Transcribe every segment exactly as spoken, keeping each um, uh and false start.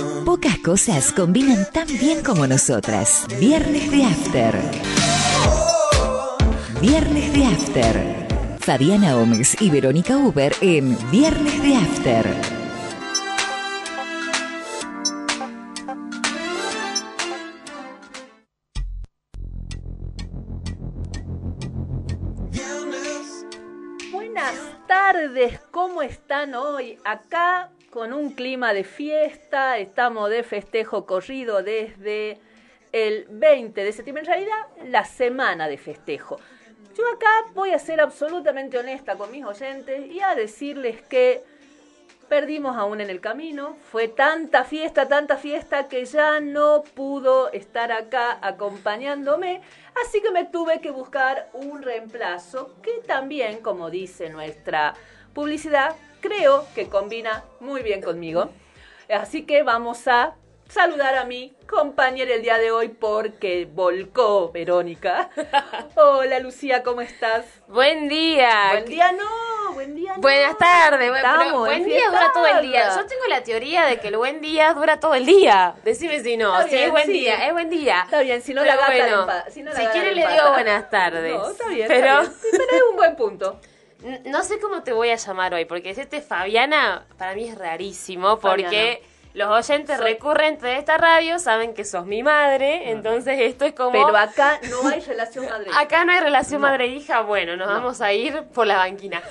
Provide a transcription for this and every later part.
Pocas cosas combinan tan bien como nosotras. Viernes de After. Viernes de After. Fabiana Omes y Verónica Uber en Viernes de After. Buenas tardes, ¿cómo están hoy? Acá con un clima de fiesta, estamos de festejo corrido desde el veinte de septiembre, en realidad la semana de festejo. Yo acá voy a ser absolutamente honesta con mis oyentes y a decirles que perdimos a uno en el camino. Fue tanta fiesta, tanta fiesta que ya no pudo estar acá acompañándome. Así que me tuve que buscar un reemplazo que también, como dice nuestra publicidad, creo que combina muy bien conmigo. Así que vamos a saludar a mi compañera el día de hoy porque volcó Verónica. Hola Lucía, ¿cómo estás? Buen día. Buen día no, buen día no. Buenas tardes. Estamos buen día dura todo el día. Yo tengo la teoría de que el buen día dura todo el día. Decime si no, Está si bien, es buen sí. día, es buen día. Está bien, si no Pero la gata bueno, le empa- si, no la si gata quiere le le digo empata. buenas tardes. No, está bien, pero... está bien. Sí, pero es un buen punto. N- No sé cómo te voy a llamar hoy, porque decirte Fabiana para mí es rarísimo, porque Fabiana. los oyentes Soy- recurrentes de esta radio saben que sos mi madre, entonces esto es como... Pero acá no hay relación madre. Acá no hay relación No. madre-hija, bueno, nos No. vamos a ir por la banquina.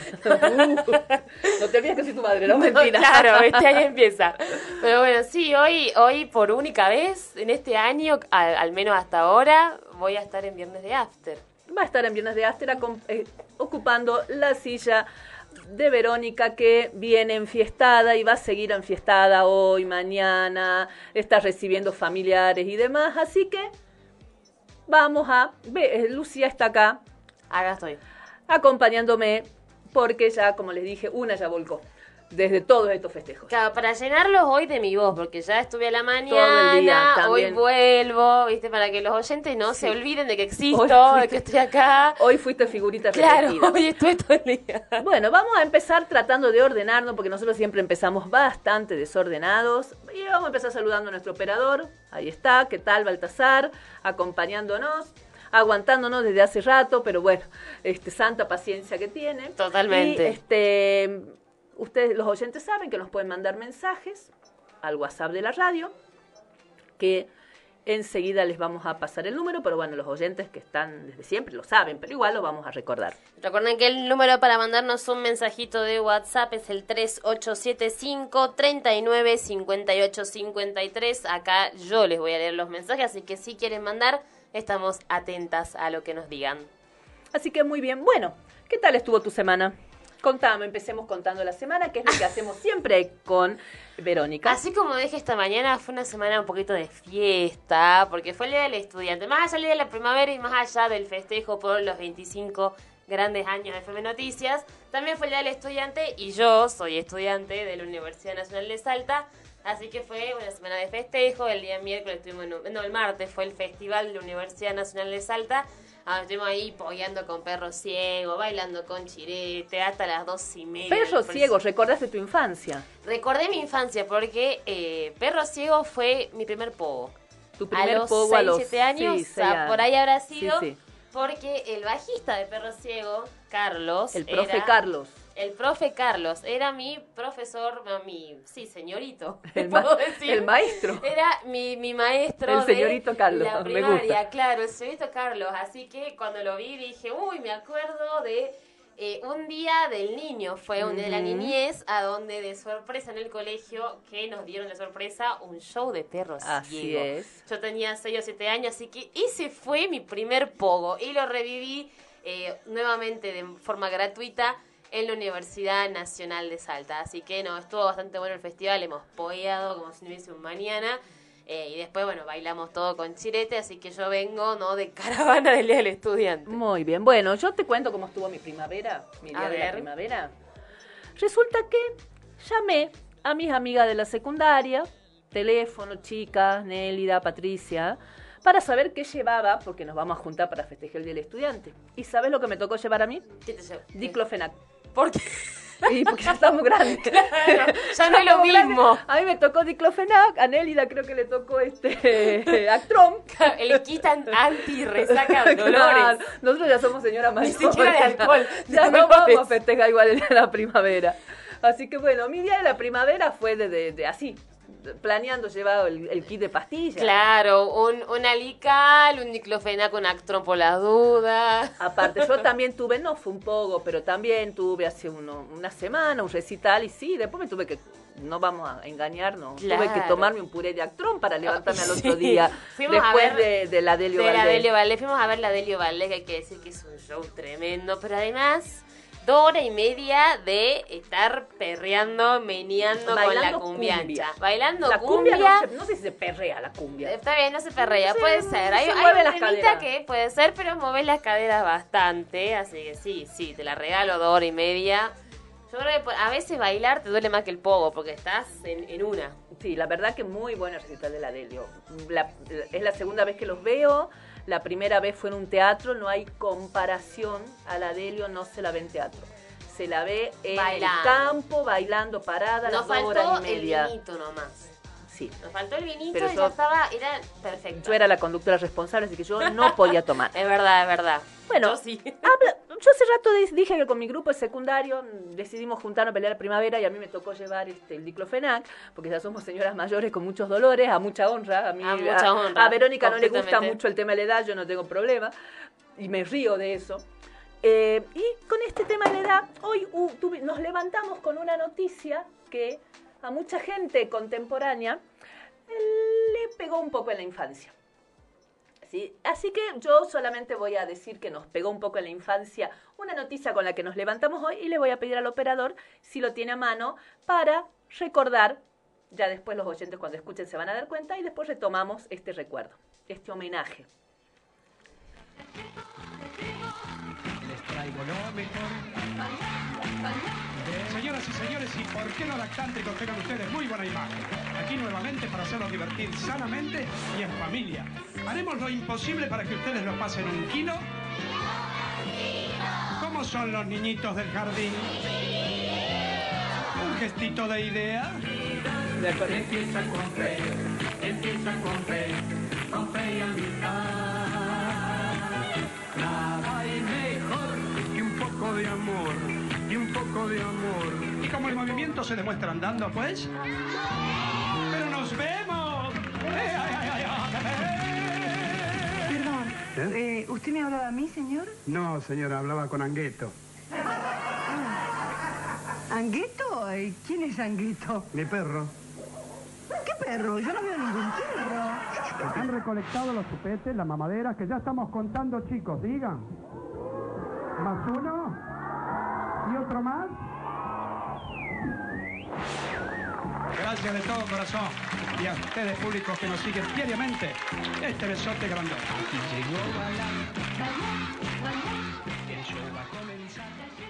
No te olvides que soy tu madre, no mentira. Claro, este año empieza. Pero bueno, sí, hoy, hoy por única vez en este año, al, al menos hasta ahora, voy a estar en Viernes de After. Va a estar en Viernes de After acom- eh, ocupando la silla de Verónica, que viene enfiestada y va a seguir enfiestada hoy, mañana, está recibiendo familiares y demás, así que vamos a... Ve, eh, Lucía está acá Acá estoy. acompañándome porque ya, como les dije, una ya volcó desde todos estos festejos. Claro, para llenarlos hoy de mi voz, porque ya estuve a la Todo el mañana, día, hoy también. vuelvo, ¿viste? Para que los oyentes no Sí. se olviden de que existo, Hoy de fuiste- que estoy acá. Hoy fuiste figurita Claro, repetida. hoy estuve todo el día. Bueno, vamos a empezar tratando de ordenarnos, porque nosotros siempre empezamos bastante desordenados. Y vamos a empezar saludando a nuestro operador. Ahí está, ¿qué tal, Baltasar? Acompañándonos, aguantándonos desde hace rato, pero bueno, este, santa paciencia que tiene. Totalmente. Y este, ustedes, los oyentes, saben que nos pueden mandar mensajes al WhatsApp de la radio, que enseguida les vamos a pasar el número, pero bueno, los oyentes que están desde siempre lo saben, pero igual lo vamos a recordar. Recuerden que el número para mandarnos un mensajito de WhatsApp es el tres ocho siete cinco, tres nueve, cinco ocho cinco tres. Acá yo les voy a leer los mensajes, así que si quieren mandar, estamos atentas a lo que nos digan. Así que muy bien. Bueno, ¿qué tal estuvo tu semana? Contame, empecemos contando la semana, que es lo que hacemos siempre con Verónica. Así como dije esta mañana, fue una semana un poquito de fiesta, porque fue el Día del Estudiante. Más allá del Día de la Primavera y más allá del festejo por los veinticinco grandes años de F M Noticias, también fue el Día del Estudiante y yo soy estudiante de la Universidad Nacional de Salta. Así que fue una semana de festejo. El día miércoles estuvimos, en un- no, el martes fue el festival de la Universidad Nacional de Salta. Ah, estuvimos ahí pogueando con Perro Ciego, bailando con Chirete, hasta las dos y media. Perro Me pareció- ciego, ¿recordaste tu infancia? Recordé mi infancia porque eh, Perro Ciego fue mi primer pogo. Tu primer a los pogo seis, a los siete años, sí, o sea, seis por años. ahí habrá Sí, sido, sí. porque el bajista de Perro Ciego, Carlos, El profe era- Carlos. el profe Carlos, era mi profesor, no, mi, sí, señorito, El, ma- ¿puedo decir? el maestro. Era mi, mi maestro El señorito de Carlos, la me primaria, gusta. claro, el señorito Carlos. Así que cuando lo vi dije, uy, me acuerdo de eh, un día del niño, fue un día de la Ujú. niñez, a donde de sorpresa en el colegio, que nos dieron de sorpresa un show de perros Así ciego. es. Yo tenía seis o siete años, así que ese fue mi primer pogo y lo reviví eh, nuevamente de forma gratuita en la Universidad Nacional de Salta. Así que no, estuvo bastante bueno el festival, hemos pogueado como si no hubiese un mañana. Eh, y después, bueno, bailamos todo con Chirete, así que yo vengo, ¿no?, de caravana del Día del Estudiante. Muy bien. Bueno, yo te cuento cómo estuvo mi primavera, mi día A de la ver. primavera. Resulta que llamé a mis amigas de la secundaria, teléfono, chicas, Nélida, Patricia, para saber qué llevaba, porque nos vamos a juntar para festejar el Día del Estudiante. ¿Y sabes lo que me tocó llevar a mí? ¿Qué te llevo? Diclofenac. ¿Por qué? Y porque ya estamos grandes. Claro, ya no es lo mismo. A mí me tocó diclofenac, a Nélida creo que le tocó este Actrom. El quitan anti-resaca dolores. Claro, nosotros ya somos señoras mayores. Ni siquiera de alcohol. Ya de no dolores. vamos a festejar igual el día de la primavera. Así que bueno, mi día de la primavera fue de, de, de así, planeando, llevado el, el kit de pastillas. Claro, un, un alical, un diclofenac con Actron por las dudas. Aparte, yo también tuve, no fue un poco, pero también tuve hace uno, una semana un recital y sí, después me tuve que, no vamos a engañarnos, Claro. tuve que tomarme un puré de Actron para levantarme al otro Sí. día, Fuimos a después ver de, de la Delio De la Valdés. Delio Valdés, fuimos a ver la Delio Valdés, que hay que decir que es un show tremendo, pero además dos horas y media de estar perreando, meneando con la Bailando cumbiancha. cumbia. Bailando La cumbia. cumbia, no, se, no sé si se perrea la cumbia. Está bien, no se perrea, Se- puede ser. Hay, se hay mueve un las temita caderas. que puede ser, pero mueves las caderas bastante, así que sí, sí, te la regalo dos horas y media. Yo creo que por- a veces bailar te duele más que el pogo, porque estás en, en una. Sí, la verdad que muy buena el recital de la Delio. La- es la segunda vez que los veo. La primera vez fue en un teatro, no hay comparación a la Delio, no se la ve en teatro. Se la ve en Bailando. el campo, bailando parada, Nos las dos faltó horas y el media. vinito nomás. Sí. Nos faltó el vinito Pero y yo- ya estaba, era perfecto. Yo era la conductora responsable, así que yo no podía tomar. Es verdad, es verdad. Bueno, Yo sí. habla- yo hace rato di- dije que con mi grupo de secundario mm, decidimos juntarnos a pelear la primavera y a mí me tocó llevar este, el diclofenac, porque ya somos señoras mayores con muchos dolores, a mucha honra. A mí, A mucha honra, a Verónica no le gusta completamente. mucho el tema de la edad, yo no tengo problema y me río de eso. Eh, y con este tema de la edad, hoy uh, tuvi- nos levantamos con una noticia que a mucha gente contemporánea eh, le pegó un poco en la infancia. ¿Sí? Así que yo solamente voy a decir que nos pegó un poco en la infancia una noticia con la que nos levantamos hoy y le voy a pedir al operador si lo tiene a mano para recordar, ya después los oyentes cuando escuchen se van a dar cuenta y después retomamos este recuerdo, este homenaje. Les traigo lo mejor. Señoras y señores, ¿y por qué no lactántricos tengan ustedes muy buena imagen? Aquí nuevamente para hacerlos divertir sanamente y en familia. Haremos lo imposible para que ustedes lo pasen un kilo. ¿Cómo son los niñitos del jardín? Un gestito de idea. Empieza con fe, empieza con fe, con fe y amistad. Nada hay mejor que un poco de amor, y un poco de amor. Y como el movimiento se demuestra andando, pues. ¡Pero nos vemos! ¡Eh, ay, ay, ay, ay! Perdón, eh, ¿usted me hablaba a mí, señor? No, señora, hablaba con Angueto. ¿Angueto? ¿Y quién es Angueto? Mi perro. ¿Qué perro? Yo no veo ningún perro. Han recolectado los chupetes, las mamaderas, que ya estamos contando, chicos, digan. ¿Más uno? ¿Y otro más? Gracias de todo corazón. Y a ustedes, públicos que nos siguen diariamente, este besote grandote. Aquí llegó Balán. El show va a comenzar.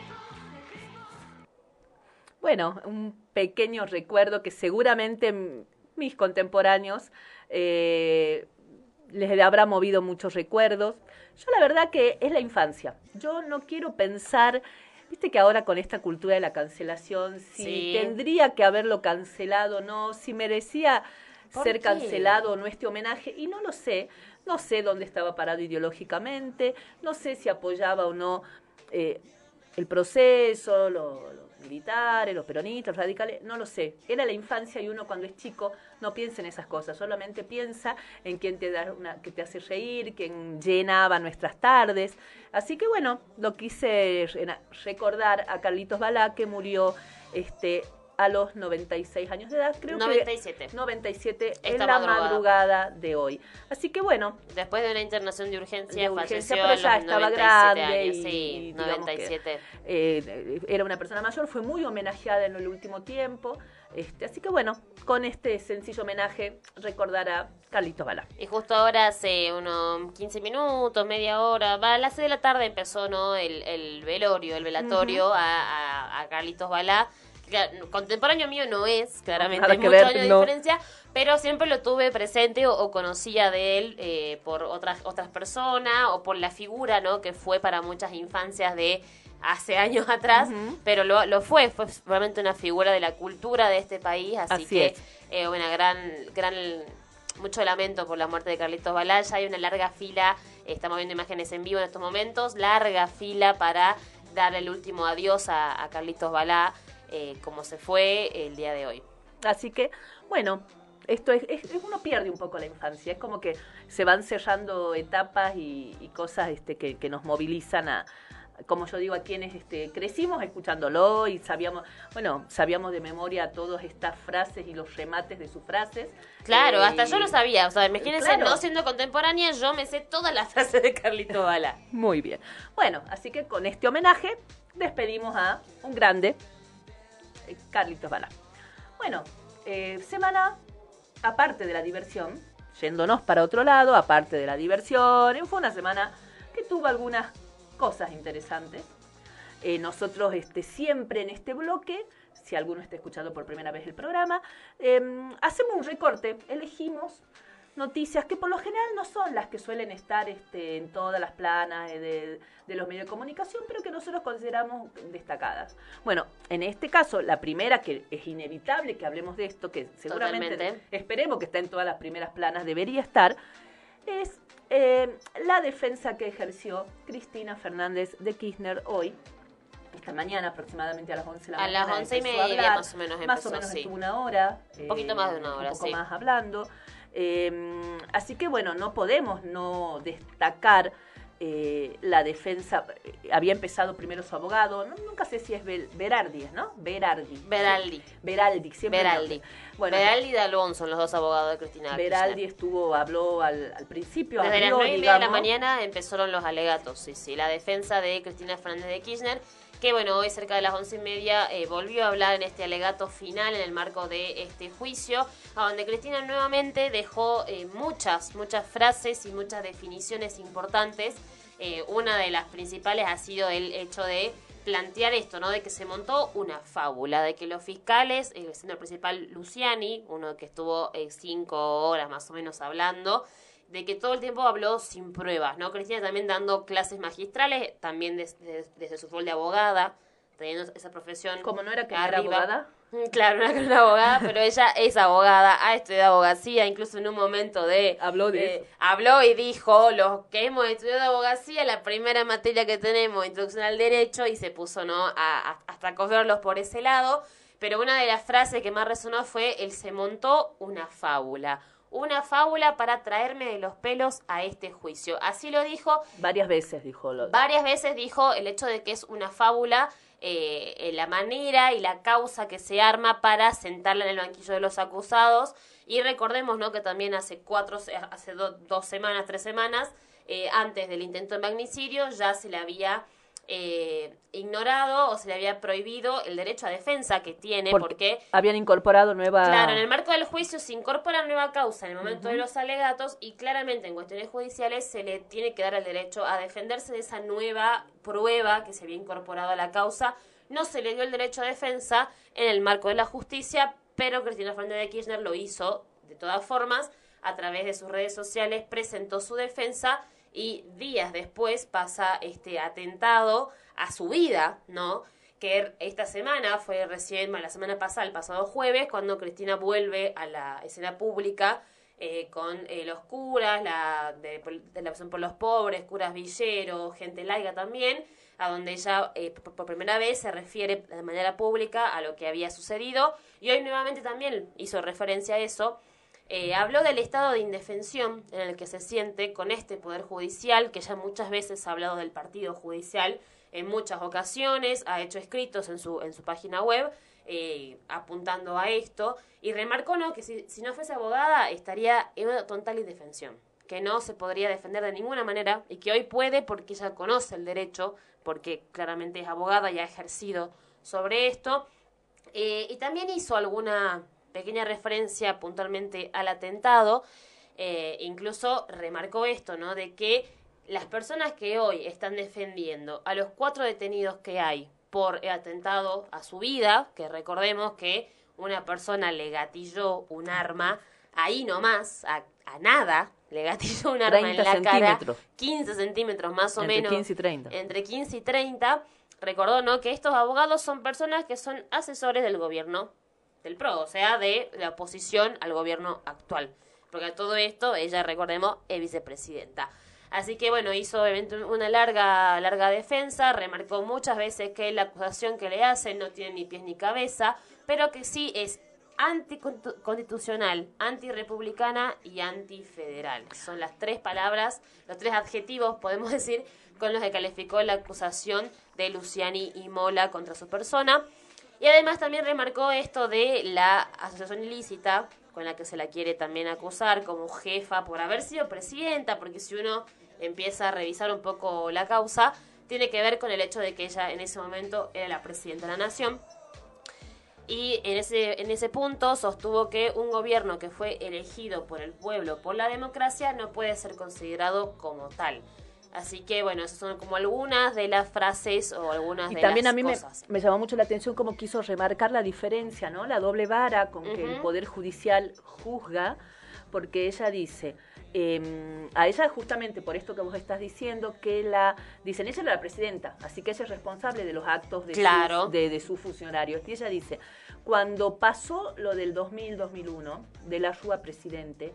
Bueno, un pequeño recuerdo que seguramente m- mis contemporáneos eh, les habrá movido muchos recuerdos. Yo la verdad que es la infancia. Yo no quiero pensar, viste que ahora con esta cultura de la cancelación, si Sí. tendría que haberlo cancelado o no, si merecía ¿Por ser qué? cancelado o no este homenaje, y no lo sé. No sé dónde estaba parado ideológicamente, no sé si apoyaba o no eh, el proceso, lo- los militares, los peronistas, los radicales, no lo sé. Era la infancia y uno cuando es chico no piensa en esas cosas, solamente piensa en quien te da una, que te hace reír, quien llenaba nuestras tardes. Así que bueno, lo quise re- recordar a Carlitos Balá, que murió este a los noventa y seis años de edad, creo noventa y siete. que noventa y siete en Esta la madrugada. madrugada de hoy. Así que bueno, Después de una internación de urgencia, de urgencia, falleció pero a ya los estaba noventa y siete grande años. y, Sí, digamos noventa y siete. que, eh, era una persona mayor, fue muy homenajeada en el último tiempo. Este, así que bueno, con este sencillo homenaje recordar a Carlitos Balá. Y justo ahora, hace unos quince minutos, media hora, va a las seis de la tarde empezó no el, el velorio, el velatorio Ujú. a, a, a Carlitos Balá. Que, contemporáneo mío no es, claramente Nada hay que muchos ver, años de no. diferencia, pero siempre lo tuve presente o, o conocía de él eh, por otras otras personas o por la figura, ¿no? Que fue para muchas infancias de hace años atrás, Ujú. pero lo, lo fue, fue realmente una figura de la cultura de este país, así, Así que es. eh, una gran, gran, mucho lamento por la muerte de Carlitos Balá. Ya hay una larga fila, eh, estamos viendo imágenes en vivo en estos momentos, larga fila para dar el último adiós a, a Carlitos Balá, eh, como se fue el día de hoy. Así que, bueno, esto es, es, es- uno pierde un poco la infancia, es como que se van cerrando etapas y, y cosas este, que, que nos movilizan a, como yo digo, a quienes este, crecimos escuchándolo y sabíamos, bueno, sabíamos de memoria todas estas frases y los remates de sus frases. Claro, Eh, hasta yo lo sabía, o sea, imagínense, claro. no siendo contemporánea, yo me sé todas las frases de Carlitos Balá. Muy bien. Bueno, así que con este homenaje despedimos a un grande, eh, Carlitos Balá. Bueno, eh, semana aparte de la diversión, yéndonos para otro lado, aparte de la diversión, fue una semana que tuvo algunas cosas interesantes. Eh, nosotros este, siempre en este bloque, si alguno está escuchando por primera vez el programa, eh, hacemos un recorte, elegimos noticias que por lo general no son las que suelen estar este, en todas las planas eh, de, de los medios de comunicación, pero que nosotros consideramos destacadas. Bueno, en este caso, la primera, que es inevitable que hablemos de esto, que seguramente Totalmente. esperemos que está en todas las primeras planas, debería estar, es eh, la defensa que ejerció Cristina Fernández de Kirchner hoy, esta mañana aproximadamente a las once de la A mañana. las once y empezó a media hablar, más o menos Más o empezó, menos sí. estuvo una hora. Un poquito más de una hora, Un poco sí. más hablando. Eh, así que bueno, no podemos no destacar eh, la defensa. Eh, había empezado primero su abogado, no, nunca sé si es Bel- Berardi, ¿no? Berardi. Beraldi. Beraldi, siempre. Beraldi. Bueno, Beraldi y Dalbón son los dos abogados de Cristina Beraldi Kirchner. estuvo, habló al, al principio. Desde las abrió, nueve y media de la digamos. mañana empezaron los alegatos, sí, sí. La defensa de Cristina Fernández de Kirchner, que bueno, hoy cerca de las once y media eh, volvió a hablar en este alegato final en el marco de este juicio, a donde Cristina nuevamente dejó eh, muchas, muchas frases y muchas definiciones importantes. Eh, una de las principales ha sido el hecho de plantear esto, ¿no? De que se montó una fábula, de que los fiscales, eh, siendo el principal Luciani, uno que estuvo eh, cinco horas más o menos hablando, de que todo el tiempo habló sin pruebas, ¿no? Cristina también dando clases magistrales, también desde, desde su rol de abogada, teniendo esa profesión. Como no era que no era arriba. abogada. Mm, Claro, no era que no era abogada, pero ella es abogada, ha estudiado abogacía, incluso en un momento de... Habló de eh, eso. Habló y dijo, los que hemos estudiado abogacía, la primera materia que tenemos, introducción al derecho, y se puso, ¿no?, a, a- hasta cogerlos por ese lado. Pero una de las frases que más resonó fue, él se montó una fábula. Una fábula para traerme de los pelos a este juicio. Así lo dijo. Varias veces dijo lo Varias veces dijo el hecho de que es una fábula, eh, eh, la manera y la causa que se arma para sentarla en el banquillo de los acusados. Y recordemos, ¿no?, que también hace cuatro, se- hace do- dos semanas, tres semanas, eh, antes del intento de magnicidio, ya se le había eh, ignorado o se le había prohibido el derecho a defensa que tiene, porque, porque habían incorporado nueva... claro, en el marco del juicio se incorpora nueva causa en el momento de los alegatos y claramente en cuestiones judiciales se le tiene que dar el derecho a defenderse de esa nueva prueba que se había incorporado a la causa. No se le dio el derecho a defensa en el marco de la justicia, pero Cristina Fernández de Kirchner lo hizo de todas formas. A través de sus redes sociales presentó su defensa y días después pasa este atentado a su vida, ¿no?, que esta semana fue recién, la semana pasada, el pasado jueves, cuando Cristina vuelve a la escena pública eh, con eh, los curas, la de, de la Acción por los Pobres, curas Villero, gente laica también, a donde ella eh, por, por primera vez se refiere de manera pública a lo que había sucedido, y hoy nuevamente también hizo referencia a eso. Eh, habló del estado de indefensión en el que se siente con este Poder Judicial, que ya muchas veces ha hablado del partido judicial en muchas ocasiones, ha hecho escritos en su, en su página web eh, apuntando a esto, y remarcó, ¿no?, que si, si no fuese abogada estaría en una total indefensión, que no se podría defender de ninguna manera y que hoy puede porque ella conoce el derecho, porque claramente es abogada y ha ejercido sobre esto. Eh, y también hizo alguna pequeña referencia puntualmente al atentado, eh, incluso remarcó esto, ¿no?, de que las personas que hoy están defendiendo a los cuatro detenidos que hay por el atentado a su vida, que recordemos que una persona le gatilló un arma ahí nomás, a, a nada, le gatilló un arma en la cara, centímetros. quince centímetros más o Entre menos, quince y treinta. entre quince y treinta, recordó, ¿no?, que estos abogados son personas que son asesores del gobierno del P R O, o sea, de la oposición al gobierno actual. Porque a todo esto, ella, recordemos, es vicepresidenta. Así que, bueno, hizo obviamente una larga, larga defensa, remarcó muchas veces que la acusación que le hacen no tiene ni pies ni cabeza, pero que sí es anticonstitucional, antirrepublicana y antifederal. Son las tres palabras, los tres adjetivos, podemos decir, con los que calificó la acusación de Luciani y Mola contra su persona. Y además también remarcó esto de la asociación ilícita, con la que se la quiere también acusar como jefa por haber sido presidenta, porque si uno empieza a revisar un poco la causa, tiene que ver con el hecho de que ella en ese momento era la presidenta de la nación. Y en ese, en ese punto sostuvo que un gobierno que fue elegido por el pueblo, por la democracia, no puede ser considerado como tal. Así que, bueno, esas son como algunas de las frases o algunas y de también las a mí me, cosas. me llamó mucho la atención cómo quiso remarcar la diferencia, ¿no? La doble vara con que Ujú. el Poder Judicial juzga, porque ella dice, eh, a ella justamente por esto que vos estás diciendo, que la, dicen, ella era la presidenta, así que ella es responsable de los actos de, Claro. sus, de, de sus funcionarios. Y ella dice, cuando pasó lo del dos mil dos mil uno, de la Rúa presidente,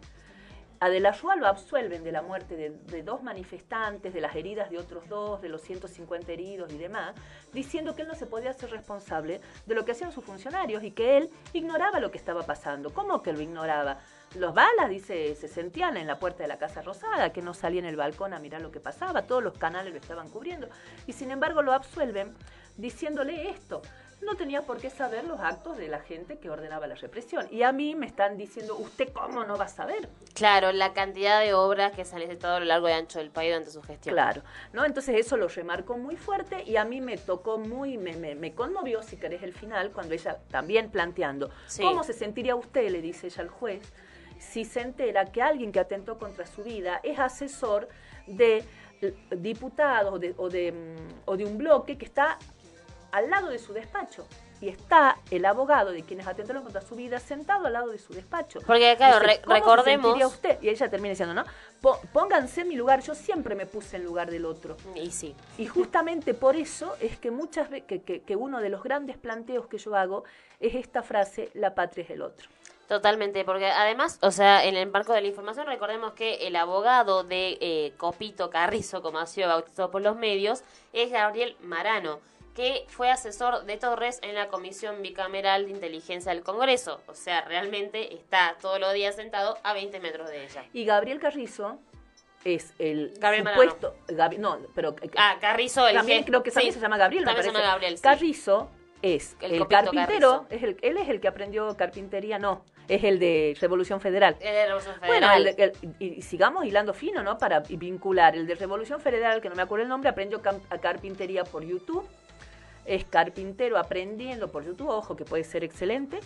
a De la Rúa lo absuelven de la muerte de, de dos manifestantes, de las heridas de otros dos, de los ciento cincuenta heridos y demás, diciendo que él no se podía hacer responsable de lo que hacían sus funcionarios y que él ignoraba lo que estaba pasando. ¿Cómo que lo ignoraba? Los balas, dice, se sentían en la puerta de la Casa Rosada, que no salía en el balcón a mirar lo que pasaba, todos los canales lo estaban cubriendo, y sin embargo lo absuelven diciéndole esto. No tenía por qué saber los actos de la gente que ordenaba la represión. Y a mí me están diciendo, ¿usted cómo no va a saber? Claro, la cantidad de obras que se han necesitado a lo largo y ancho del país durante su gestión. Claro, ¿no? Entonces eso lo remarcó muy fuerte y a mí me tocó muy, me, me, me conmovió, si querés, el final, cuando ella también planteando, Sí. ¿cómo se sentiría usted, le dice ella al juez, si se entera que alguien que atentó contra su vida es asesor de diputados o de, o de, o de un bloque que está al lado de su despacho? Y está el abogado de quienes atentaron contra su vida sentado al lado de su despacho. Porque, claro, Dice, re- ¿cómo recordemos- se sentiría usted? Y ella termina diciendo, ¿no? Po- pónganse en mi lugar, yo siempre me puse en lugar del otro. Y sí. Y justamente por eso es que muchas veces, que, que, que uno de los grandes planteos que yo hago es esta frase, la patria es el otro. Totalmente, porque además, o sea, en el marco de la información, recordemos que el abogado de eh, Copito Carrizo, como ha sido bautizado por los medios, es Gabriel Marano, que fue asesor de Torres en la Comisión Bicameral de Inteligencia del Congreso. O sea, realmente está todos los días sentado a veinte metros de ella. Y Gabriel Carrizo es el Gabriel supuesto... Gabi- no, pero... Ah, Carrizo, el también jefe- creo que también sí, se llama Gabriel, me también se parece. llama Gabriel, sí. Carrizo es El el, Copito carpintero, Carrizo. es el, él es el que aprendió carpintería, no, es el de Revolución Federal. El de la Revolución Bueno, Federal. el de- el- y, y sigamos hilando fino, ¿no? Para vincular. El de Revolución Federal, que no me acuerdo el nombre, aprendió cam- a carpintería por YouTube. Es carpintero aprendiendo por YouTube, ojo, que puede ser excelente.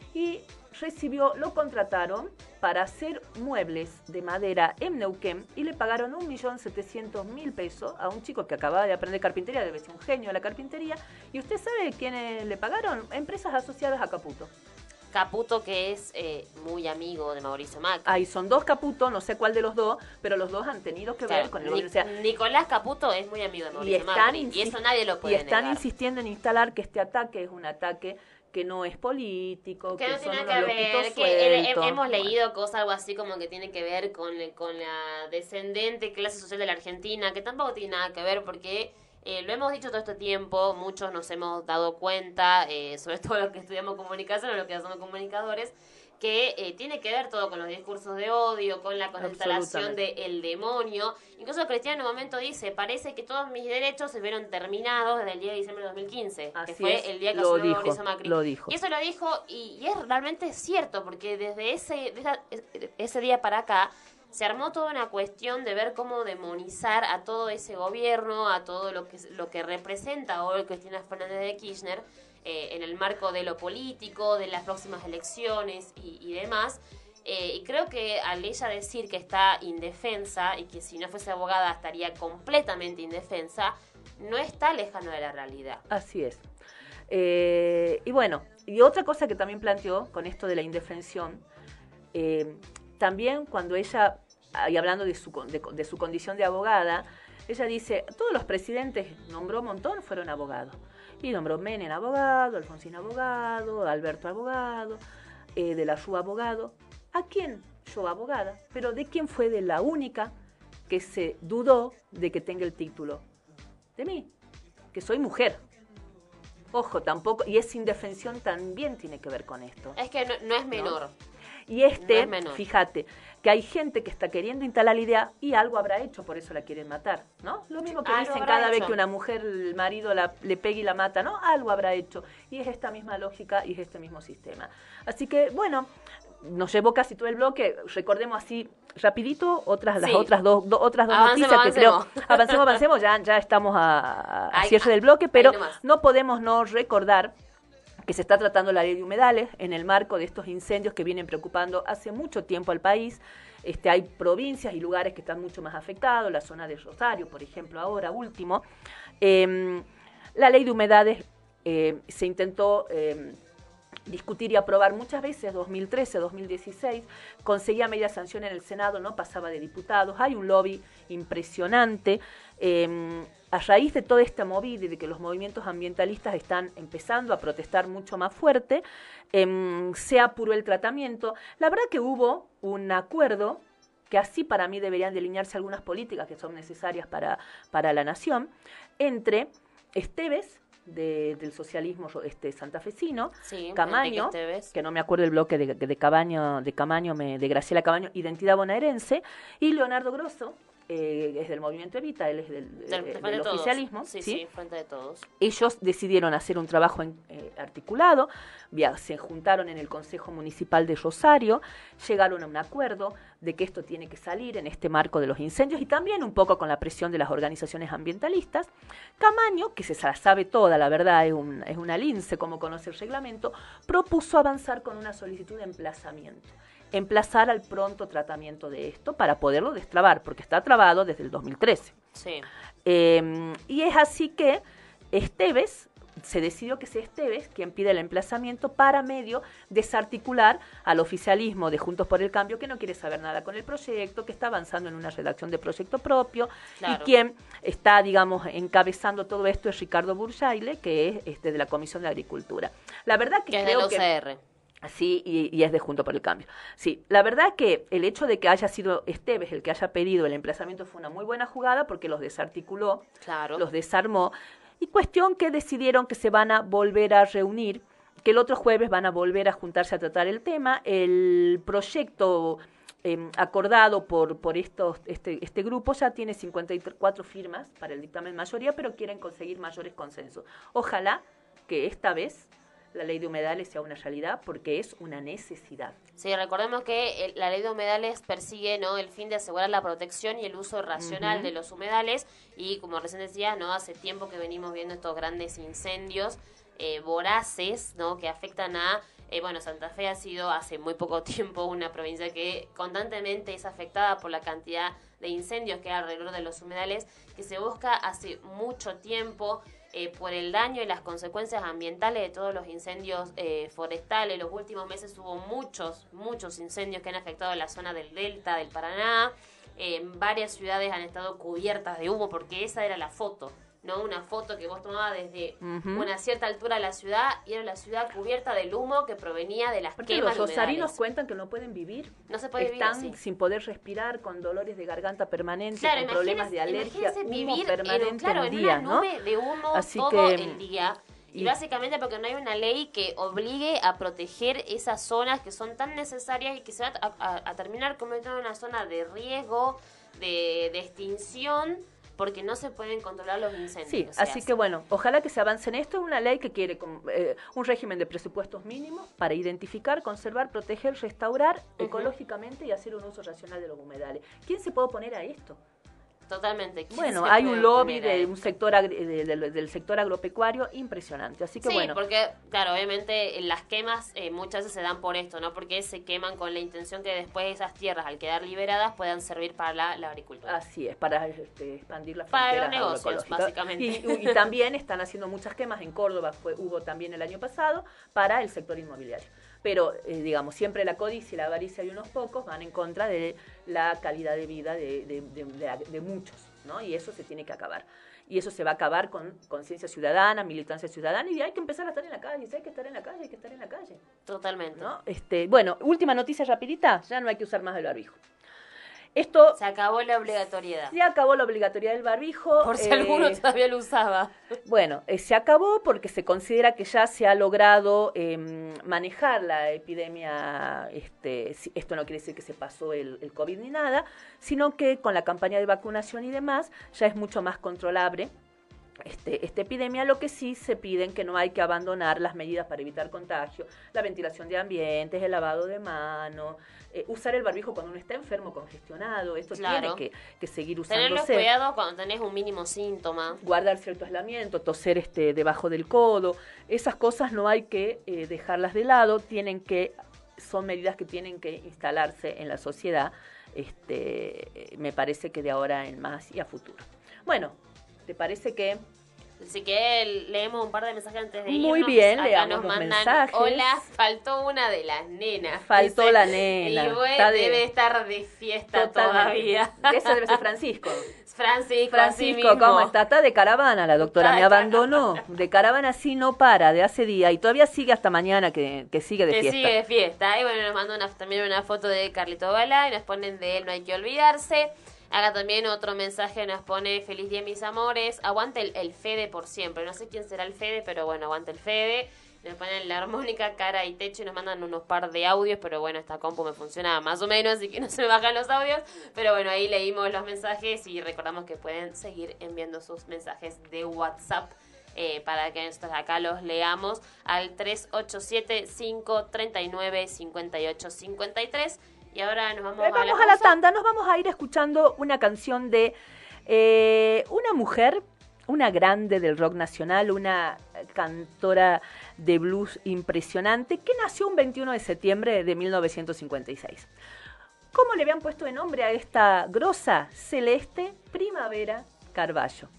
Y recibió, lo contrataron para hacer muebles de madera en Neuquén y le pagaron un millón setecientos mil pesos a un chico que acababa de aprender carpintería, debe ser un genio de la carpintería. ¿Y usted sabe quiénes le pagaron? Empresas asociadas a Caputo. Caputo, que es eh, muy amigo de Mauricio Macri. Ahí son dos Caputo, no sé cuál de los dos, pero los dos han tenido que ver Claro, con el Ni- gobierno. O sea, Nicolás Caputo es muy amigo de y Mauricio están, Macri, y insis- eso nadie lo y puede están negar. insistiendo en instalar que este ataque es un ataque que no es político, Que que, no son tiene unos que loquitos ver, que he- he- sueltos. hemos Bueno. leído cosas algo así como que tiene que ver con, con la descendente clase social de la Argentina, que tampoco tiene nada que ver porque eh, lo hemos dicho todo este tiempo, muchos nos hemos dado cuenta, eh, sobre todo los que estudiamos comunicación o los que somos comunicadores, que eh, tiene que ver todo con los discursos de odio, con la constelación Absolutamente. del demonio. Incluso Cristina en un momento dice, parece que todos mis derechos se vieron terminados desde el diez de diciembre de dos mil quince, Así que fue es, el día que lo asumió dijo, Mauricio Macri. lo dijo. Y eso lo dijo, y, y es realmente cierto, porque desde ese, de esa- ese día para acá se armó toda una cuestión de ver cómo demonizar a todo ese gobierno, a todo lo que lo que representa hoy Cristina Fernández de Kirchner, eh, en el marco de lo político, de las próximas elecciones y, y demás. Eh, y creo que al ella decir que está indefensa y que si no fuese abogada estaría completamente indefensa, no está lejano de la realidad. Así es. Eh, y bueno, y otra cosa que también planteó con esto de la indefensión, eh, también cuando ella, y hablando de su, de, de su condición de abogada, ella dice, todos los presidentes, nombró un montón, fueron abogados. Y nombró Menem abogado, Alfonsín abogado, Alberto abogado, eh, de la Rúa abogado. ¿A quién? Yo abogada. Pero ¿de quién fue de la única que se dudó de que tenga el título? De mí, que soy mujer. Ojo, tampoco, y esa indefensión también tiene que ver con esto. Es que no, no es menor. ¿No? Y este, no es menor. Fíjate, que hay gente que está queriendo instalar la idea y algo habrá hecho, por eso la quieren matar, ¿no? Lo mismo que Algo dicen habrá cada vez hecho. que una mujer, el marido la, le pega y la mata, ¿no? Algo habrá hecho. Y es esta misma lógica y es este mismo sistema. Así que, bueno, nos llevó casi todo el bloque. Recordemos así, rapidito, otras, las Sí. otras dos, do- otras dos Avancemos, noticias que avancemos. creo... Avancemos, avancemos, ya, ya estamos a, a Ahí, cierre del bloque, pero nomás. no podemos no recordar que se está tratando la ley de humedales en el marco de estos incendios que vienen preocupando hace mucho tiempo al país. Este, hay provincias y lugares que están mucho más afectados, la zona de Rosario, por ejemplo, ahora último. Eh, la ley de humedades eh, se intentó eh, discutir y aprobar muchas veces, dos mil trece, dos mil dieciséis, conseguía media sanción en el Senado, no pasaba de diputados, hay un lobby impresionante. Eh, a raíz de toda esta movida y de que los movimientos ambientalistas están empezando a protestar mucho más fuerte, eh, se apuró el tratamiento. La verdad que hubo un acuerdo, que así para mí deberían delinearse algunas políticas que son necesarias para, para la nación, entre Esteves, de, del socialismo este, santafesino, Sí, Camaño, Enrique Esteves. que no me acuerdo el bloque de, de, Cabaño, de, Camaño, me, de Graciela Cabaño, Identidad Bonaerense, y Leonardo Grosso, eh, es del movimiento Evita, él es del, Del- eh, del del Todos. oficialismo. Sí, ¿sí? sí, Frente de Todos. Ellos decidieron hacer un trabajo en, eh, articulado, via- se juntaron en el Consejo Municipal de Rosario, llegaron a un acuerdo de que esto tiene que salir en este marco de los incendios y también un poco con la presión de las organizaciones ambientalistas. Camaño, que se la sabe toda, la verdad, es, un, es una lince como conoce el reglamento, propuso avanzar con una solicitud de emplazamiento. Emplazar al pronto tratamiento de esto para poderlo destrabar, porque está trabado desde el dos mil trece. Sí. Eh, y es así que Esteves, se decidió que sea Esteves quien pide el emplazamiento para medio desarticular al oficialismo de Juntos por el Cambio, que no quiere saber nada con el proyecto, que está avanzando en una redacción de proyecto propio, Claro. y quien está, digamos, encabezando todo esto es Ricardo Burjaile, que es este, de la Comisión de Agricultura. La verdad que Que es del creo O que... C R. Sí, y, y es de Juntos por el Cambio. Sí, la verdad que el hecho de que haya sido Esteves el que haya pedido el emplazamiento fue una muy buena jugada porque los desarticuló, Claro. los desarmó, y cuestión que decidieron que se van a volver a reunir, que el otro jueves van a volver a juntarse a tratar el tema. El proyecto eh, acordado por, por estos, este, este grupo ya tiene cincuenta y cuatro firmas para el dictamen mayoría, pero quieren conseguir mayores consensos. Ojalá que esta vez la ley de humedales sea una realidad porque es una necesidad. Sí, recordemos que el- la ley de humedales persigue, ¿no?, el fin de asegurar la protección y el uso racional Ujú. de los humedales, y como recién decía, ¿no?, hace tiempo que venimos viendo estos grandes incendios eh, voraces, ¿no?, que afectan a, eh, bueno, Santa Fe ha sido hace muy poco tiempo una provincia que constantemente es afectada por la cantidad de incendios que hay alrededor de los humedales, que se busca hace mucho tiempo. Eh, por el daño y las consecuencias ambientales de todos los incendios eh, forestales. Los últimos meses hubo muchos, muchos incendios que han afectado la zona del delta del Paraná. Eh, varias ciudades han estado cubiertas de humo, porque esa era la foto, ¿no? Una foto que vos tomabas desde Ujú. una cierta altura de la ciudad, y era la ciudad cubierta del humo que provenía de las Aparte, quemas los de rosarinos humedales. cuentan que no pueden vivir. No se puede Están vivir así. sin poder respirar, con dolores de garganta permanentes, Claro, con problemas de imagínense- alergia, imagínense humo vivir permanente en, claro, en en día, una ¿no? nube de humo Así todo que, el día. Y, y- básicamente porque no hay una ley que obligue a proteger esas zonas que son tan necesarias y que se va a, a- a terminar convirtiendo en una zona de riesgo, de, de extinción, porque no se pueden controlar los incendios. Sí, que se así hacen. que bueno, ojalá que se avance en esto. Es una ley que quiere com- eh, un régimen de presupuestos mínimos para identificar, conservar, proteger, restaurar Ujú. ecológicamente y hacer un uso racional de los humedales. ¿Quién se puede oponer a esto? Totalmente. ¿Quién Bueno, se hay puede un lobby oponer a de esto? un sector agri- de- de- del sector agropecuario impresionante. Así que Sí, bueno, porque, claro, obviamente eh, las quemas eh, muchas veces se dan por esto, ¿no? Porque se queman con la intención que después esas tierras, al quedar liberadas, puedan servir para la, la agricultura. así es, para este, expandir las Para fronteras los negocios, agroecológicas. básicamente. Y, y también están haciendo muchas quemas en Córdoba, fue, hubo también el año pasado, para el sector inmobiliario. Pero, eh, digamos, siempre la codicia y la avaricia de unos pocos van en contra de la calidad de vida de, de, de, de- de muchos, ¿no? Y eso se tiene que acabar. Y eso se va a acabar con conciencia ciudadana, militancia ciudadana, y hay que empezar a estar en la calle. Si hay que estar en la calle, hay que estar en la calle. Totalmente. ¿No? Este, bueno, última noticia rapidita, ya no hay que usar más el barbijo. Esto... Se acabó la obligatoriedad. Se acabó la obligatoriedad del barbijo. Por si eh, alguno todavía lo usaba. Bueno, eh, se acabó porque se considera que ya se ha logrado eh, manejar la epidemia. Este, esto no quiere decir que se pasó el, el COVID ni nada, sino que con la campaña de vacunación y demás ya es mucho más controlable Este, esta epidemia. Lo que sí se piden que no hay que abandonar las medidas para evitar contagio, la ventilación de ambientes, el lavado de manos, eh, usar el barbijo cuando uno está enfermo, congestionado, esto Claro. tiene que, que seguir Tener los usándose. cuidados cuando tenés un mínimo síntoma. Guardar cierto aislamiento, toser este, debajo del codo, esas cosas no hay que eh, dejarlas de lado, tienen que, son medidas que tienen que instalarse en la sociedad, este, me parece que de ahora en más y a futuro. Bueno, ¿te parece que...? Así que leemos un par de mensajes antes de irnos. Muy bien, Acá leamos nos los mandan, mensajes. hola, faltó una de las nenas. Faltó Dice, la nena. Y bueno, Está de- debe estar de fiesta Totalmente. todavía. Ese debe ser Francisco. Francisco, Francisco, así mismo. ¿cómo está? Está de caravana, la doctora Está me de abandonó. De caravana sí no para, de hace día, y todavía sigue hasta mañana que, que sigue de Que fiesta. sigue de fiesta. Y bueno, nos mandó una, también una foto de Carlito Balá y nos ponen de él, no hay que olvidarse. Acá también otro mensaje nos pone, feliz día mis amores, aguante el, el Fede por siempre. No sé quién será el Fede, pero bueno, aguante el Fede. Nos ponen la armónica, cara y techo y nos mandan unos par de audios, pero bueno, esta compu me funciona más o menos, así que no se me bajan los audios. Pero bueno, ahí leímos los mensajes y recordamos que pueden seguir enviando sus mensajes de WhatsApp eh, para que nosotros acá los leamos al tres ocho siete, cinco tres nueve, cinco ocho cinco tres. Y ahora nos vamos, Eh, vamos a la, a la pausa. tanda, nos vamos a ir escuchando una canción de eh, una mujer, una grande del rock nacional, una cantora de blues impresionante, que nació un veintiuno de septiembre de mil novecientos cincuenta y seis. ¿Cómo le habían puesto de nombre a esta grosa? Celeste Primavera Carballo.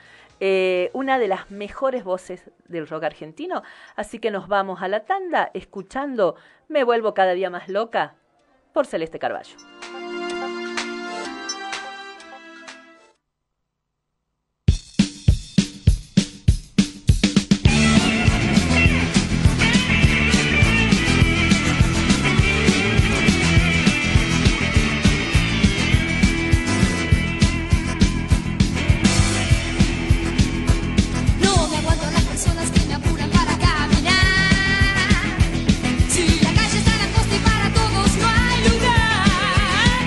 Eh, una de las mejores voces del rock argentino, así que nos vamos a la tanda escuchando Me vuelvo cada día más loca por Celeste Carballo. No me aguanto a las personas que me apuran para caminar. Si la calle está en angosta y para todos no hay lugar.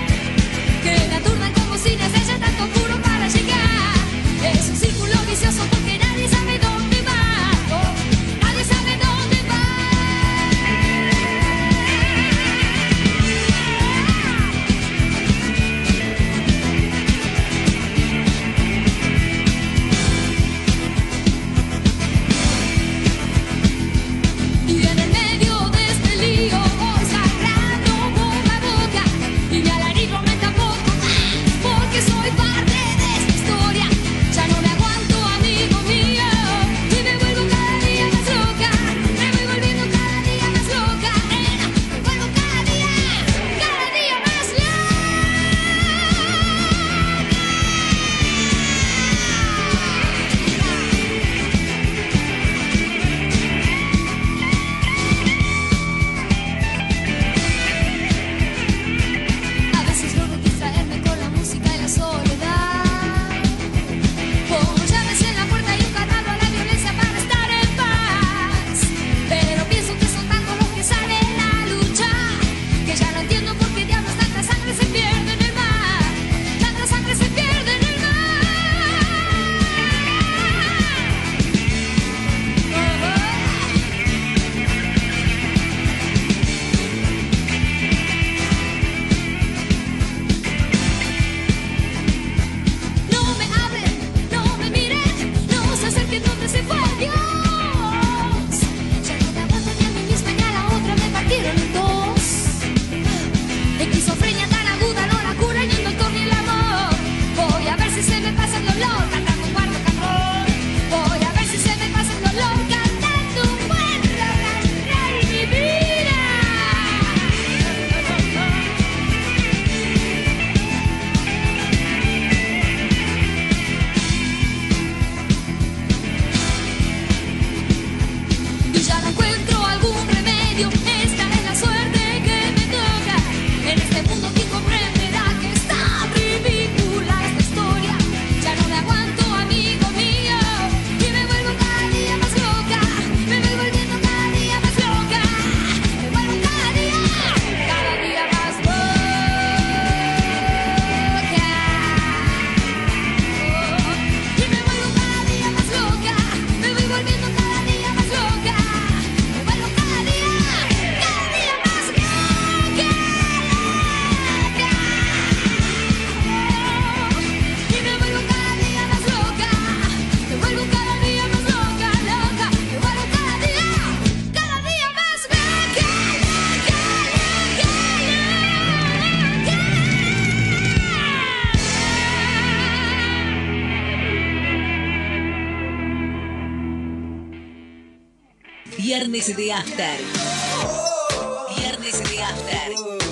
Viernes de After. Viernes de After.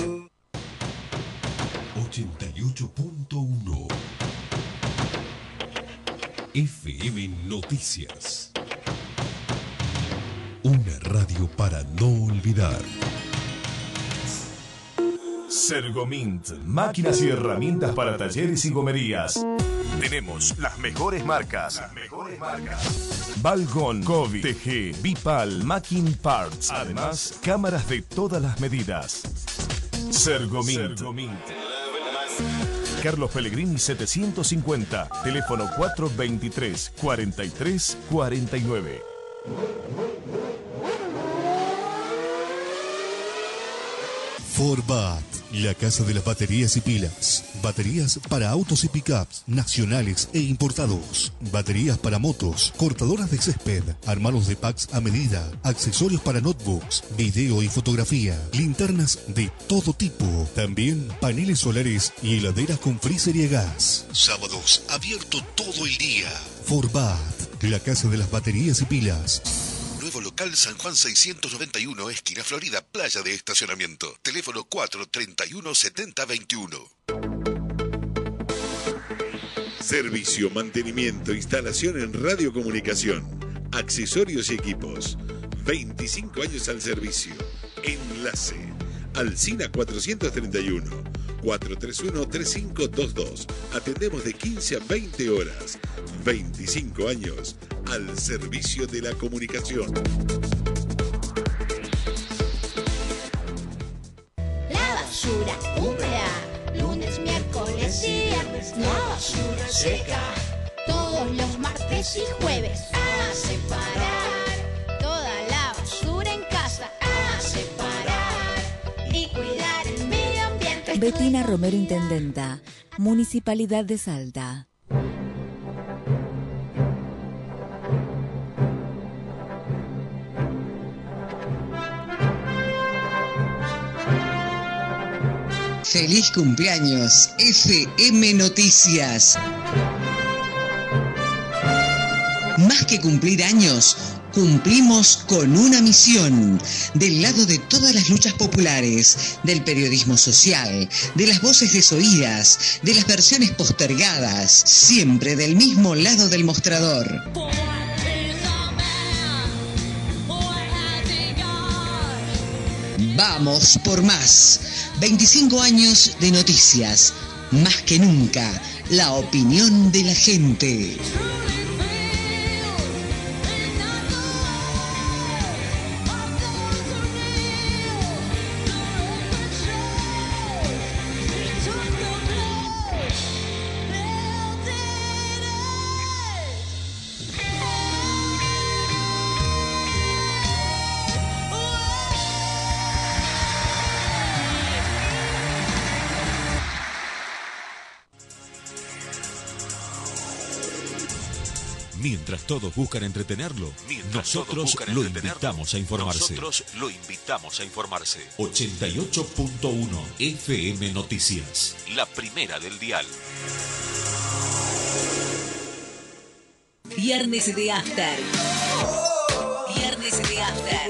ochenta y ocho punto uno F M Noticias. Una radio para no olvidar. Sergomint, máquinas y herramientas para talleres y gomerías. Tenemos las mejores marcas. Las mejores marcas. Balgon, Kovi, T G, Bipal, Mackin Parts. Además, cámaras de todas las medidas. Sergomint. Sergomint. Carlos Pellegrini setecientos cincuenta. Teléfono cuatro veintitrés, cuarenta y tres, cuarenta y nueve. Forbat, la casa de las baterías y pilas. Baterías para autos y pickups, nacionales e importados. Baterías para motos, cortadoras de césped, armados de packs a medida, accesorios para notebooks, video y fotografía, linternas de todo tipo. También paneles solares y heladeras con freezer y gas. Sábados, abierto todo el día. Forbat, la casa de las baterías y pilas. Nuevo local San Juan seiscientos noventa y uno, esquina Florida, playa de estacionamiento. Teléfono cuatro treinta y uno, setenta veintiuno. Servicio, mantenimiento, instalación en radiocomunicación, accesorios y equipos. veinticinco años al servicio. Enlace. Alsina cuatrocientos treinta y uno. cuatro tres uno, tres cinco dos dos. Atendemos de quince a veinte horas. veinticinco años al servicio de la comunicación. La basura húmeda, lunes, miércoles y viernes. La basura seca, todos los martes y jueves. A separar toda la basura en casa. A separar y cuidar el medio ambiente. Betina Romero, Intendenta, Municipalidad de Salta. Feliz cumpleaños, F M Noticias. Más que cumplir años, cumplimos con una misión. Del lado de todas las luchas populares, del periodismo social, de las voces desoídas, de las versiones postergadas, siempre del mismo lado del mostrador. Vamos por más. veinticinco años de noticias. Más que nunca, la opinión de la gente. Mientras todos buscan entretenerlo, Mientras nosotros buscan lo entretenerlo, invitamos a informarse. Nosotros lo invitamos a informarse. ochenta y ocho punto uno F M Noticias, la primera del dial. Viernes de After. Viernes de After.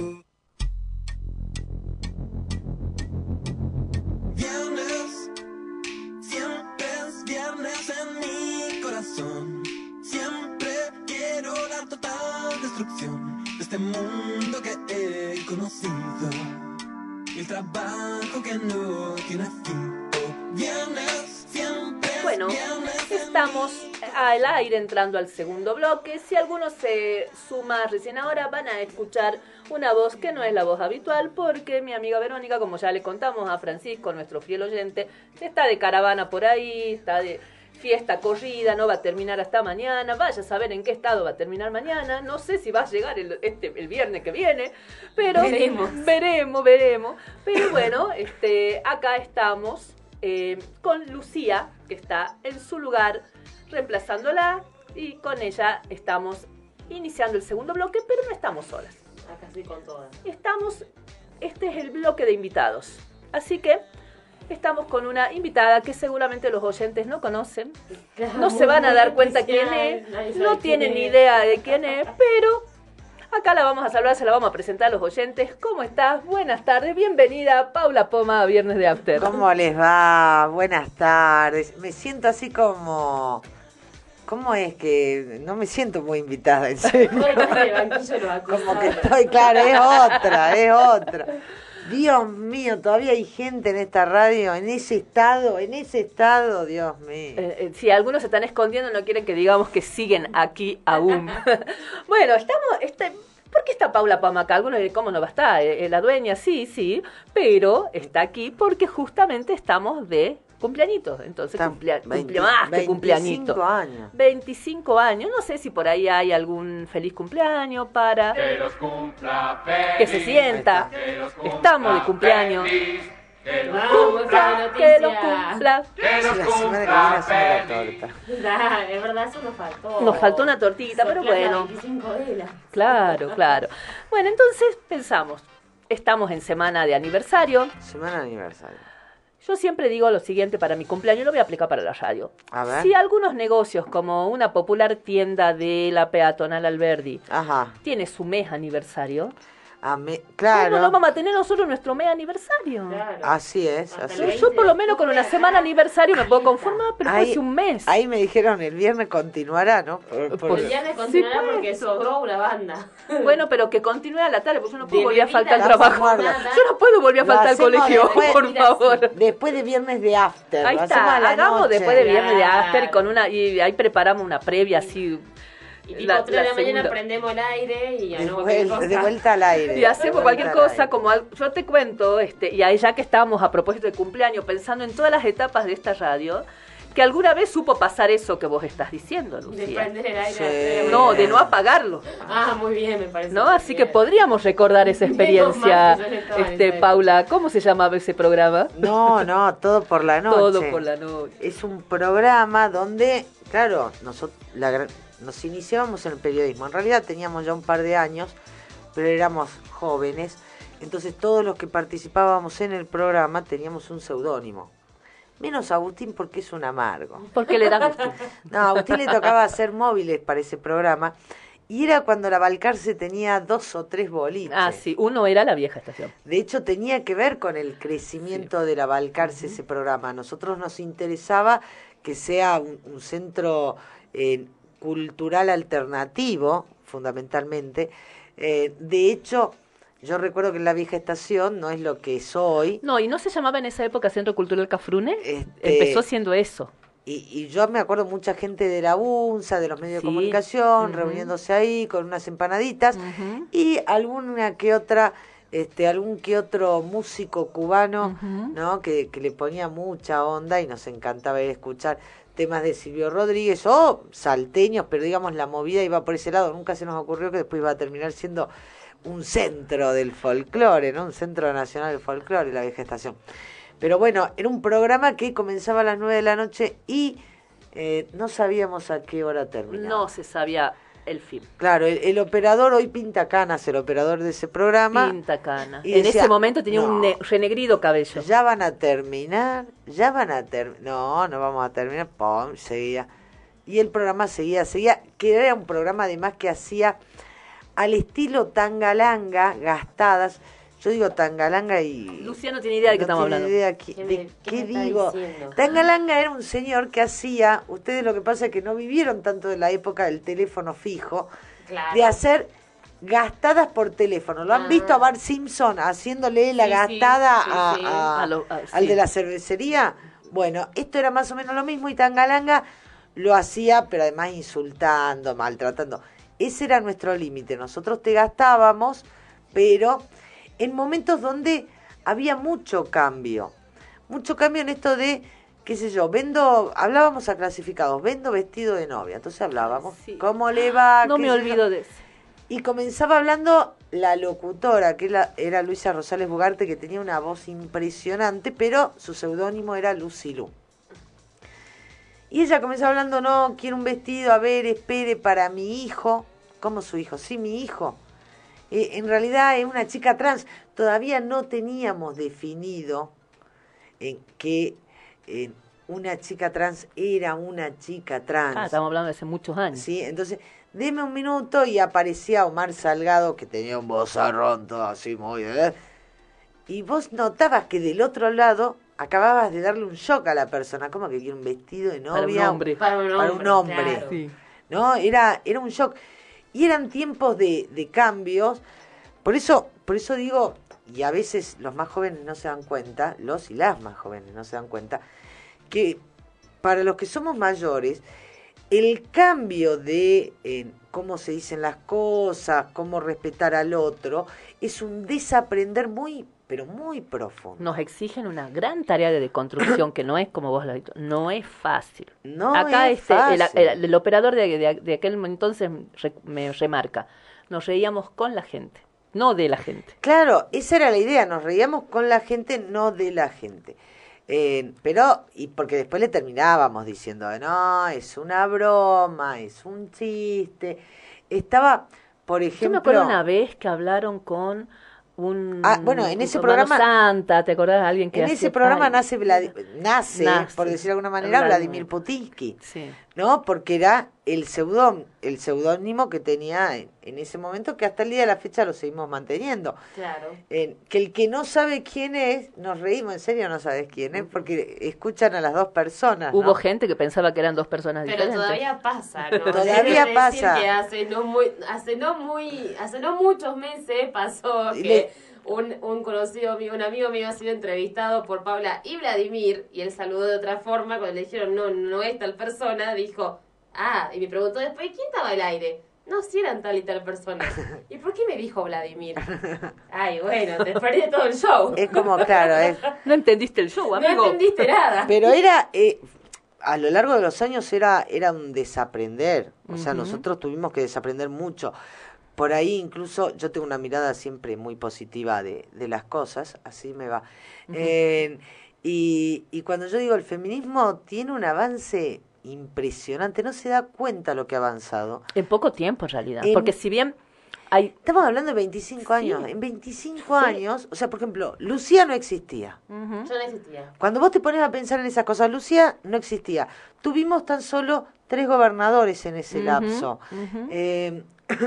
Viernes, siempre es viernes en mi corazón. Siempre quiero la total destrucción de este mundo que he conocido. Y el trabajo que no tiene fin. Oh, viernes, siempre es Bueno, viernes. estamos al aire entrando al segundo bloque. Si alguno se suma recién ahora, van a escuchar una voz que no es la voz habitual, porque mi amiga Verónica, como ya le contamos a Francisco, nuestro fiel oyente, está de caravana por ahí, está de fiesta corrida, no va a terminar hasta mañana, vaya a saber en qué estado va a terminar mañana, no sé si va a llegar el, este, el viernes que viene, pero veremos, veremos, veremos, pero bueno, este, acá estamos eh, con Lucía, que está en su lugar reemplazándola, y con ella estamos iniciando el segundo bloque, pero no estamos solas. Acá estoy con todas. Estamos, este es el bloque de invitados, así que estamos con una invitada que seguramente los oyentes no conocen, Claro, no se van a dar cuenta quién es, no tienen ni idea de quién es, pero Acá la vamos a saludar, se la vamos a presentar a los oyentes. ¿Cómo estás? Buenas tardes, bienvenida Paula Poma a Viernes de After. ¿Cómo les va? Buenas tardes. Me siento así como... ¿Cómo es que no me siento muy invitada, en serio? Como que estoy, claro, es otra, es otra. Dios mío, todavía hay gente en esta radio, en ese estado, en ese estado, Dios mío. Eh, eh, si algunos se están escondiendo, no quieren que digamos que siguen aquí aún. Bueno, estamos... Este, ¿por qué está Paula Poma acá? Algunos dirán, ¿cómo no va a estar? Eh, la dueña, sí, sí, pero está aquí porque justamente estamos de cumpleañitos. Entonces, cumplea, cumple más que cumpleañito. veinticinco años. veinticinco años. No sé si por ahí hay algún feliz cumpleaños para... Que los cumpla feliz. Que se sienta. Que los cumpla Estamos de cumpleaños. feliz. Que los Vamos, cumpla, que los cumpla. Que los La semana que viene hacemos la feliz. torta. Da, es verdad, eso nos faltó. Nos faltó una tortita, pero Soplar las bueno. veinticinco velas. Claro, claro. Bueno, entonces pensamos, estamos en semana de aniversario. Semana de aniversario. Yo siempre digo lo siguiente para mi cumpleaños, lo voy a aplicar para la radio. A ver. Si algunos negocios, como una popular tienda de la peatonal Alberdi, Ajá. tiene su mes aniversario, A me- claro. bueno, no vamos a tener nosotros nuestro mes aniversario. Claro. Así es, Hasta así el es. Yo por lo menos con una semana aniversario me puedo conformar, pero Ahí- hace un mes. Ahí me dijeron, el viernes continuará, ¿no? Por- por- Por- El día de Sí, continuará pues. porque sobró una banda. Bueno, pero que continúe a la tarde, porque yo no puedo De volver a bebida faltar al la trabajo. guarda. Yo no puedo volver a Lo faltar al hacemos colegio, después, por mira, favor. Después de viernes de after. Ahí lo está, hacemos a la hagamos noche. después de viernes de Claro. after y con una y ahí preparamos una previa así. Y tipo la- tres de la la mañana segunda. prendemos el aire y ya De, no vuelta, de vuelta al aire. Y hacemos De cualquier vuelta al cosa aire. como al- yo te cuento, este, y ahí ya que estábamos a propósito de cumpleaños, pensando en todas las etapas de esta radio, que alguna vez supo pasar eso que vos estás diciendo, De Lucía. prender el aire. Sí. a las tres de la No, mañana. de no apagarlo. Ah, muy bien, me parece. ¿No? muy Así que bien. podríamos recordar esa experiencia, Menos mal que yo no estaba en este, esa época. Paula. ¿Cómo se llamaba ese programa? No, no, todo por la noche. Todo por la noche. Es un programa donde, claro, nosotros la, gran- nos iniciábamos en el periodismo. En realidad teníamos ya un par de años, pero éramos jóvenes. Entonces todos los que participábamos en el programa teníamos un seudónimo. Menos Agustín porque es un amargo. Porque le da gusto. No, a Agustín le tocaba hacer móviles para ese programa. Y era cuando la Balcarce tenía dos o tres boliches. Ah, sí, uno era la vieja estación. De hecho, tenía que ver con el crecimiento de la Balcarce ese programa. A nosotros nos interesaba que sea un, un centro eh, cultural alternativo, fundamentalmente. Eh, de hecho, yo recuerdo que en la vieja estación no es lo que es hoy. No, y no se llamaba en esa época Centro Cultural Cafrune. Este, Empezó siendo eso. Y, y yo me acuerdo mucha gente de la UNSA, de los medios Sí. de comunicación, Ujú. reuniéndose ahí con unas empanaditas. Ujú. Y alguna que otra, este, algún que otro músico cubano, Ujú. ¿no? Que, que le ponía mucha onda y nos encantaba ir a escuchar temas de Silvio Rodríguez o salteños, pero digamos la movida iba por ese lado. Nunca se nos ocurrió que después iba a terminar siendo un centro del folclore, ¿no? Un centro nacional del folclore, la vieja estación. Pero bueno, era un programa que comenzaba a las nueve de la noche y eh, no sabíamos a qué hora terminaba. No se sabía el fin. Claro, el, el operador, hoy pinta canas, el operador de ese programa. Pinta cana. Y En decía, ese momento tenía un no. ne- renegrido cabello. Ya van a terminar, ya van a terminar. No, no vamos a terminar. Pum, seguía. Y el programa seguía, seguía, que era un programa además que hacía al estilo tangalanga, gastadas. Yo digo tangalanga y... Luciano tiene idea de qué no estamos tiene hablando. idea qui- ¿Qué de me- qué, qué me está digo. diciendo? Tangalanga era un señor que hacía, ustedes lo que pasa es que no vivieron tanto de la época del teléfono fijo, Claro. de hacer gastadas por teléfono. ¿Lo han Ah. visto a Bart Simpson haciéndole la Sí, sí, gastada sí, a, sí. a- A lo- a- al sí. de la cervecería? Bueno, esto era más o menos lo mismo y Tangalanga lo hacía, pero además insultando, maltratando. Ese era nuestro límite. Nosotros te gastábamos, pero en momentos donde había mucho cambio. Mucho cambio en esto de, qué sé yo, vendo, hablábamos a clasificados, vendo vestido de novia. Entonces hablábamos, Sí. ¿cómo le va? No ¿Qué me sé yo? olvido de eso. Y comenzaba hablando la locutora, que era, era Luisa Rosales Bugarte, que tenía una voz impresionante, pero su seudónimo era Lucilú. Y ella comenzaba hablando, no, quiero un vestido, a ver, espere, para mi hijo. ¿Cómo su hijo? Sí, mi hijo. Eh, en realidad es una chica trans. Todavía no teníamos definido en qué, en una chica trans era una chica trans. Ah, estamos hablando de hace muchos años. Sí, entonces, deme un minuto y aparecía Omar Salgado, que tenía un vozarrón todo así muy... ¿eh? Y vos notabas que del otro lado acababas de darle un shock a la persona, como que quiere un vestido de novia. Para un hombre. Para un hombre, Para un hombre. claro. Sí. ¿No? Era, era un shock. Y eran tiempos de, de cambios. Por eso, por eso digo, y a veces los más jóvenes no se dan cuenta, los y las más jóvenes no se dan cuenta, que para los que somos mayores, el cambio de eh, cómo se dicen las cosas, cómo respetar al otro, es un desaprender muy, pero muy profundo. Nos exigen una gran tarea de deconstrucción que no es, como vos lo has dicho, no es fácil. No Acá es este, el, fácil. el- el operador de, de- de aquel entonces re- me remarca, nos reíamos con la gente, no de la gente. Claro, esa era la idea, nos reíamos con la gente, no de la gente. Eh, pero, y porque después le terminábamos diciendo, no, es una broma, es un chiste. Estaba, por ejemplo... Yo me acuerdo una vez que hablaron con un... Ah, bueno, en ese un programa- Mano Santa, ¿te acordás de alguien que En hacía- ese programa Ay, nace, Vladi- nace, Nace. por decir de alguna manera, Vladimir. Vladimir Putinsky, Sí. ¿no? Porque era el seudón, el seudónimo que tenía en, en ese momento, que hasta el día de la fecha lo seguimos manteniendo. Claro. Eh, que el que no sabe quién es, nos reímos, en serio no sabes quién es, porque escuchan a las dos personas, ¿no? Hubo gente que pensaba que eran dos personas Pero diferentes. todavía pasa, ¿no? Todavía Quiero decir pasa. que hace no muy, hace no muy, hace no muchos meses pasó Y que le- un, un conocido mío, un amigo mío ha sido entrevistado por Paula y Vladimir, y él saludó de otra forma, cuando le dijeron no, no es tal persona, dijo, ah, y me preguntó después, ¿quién estaba al aire? No, si eran tal y tal persona. ¿Y por qué me dijo Vladimir? Ay, bueno, te perdí todo el show. Es como, claro, es... No entendiste el show, amigo. No entendiste nada. Pero era, eh, a lo largo de los años era, era un desaprender. O sea, Ujú. nosotros tuvimos que desaprender mucho. Por ahí incluso yo tengo una mirada siempre muy positiva de, de las cosas, así me va. Eh, y, y cuando yo digo el feminismo tiene un avance impresionante, no se da cuenta lo que ha avanzado. En poco tiempo, en realidad. En- Porque si bien hay... Estamos hablando de veinticinco años. En veinticinco años, o sea, por ejemplo, Lucía no existía. Yo no existía. Cuando vos te pones a pensar en esas cosas, Lucía no existía. Tuvimos tan solo tres gobernadores en ese Ujú, lapso. ujú. Eh,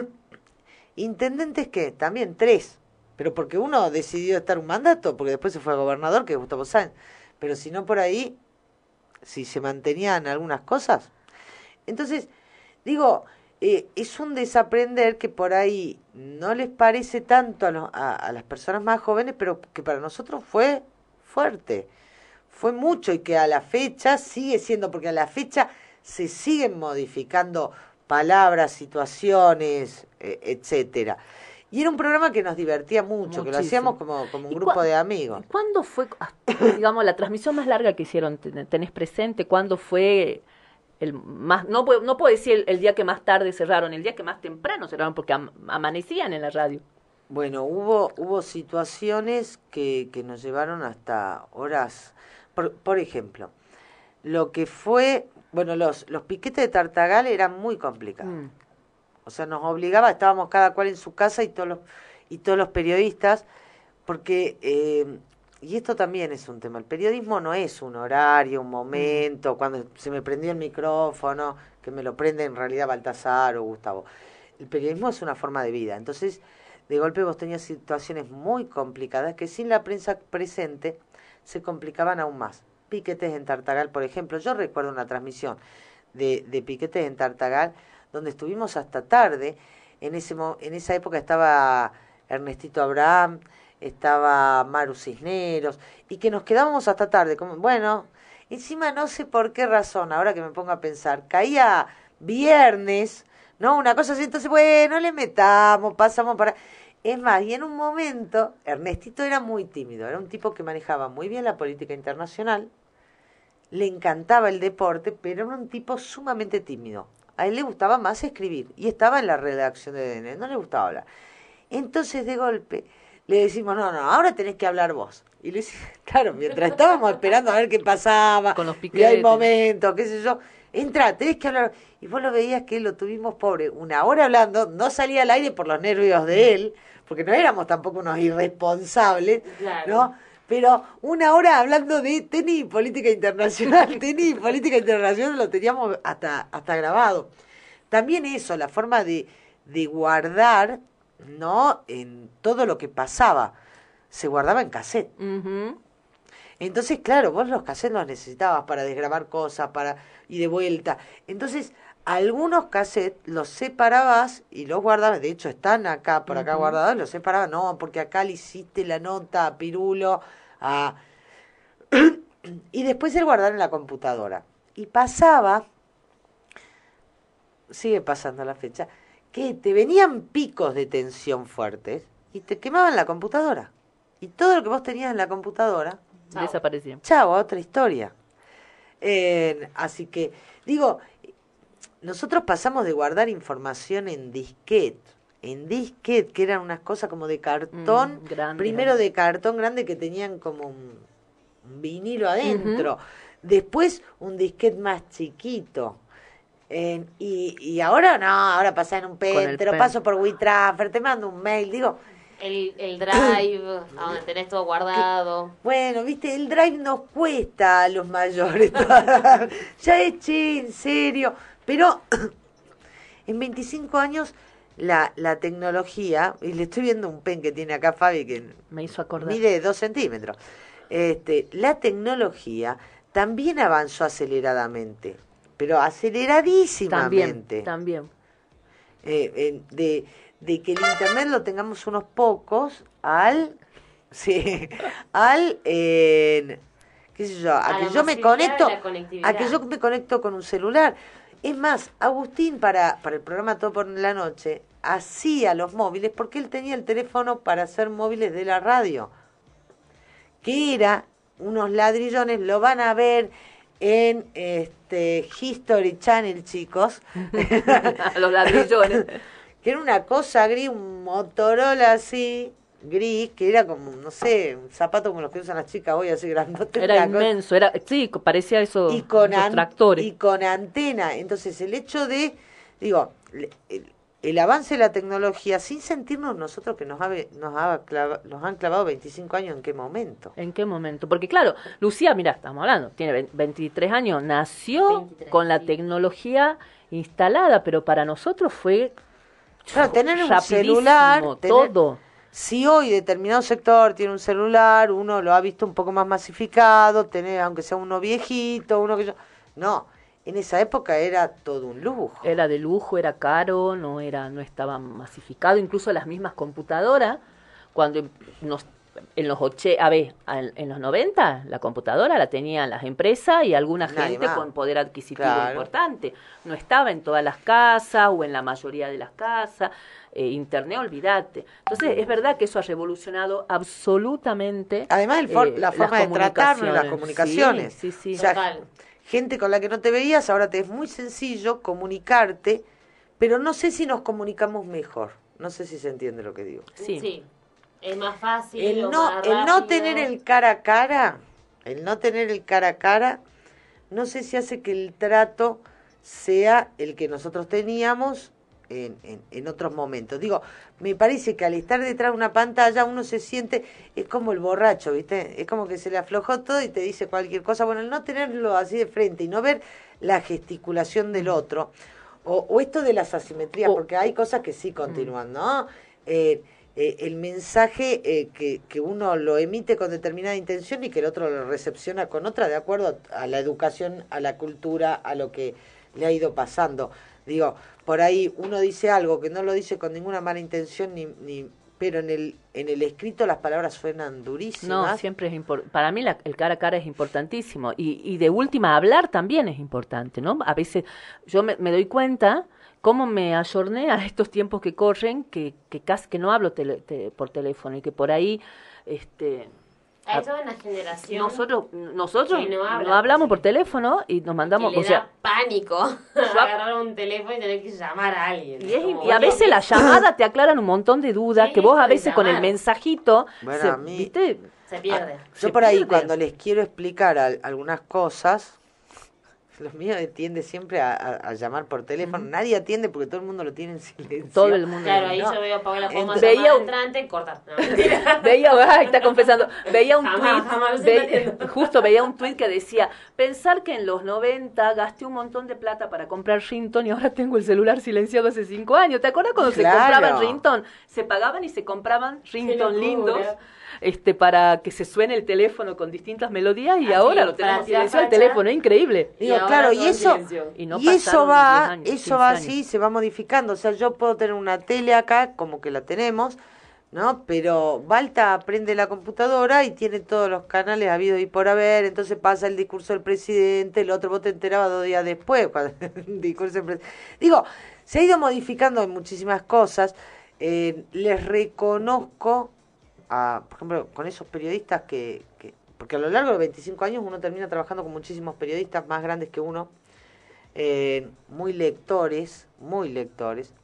intendentes que también tres, pero porque uno decidió estar un mandato, porque después se fue a gobernador, que es Gustavo Sáenz. Pero si no por ahí, si se mantenían algunas cosas. Entonces, digo, eh, es un desaprender que por ahí no les parece tanto a, los- a, a las personas más jóvenes, pero que para nosotros fue fuerte, fue mucho y que a la fecha sigue siendo, porque a la fecha se siguen modificando palabras, situaciones, eh, etcétera. Y era un programa que nos divertía mucho, que lo Muchísimo. hacíamos como, como un ¿Y grupo cua- de amigos. ¿Cuándo fue, ah, digamos, la transmisión más larga que hicieron? ¿Ten- ¿Tenés presente cuándo fue el más, no puedo, no puedo decir el, el día que más tarde cerraron, el día que más temprano cerraron, porque am- amanecían en la radio? Bueno, hubo hubo situaciones que, que nos llevaron hasta horas. Por, por ejemplo, lo que fue, bueno, los, los piquetes de Tartagal eran muy complicados. Mm. O sea, nos obligaba, estábamos cada cual en su casa y todos los, y todos los periodistas, porque, eh, y esto también es un tema, el periodismo no es un horario, un momento, cuando se me prendió el micrófono, que me lo prende en realidad Baltasar o Gustavo. El periodismo es una forma de vida, entonces de golpe vos tenías situaciones muy complicadas que sin la prensa presente se complicaban aún más. Piquetes en Tartagal, por ejemplo, yo recuerdo una transmisión de, de piquetes en Tartagal, donde estuvimos hasta tarde. En ese mo- en esa época estaba Ernestito Abraham, estaba Maru Cisneros, y que nos quedábamos hasta tarde. Como, bueno, encima no sé por qué razón, ahora que me pongo a pensar, caía viernes, ¿no? Una cosa así, entonces, bueno, le metamos, pasamos para... Es más, y en un momento, Ernestito era muy tímido, era un tipo que manejaba muy bien la política internacional, le encantaba el deporte, pero era un tipo sumamente tímido. A él le gustaba más escribir y estaba en la redacción de D N, no le gustaba hablar. Entonces, de golpe, le decimos, no, no, ahora tenés que hablar vos. Y le decimos, claro, mientras estábamos esperando a ver qué pasaba, Con los y piquetes. hay momentos, qué sé yo, entra, tenés que hablar. Y vos lo veías que lo tuvimos pobre, una hora hablando, no salía al aire por los nervios de él, porque no éramos tampoco unos irresponsables, Claro. ¿no? pero una hora hablando de tenis y política internacional. Tenis y política internacional lo teníamos hasta, hasta grabado. También eso, la forma de, de guardar, ¿no? En todo lo que pasaba. Se guardaba en cassette. Uh-huh. Entonces, claro, vos los cassettes los necesitabas para desgrabar cosas, para y de vuelta. Entonces, algunos cassettes los separabas y los guardabas. De hecho, están acá, por acá uh-huh. guardados, los separabas. No, porque acá le hiciste la nota a Pirulo, a... y después el guardar en la computadora. Y pasaba, sigue pasando la fecha, que te venían picos de tensión fuertes y te quemaban la computadora. Y todo lo que vos tenías en la computadora desaparecía. Chao, otra historia. Eh, así que, digo, nosotros pasamos de guardar información en disquete, en disquete, que eran unas cosas como de cartón, mm, grande, primero grande. de cartón grande que tenían como un, un vinilo adentro, uh-huh. después un disquete más chiquito. Eh, y, y ahora no, ahora pasa en un pen, te lo paso por WeTransfer, te mando un mail, digo... El, el drive, a donde tenés todo guardado. Que, bueno, viste, el drive nos cuesta a los mayores. Ya es che, en serio. Pero en veinticinco años la, la tecnología, y le estoy viendo un pen que tiene acá Fabi, que me hizo acordar. Mide dos centímetros. Este, la tecnología también avanzó aceleradamente, pero aceleradísimamente. También, también. Eh, eh, de... de que el internet lo tengamos unos pocos al sí al eh, qué sé yo, a, a que yo me conecto a que yo me conecto con un celular. Es más, Agustín para para el programa Todo por la Noche hacía los móviles porque él tenía el teléfono para hacer móviles de la radio, que era unos ladrillones, lo van a ver en este History Channel, chicos. Los ladrillones. Que era una cosa gris, un Motorola así, gris, que era como, no sé, un zapato como los que usan las chicas hoy, así grandote. Era inmenso, cosa. Era sí, parecía eso, y con esos an- tractores. Y con antena. Entonces, el hecho de, digo, el, el avance de la tecnología, sin sentirnos nosotros que nos, ha, nos, ha clava, nos han clavado veinticinco años, ¿en qué momento? ¿En qué momento? Porque claro, Lucía, mira, estamos hablando, tiene veintitrés años, nació veintitrés, con la sí. tecnología instalada, pero para nosotros fue... Claro, tener un celular, tener, todo. Si hoy determinado sector tiene un celular, uno lo ha visto un poco más masificado, tener, aunque sea uno viejito, uno que yo... No, en esa época era todo un lujo. Era de lujo, era caro, no era, no estaba masificado, incluso las mismas computadoras, cuando nos... En los oche, a ver, en los noventa la computadora la tenían las empresas y alguna Nadie gente más. Con poder adquisitivo Claro. importante. No estaba en todas las casas o en la mayoría de las casas. Eh, internet, olvídate. Entonces, es verdad que eso ha revolucionado absolutamente. Además, el for- eh, la forma de tratarnos en las comunicaciones. Sí, sí, sí. O sea, gente con la que no te veías, ahora te es muy sencillo comunicarte, pero no sé si nos comunicamos mejor. No sé si se entiende lo que digo. Sí. sí. Es más fácil. El o no, más el no rápido. tener el cara a cara, el no tener el cara a cara, no sé si hace que el trato sea el que nosotros teníamos en, en, en otros momentos. Digo, me parece que al estar detrás de una pantalla uno se siente, es como el borracho, ¿viste? Es como que se le aflojó todo y te dice cualquier cosa. Bueno, el no tenerlo así de frente y no ver la gesticulación del otro, o, o esto de las asimetrías, Oh. porque hay cosas que sí continúan, ¿no? Eh, Eh, el mensaje eh, que, que uno lo emite con determinada intención y que el otro lo recepciona con otra, de acuerdo a, a la educación, a la cultura, a lo que le ha ido pasando. Digo, por ahí uno dice algo que no lo dice con ninguna mala intención, ni, ni pero en el en el escrito las palabras suenan durísimas. No, siempre es importante. Para mí la, el cara a cara es importantísimo. Y, y de última, hablar también es importante, ¿no? A veces yo me, me doy cuenta... cómo me ayorné a estos tiempos que corren, que, que casi que no hablo tele, te, por teléfono y que por ahí este Hay toda una generación nosotros nosotros que no, habla no hablamos por teléfono y nos mandamos, que le o sea, da pánico agarrar un teléfono y tener que llamar a alguien. y, es, Como, y a oye, veces las llamadas te aclaran un montón de dudas Sí, que vos a eso de veces con el llamar. mensajito Bueno, se, a mí- ¿viste? se pierde. Yo Se por ahí pierde. cuando les quiero explicar al- algunas cosas, Los míos tiende siempre a, a, a llamar por teléfono. Uh-huh. Nadie atiende porque todo el mundo lo tiene en silencio. Todo el mundo. Claro, ahí no. Yo veo apagar la forma veía un entrante, corta. No, veía, ay, está confesando. Veía un jamás, tweet, jamás ve, justo veía un tweet que decía, pensar que en los noventa gasté un montón de plata para comprar ringtone y ahora tengo el celular silenciado hace cinco años. ¿Te acuerdas cuando claro. se compraban ringtone? Se pagaban y se compraban ringtone lindos. Este, para que se suene el teléfono con distintas melodías y Así, ahora lo tenemos silenciado el teléfono, es increíble. Digo, y claro, y eso y, no y eso va, años, eso va así, se va modificando. O sea, yo puedo tener una tele acá, como que la tenemos, ¿no? Pero Balta prende la computadora y tiene todos los canales habidos y por haber, entonces pasa el discurso del presidente, el otro vos te enterabas dos días después, cuando el discurso del presidente. Digo, se ha ido modificando en muchísimas cosas. Eh, les reconozco A, por ejemplo, con esos periodistas que, que... Porque a lo largo de veinticinco años uno termina trabajando con muchísimos periodistas más grandes que uno, eh, muy lectores, muy lectores,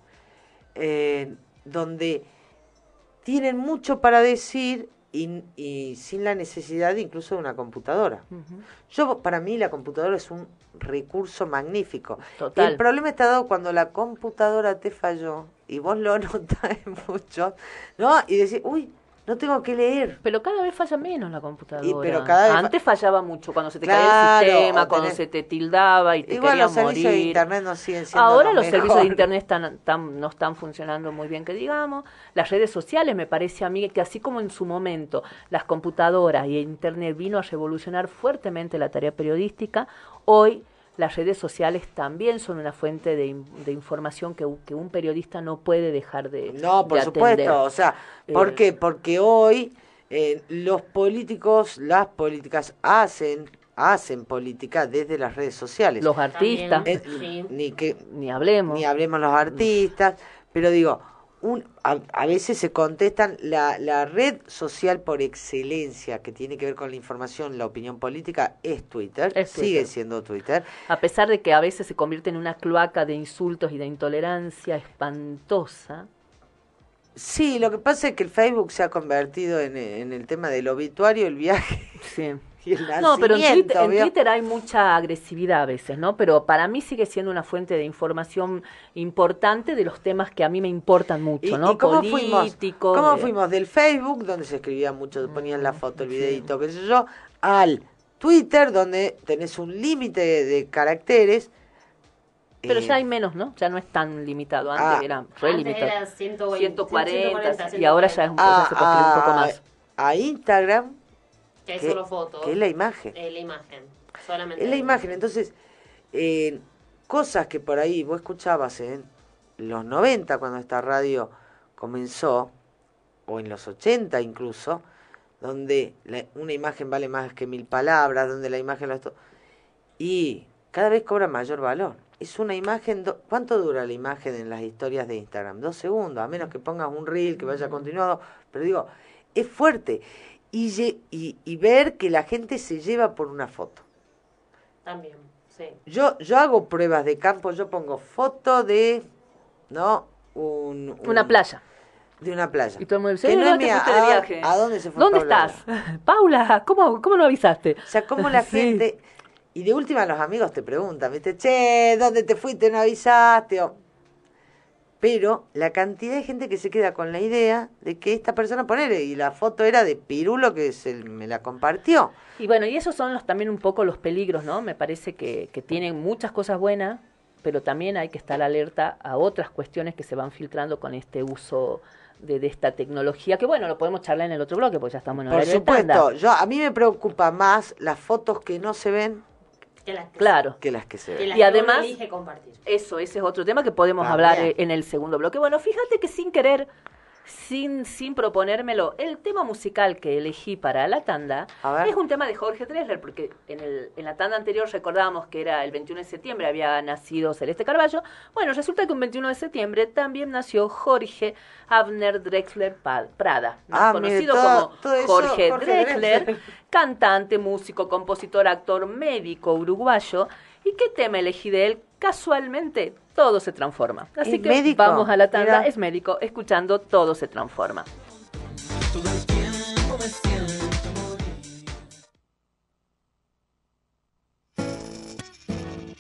eh, donde tienen mucho para decir y, y sin la necesidad incluso de una computadora. Uh-huh. Yo, para mí, la computadora es un recurso magnífico. Total. Y el problema está dado cuando la computadora te falló y vos lo notás mucho, ¿no? Y decís, uy, no tengo que leer. Pero cada vez falla menos la computadora. Y, pero cada vez Antes fallaba mucho, cuando se te claro, caía el sistema, cuando tenés... se te tildaba y te Igual quería los morir. servicios de internet no siguen siendo Ahora los mejor. servicios de internet están, están, no están funcionando muy bien, que digamos. Las redes sociales, me parece a mí, que así como en su momento las computadoras y el internet vino a revolucionar fuertemente la tarea periodística, hoy las redes sociales también son una fuente de, de información que, que un periodista no puede dejar de No, por de supuesto, atender. o sea, ¿por eh, qué? Porque hoy eh, los políticos, las políticas hacen hacen política desde las redes sociales. Los artistas, eh, sí. ni que ni hablemos, ni hablemos los artistas, pero digo, un, a, a veces se contestan la, la red social por excelencia que tiene que ver con la información, la opinión política, es Twitter, es Twitter. Sigue siendo Twitter. A pesar de que a veces se convierte en una cloaca de insultos y de intolerancia espantosa. Sí, lo que pasa es que el Facebook se ha convertido en, en el tema del obituario, el viaje. Sí. Y el no, pero en Twitter, en Twitter hay mucha agresividad a veces, ¿no? Pero para mí sigue siendo una fuente de información importante de los temas que a mí me importan mucho, ¿Y, ¿no? ¿y cómo Políticos. Fuimos, ¿Cómo de... fuimos del Facebook, donde se escribía mucho, ponían la foto, el videito, qué sé yo, al Twitter, donde tenés un límite de, de caracteres? Pero eh, ya hay menos, ¿no? Ya no es tan limitado. Antes ah, era re limitado. Era ciento veinte, ciento cuarenta, ciento cuarenta, y ahora ya es un, ah, se puede un poco más. A Instagram, que es solo foto. Que es la imagen. Es la imagen. Solamente es la imagen. Entonces, eh, cosas que por ahí vos escuchabas en los noventa, cuando esta radio comenzó, o en los ochenta incluso, donde la, una imagen vale más que mil palabras, donde la imagen... Lo y cada vez cobra mayor valor. Es una imagen... Do, ¿Cuánto dura la imagen en las historias de Instagram? Dos segundos, a menos que pongas un reel que vaya continuado. Pero digo, es fuerte. Y, y, y ver que la gente se lleva por una foto. También, sí. Yo, yo hago pruebas de campo, yo pongo foto de... ¿no? Un, un, una playa. De una playa. Y todo el mundo dice, que no no es mía, te fuiste de viaje. ¿A dónde se fue ¿Dónde Paula? estás? Paula, ¿cómo, ¿cómo no avisaste? O sea, cómo la sí. gente... Y de última los amigos te preguntan, ¿viste? Che, ¿dónde te fuiste? ¿No avisaste? O... Pero la cantidad de gente que se queda con la idea de que esta persona ponele, y la foto era de Pirulo que se me la compartió. Y bueno, y esos son los también un poco los peligros, ¿no? Me parece que, que tienen muchas cosas buenas, pero también hay que estar alerta a otras cuestiones que se van filtrando con este uso de, de esta tecnología, que bueno, lo podemos charlar en el otro bloque, porque ya estamos en horario de tanda. Por supuesto, yo, a mí me preocupa más las fotos que no se ven, Que las que claro. que las que se ven. Que las y además, que elige compartir. Eso, ese es otro tema que podemos ah, hablar bien. en el segundo bloque. Bueno, fíjate que sin querer, sin sin proponérmelo, el tema musical que elegí para la tanda es un tema de Jorge Drexler, porque en, el, en la tanda anterior recordábamos que era el veintiuno de septiembre, había nacido Celeste Carballo. Bueno, resulta que un veintiuno de septiembre también nació Jorge Abner Drexler Prada, más ah, conocido mire, todo, como todo eso, Jorge, Jorge Drexler, Drexler, cantante, músico, compositor, actor, médico uruguayo. ¿Y qué tema elegí de él? Casualmente, Todo se transforma. Así ¿Es que médico? vamos a la tanda, Mira. es médico, escuchando Todo se transforma. Todo el tiempo me siento morir.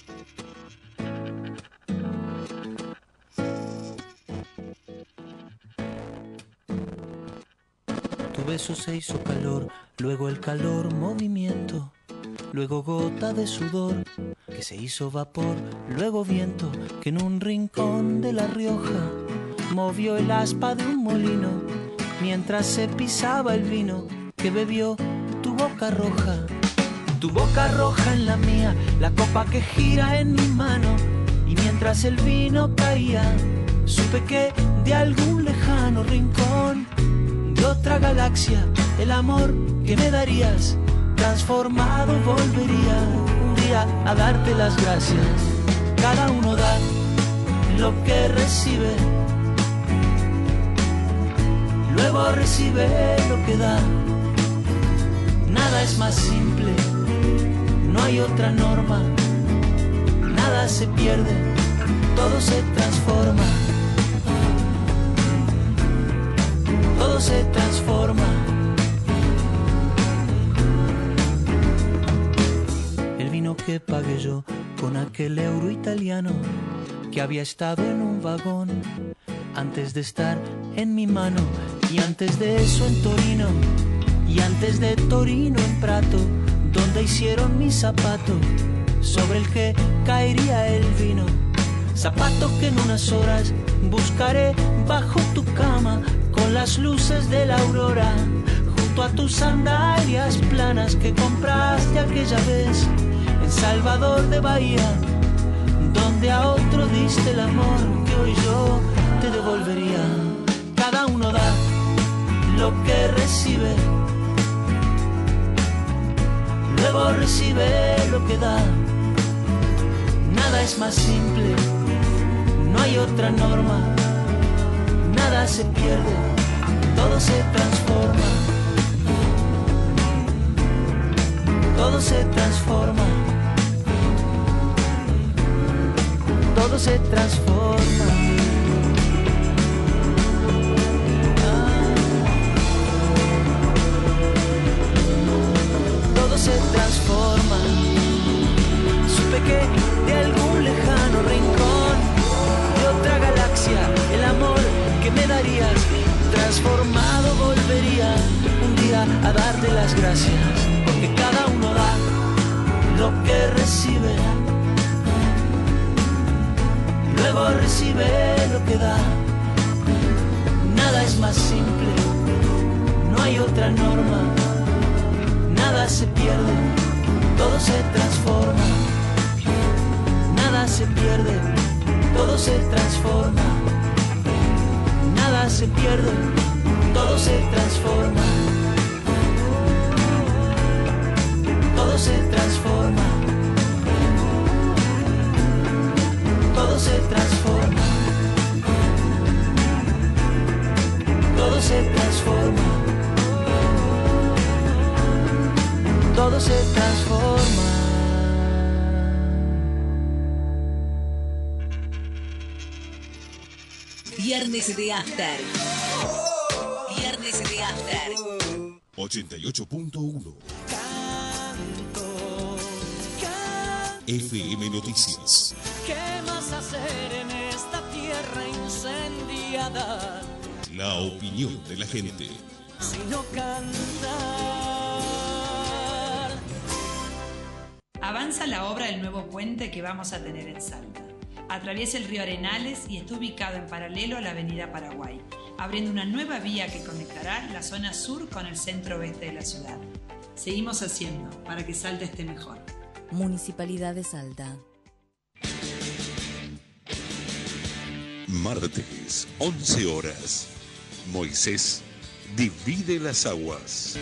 beso se hizo calor, luego el calor movimiento, luego gota de sudor que se hizo vapor, luego viento que en un rincón de La Rioja movió el aspa de un molino mientras se pisaba el vino que bebió tu boca roja. Tu boca roja en la mía, la copa que gira en mi mano, y mientras el vino caía supe que de algún lejano rincón de otra galaxia el amor que me darías transformado volvería un día a darte las gracias. Cada uno da lo que recibe, luego recibe lo que da. Nada es más simple, no hay otra norma. Nada se pierde, todo se transforma. Todo se transforma. El vino que pagué yo con aquel euro italiano que había estado en un vagón antes de estar en mi mano, y antes de eso en Torino, y antes de Torino en Prato, donde hicieron mi zapato sobre el que caería el vino. Zapato que en unas horas buscaré bajo tu cama con las luces de la aurora, junto a tus sandalias planas que compraste aquella vez en Salvador de Bahía, donde a otro diste el amor que hoy yo te devolvería. Cada uno da lo que recibe, luego recibe lo que da. Nada es más simple, no hay otra norma. Nada se pierde, todo se transforma. Todo se transforma. Todo se transforma. Todo se transforma. Supe que de algún lejano rincón de otra galaxia el amor que me darías transformado volvería un día a darte las gracias, porque cada uno da lo que recibe, luego recibe lo que da. Nada es más simple, no hay otra norma. Nada se pierde, todo se transforma. Nada se pierde, todo se transforma. Nada se pierde, todo se transforma. Todo se transforma. Todo se transforma. Todo se transforma. Todo se transforma. Viernes de After. Viernes de After. ochenta y ocho punto uno. F M Noticias. ¿Qué más hacer en esta tierra incendiada? La opinión de la gente. Sino cantar. Avanza la obra del nuevo puente que vamos a tener en Salta. Atraviesa el río Arenales y está ubicado en paralelo a la avenida Paraguay, abriendo una nueva vía que conectará la zona sur con el centro oeste de la ciudad. Seguimos haciendo para que Salta esté mejor. Municipalidad de Salta. Martes, once horas. Moisés divide las aguas.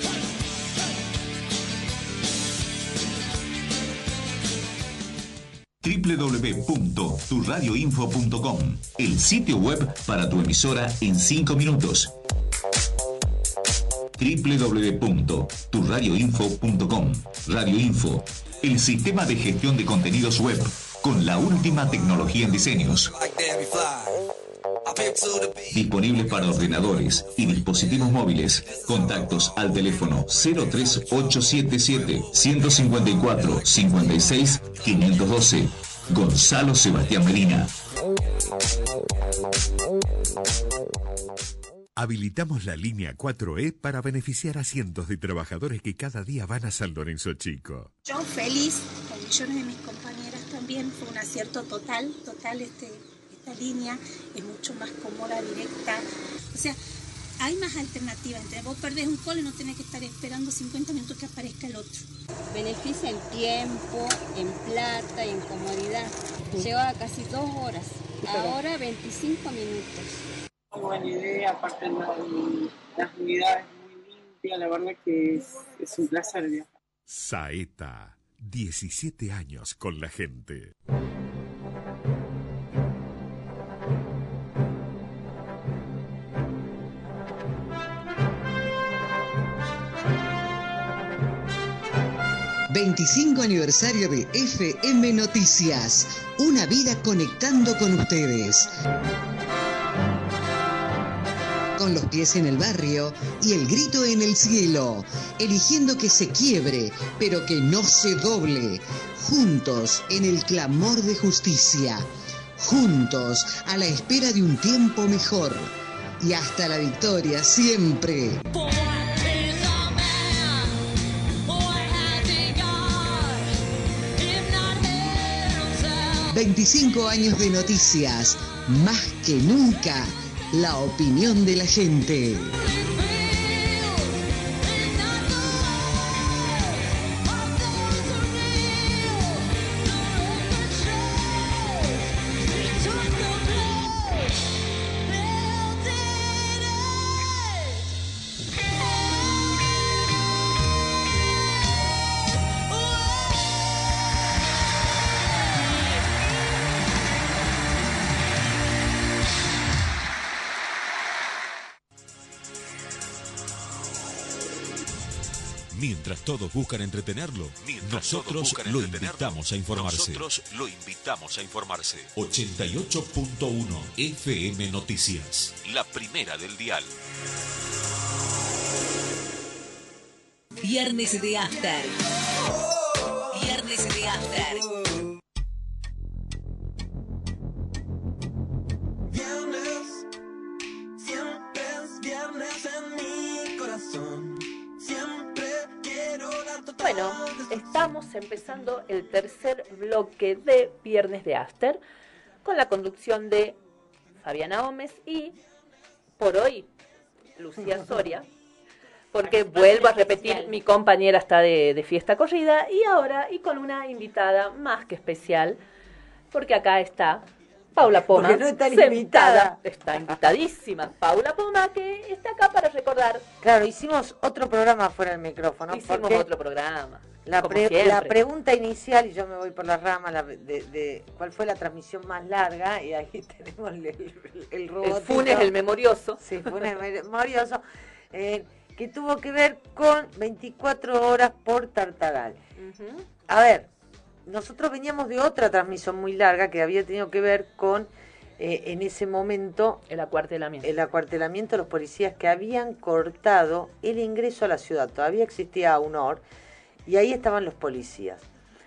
doble u doble u doble u punto tu radio info punto com, el sitio web para tu emisora en cinco minutos. doble u doble u doble u punto tu radio info punto com. Radio Info, el sistema de gestión de contenidos web con la última tecnología en diseños. Disponible para ordenadores y dispositivos móviles. Contactos al teléfono cero tres ocho siete siete, uno cinco cuatro, cinco seis, cinco uno dos. Gonzalo Sebastián Medina. Habilitamos la línea cuatro E para beneficiar a cientos de trabajadores que cada día van a San Lorenzo Chico. Yo feliz, con millones de mis compañeras también, fue un acierto total, total este, esta línea, es mucho más cómoda, directa, o sea, hay más alternativas, entonces vos perdés un call y no tenés que estar esperando cincuenta minutos que aparezca el otro. Beneficia en tiempo, en plata y en comodidad. Lleva casi dos horas, ahora veinticinco minutos. Muy buena idea, aparte la, las unidades muy limpias, la verdad que es, es un placer viajar. Saeta, diecisiete años con la gente. veinticinco aniversario de F M Noticias. Una vida conectando con ustedes. Con los pies en el barrio y el grito en el cielo. Eligiendo que se quiebre, pero que no se doble. Juntos en el clamor de justicia. Juntos a la espera de un tiempo mejor. Y hasta la victoria siempre. veinticinco años de noticias, más que nunca, la opinión de la gente. Mientras todos buscan entretenerlo, Mientras nosotros buscan lo entretenerlo, invitamos a informarse. Nosotros lo invitamos a informarse. ochenta y ocho punto uno F M Noticias. La primera del dial. Viernes de After. Viernes de After. Viernes, siempre es viernes en mi corazón. Siempre quiero la total. Bueno, estamos empezando el tercer bloque de Viernes de After con la conducción de Fabiana Gómez y, por hoy, Lucía Soria, porque vuelvo a repetir, mi compañera está de, de fiesta corrida y ahora, y con una invitada más que especial, porque acá está Paula Poma, Porque no está sentada, invitada. está invitadísima, Paula Poma, que está acá para recordar. Claro, hicimos otro programa fuera del micrófono. Hicimos porque otro programa. La, como pre- siempre. la pregunta inicial, y yo me voy por las ramas, la de, de cuál fue la transmisión más larga, y ahí tenemos el, el, el robotito. El Funes, el memorioso. Sí, Funes, el memorioso, eh, que tuvo que ver con veinticuatro horas por Tartagal. Uh-huh. A ver, nosotros veníamos de otra transmisión muy larga que había tenido que ver con, eh, en ese momento, el acuartelamiento. El acuartelamiento de los policías que habían cortado el ingreso a la ciudad. Todavía existía AUNOR y ahí estaban los policías.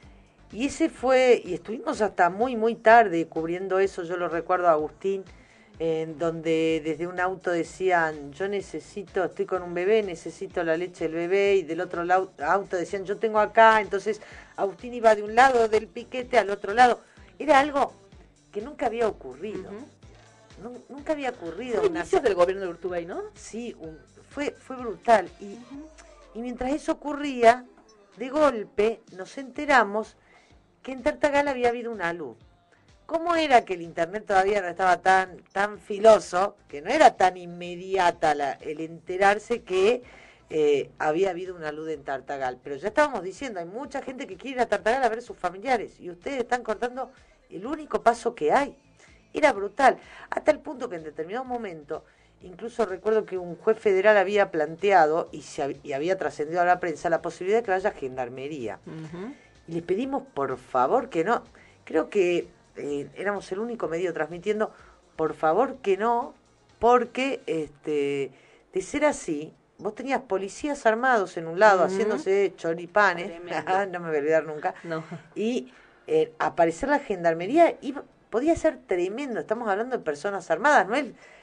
Y ese fue, y estuvimos hasta muy, muy tarde cubriendo eso. Yo lo recuerdo a Agustín, en donde desde un auto decían, yo necesito, estoy con un bebé, necesito la leche del bebé, y del otro lado, auto decían, yo tengo acá. Entonces Agustín iba de un lado del piquete al otro lado. Era algo que nunca había ocurrido. Uh-huh. No, nunca había ocurrido. Fue inicios del gobierno de Urtubey, ¿no? Sí, un, fue, fue brutal. Y, uh-huh. y mientras eso ocurría, de golpe nos enteramos que en Tartagal había habido una luz. ¿Cómo era que el internet todavía no estaba tan, tan filoso, que no era tan inmediata la, el enterarse que eh, había habido una luz en Tartagal? Pero ya estábamos diciendo, hay mucha gente que quiere ir a Tartagal a ver a sus familiares, y ustedes están cortando el único paso que hay. Era brutal, hasta el punto que en determinado momento, incluso recuerdo que un juez federal había planteado, y, se, y había trascendido a la prensa, la posibilidad de que vaya gendarmería. Uh-huh. Y le pedimos por favor que no, creo que Eh, éramos el único medio transmitiendo, por favor que no, porque este, de ser así, vos tenías policías armados en un lado, uh-huh. haciéndose choripanes, no me voy a olvidar nunca, no. y eh, aparecer la gendarmería, y podía ser tremendo. Estamos hablando de personas armadas, no es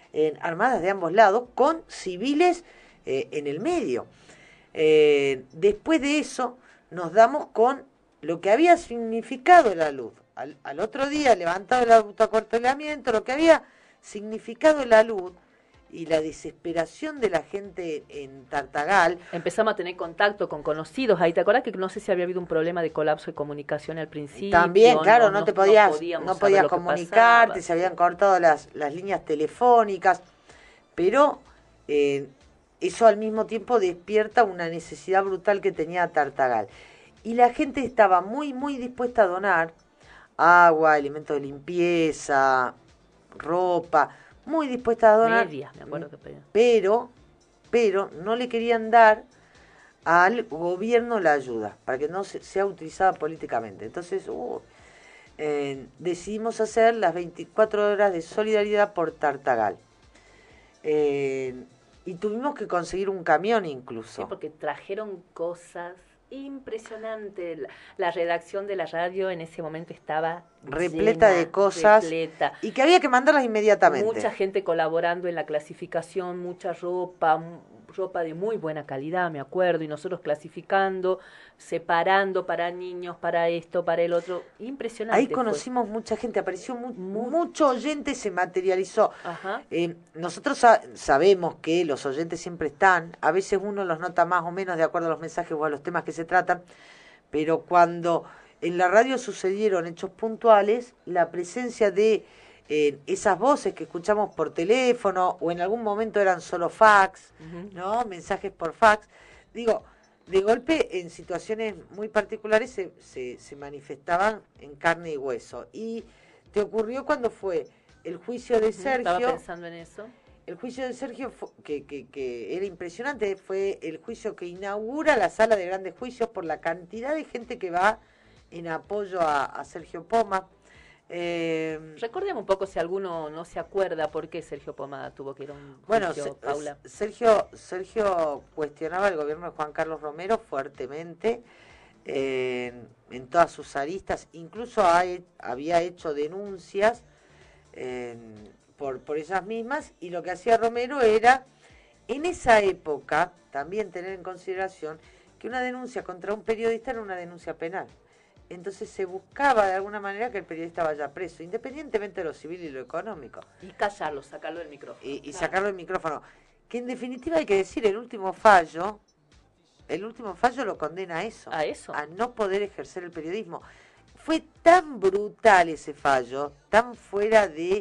eh, armadas de ambos lados, con civiles eh, en el medio. Eh, después de eso, nos damos con lo que había significado la luz. Al, al otro día, levantado el autoacuartelamiento, lo que había significado la luz y la desesperación de la gente en Tartagal. Empezamos a tener contacto con conocidos. Ahí te acordás que no sé si había habido un problema de colapso de comunicación al principio. También, claro, no, no te podías, no, no podías comunicarte, se habían cortado las, las líneas telefónicas, pero eh, eso al mismo tiempo despierta una necesidad brutal que tenía Tartagal. Y la gente estaba muy, muy dispuesta a donar agua, elementos de limpieza, ropa, muy dispuesta a donar. Medias, me acuerdo que pedían. Pero, pero no le querían dar al gobierno la ayuda, para que no se, sea utilizada políticamente. Entonces, uh, eh, decidimos hacer las veinticuatro horas de solidaridad por Tartagal. Eh, y tuvimos que conseguir un camión incluso. Sí, porque trajeron cosas impresionantes. La, la redacción de la radio en ese momento estaba repleta llena, de cosas repleta. Y que había que mandarlas inmediatamente. Mucha gente colaborando en la clasificación, mucha ropa, ropa de muy buena calidad, me acuerdo, y nosotros clasificando, separando para niños, para esto, para el otro. Impresionante. Ahí conocimos fue. mucha gente, apareció mu Muy... mucho oyente, se materializó. Ajá. Eh, nosotros sa sabemos que los oyentes siempre están, a veces uno los nota más o menos de acuerdo a los mensajes o a los temas que se tratan, pero cuando en la radio sucedieron hechos puntuales, la presencia de eh, esas voces que escuchamos por teléfono o en algún momento eran solo fax, uh-huh. ¿no? Mensajes por fax. Digo, de golpe en situaciones muy particulares se, se, se manifestaban en carne y hueso. Y te ocurrió cuando fue el juicio de Sergio. Estaba pensando en eso. El juicio de Sergio, fue, que, que, que era impresionante, fue el juicio que inaugura la sala de grandes juicios por la cantidad de gente que va en apoyo a, a Sergio Poma. Eh, Recordemos un poco si alguno no se acuerda por qué Sergio Poma tuvo que ir a un bueno, juicio, se, Paula. Sergio, Sergio cuestionaba el gobierno de Juan Carlos Romero fuertemente eh, en todas sus aristas, incluso hay, había hecho denuncias eh, por, por esas mismas, y lo que hacía Romero era, en esa época, también tener en consideración que una denuncia contra un periodista era una denuncia penal. Entonces se buscaba de alguna manera que el periodista vaya preso, independientemente de lo civil y lo económico. Y callarlo, sacarlo del micrófono. Y, y claro. sacarlo del micrófono. Que en definitiva hay que decir, el último fallo, el último fallo lo condena a eso. A eso. A no poder ejercer el periodismo. Fue tan brutal ese fallo, tan fuera de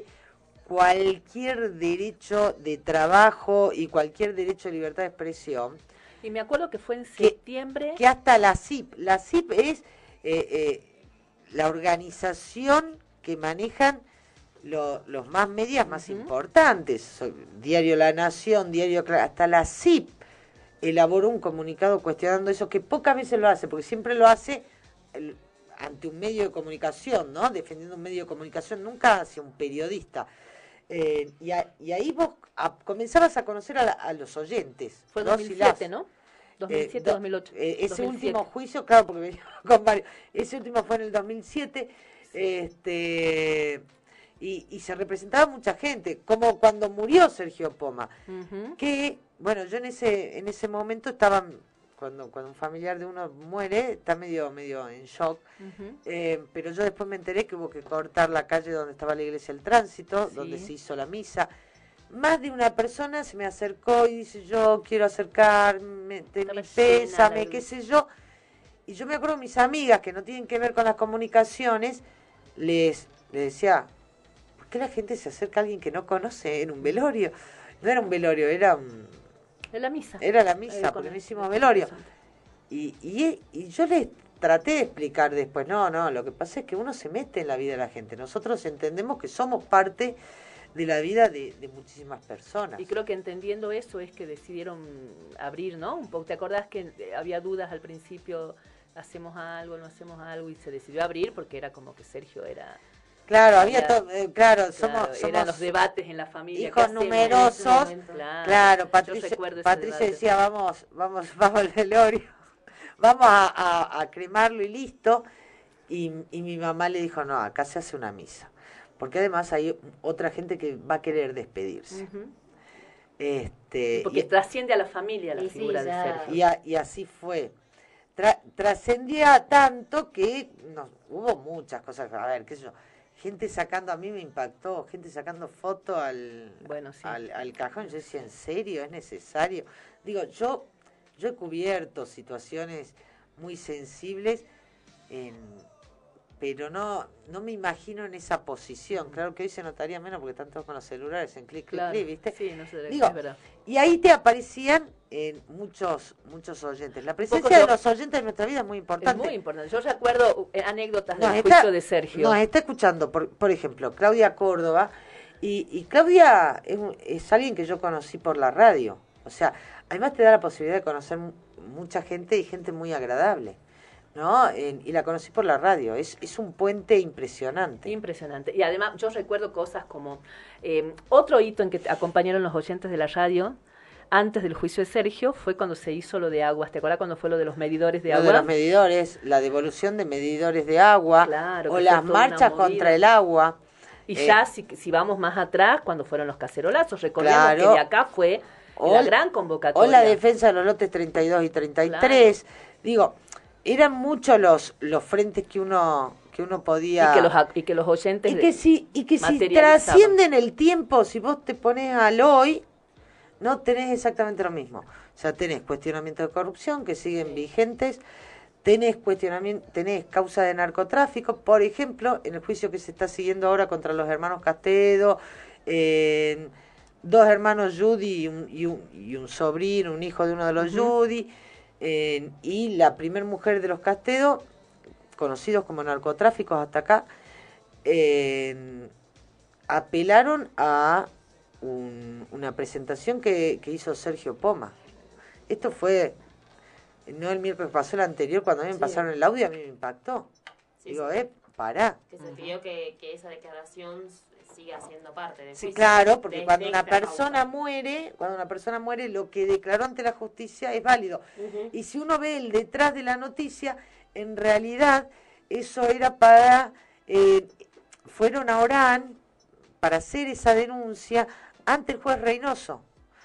cualquier derecho de trabajo y cualquier derecho de libertad de expresión. Y me acuerdo que fue en septiembre. Que, que hasta la C I P, la C I P es eh, eh, la organización que manejan lo, los más medios más uh-huh. importantes, Diario La Nación, Diario hasta la C I P elaboró un comunicado cuestionando eso, que pocas veces lo hace, porque siempre lo hace el, ante un medio de comunicación, ¿no? Defendiendo un medio de comunicación, nunca hacia un periodista. Eh, y, a, y ahí vos a, comenzabas a conocer a, la, a los oyentes. Fue dos mil siete, ¿no? dos mil siete, eh, dos mil ocho. Eh, ese dos mil siete. último juicio, claro, porque venía con varios. Ese último fue en el dos mil siete. Sí. Este, y, y se representaba mucha gente, como cuando murió Sergio Poma. Uh-huh. Que, bueno, yo en ese en ese momento estaba, cuando, cuando un familiar de uno muere, está medio medio en shock. Uh-huh. eh, pero yo después me enteré que hubo que cortar la calle donde estaba la iglesia El Tránsito, sí. donde se hizo la misa. Más de una persona se me acercó y dice, yo quiero acercarme, de mi pésame, qué sé yo. Y yo me acuerdo, mis amigas que no tienen que ver con las comunicaciones, les, les decía, ¿por qué la gente se acerca a alguien que no conoce en un velorio? No era un velorio, era un... Era la misa. Era la misa, porque no hicimos velorio. Y, y, y yo les traté de explicar después, no, no, lo que pasa es que uno se mete en la vida de la gente. Nosotros entendemos que somos parte de la vida de, de muchísimas personas. Y creo que entendiendo eso es que decidieron abrir, ¿no? Un poco. ¿Te acordás que había dudas al principio, hacemos algo, no hacemos algo, y se decidió abrir porque era como que Sergio era... Claro, había todo, eh, claro, somos, claro, somos eran los debates en la familia. Hijos numerosos, claro, claro, Patricia, Patricia decía, vamos, vamos, vamos al velorio, vamos a, a, a cremarlo y listo, y, y mi mamá le dijo, no, acá se hace una misa. porque además hay otra gente que va a querer despedirse. Ujú. Este, Porque y- trasciende a la familia la Y sí, figura ya. de Sergio. Y, a- y así fue. Tra- trascendía tanto que no, hubo muchas cosas. A ver, qué sé yo. Gente sacando, a mí me impactó, gente sacando foto al, Bueno, sí. al, al cajón. Yo decía, ¿en serio? ¿Es necesario? Digo, yo, yo he cubierto situaciones muy sensibles, en, pero no, no me imagino en esa posición. Claro que hoy se notaría menos porque están todos con los celulares en clic, clic, Claro. clic, ¿viste? Sí, no sé, Digo, es verdad. y ahí te aparecían eh, muchos muchos oyentes. La presencia poco de yo- los oyentes en nuestra vida es muy importante. Es muy importante. Yo recuerdo eh, anécdotas Nos del está- juicio de Sergio. Nos está escuchando, por, por ejemplo, Claudia Córdoba, y, y Claudia es, un- es alguien que yo conocí por la radio. O sea, además te da la posibilidad de conocer mu- mucha gente y gente muy agradable, ¿no? En- y la conocí por la radio. Es, es un puente impresionante. Impresionante. Y además yo recuerdo cosas como eh, otro hito en que te acompañaron los oyentes de la radio antes del juicio de Sergio fue cuando se hizo lo de aguas. ¿Te acuerdas cuando fue lo de los medidores de Lo agua? de los medidores, la devolución de medidores de agua, Claro, o que las fue toda una marchas movida. contra el agua. Y Eh, ya si, si vamos más atrás, cuando fueron los cacerolazos, recordemos Claro. que de acá fue O la l- gran convocatoria. O la defensa de los lotes treinta y dos y treinta y tres. Digo, eran muchos los los frentes que uno que uno podía... Y que los, ac- y que los oyentes y que si, y que si materializaban. trascienden el tiempo, si vos te pones al hoy, no tenés exactamente lo mismo. O sea, tenés cuestionamientos de corrupción que siguen vigentes, tenés cuestionamiento, tenés causa de narcotráfico, por ejemplo, en el juicio que se está siguiendo ahora contra los hermanos Castedo, eh, dos hermanos Judy y un, y, un, y un sobrino, un hijo de uno de los Ujú. Judy, eh, y la primer mujer de los Castedo, conocidos como narcotráficos hasta acá, eh, apelaron a un- una presentación que, que hizo Sergio Poma. Esto fue, no el miércoles, pasó el anterior, cuando a mí me Sí. pasaron el audio, a mí me impactó. Sí, Digo, sí. eh, pará. Que se pidió que, que esa declaración siga siendo parte del Sí, juicio. claro, porque de- cuando de una esta persona causa. muere, cuando una persona muere, lo que declaró ante la justicia es válido. Ujú. Y si uno ve el detrás de la noticia, en realidad eso era para, eh, fueron a Orán para hacer esa denuncia ante el juez Reynoso.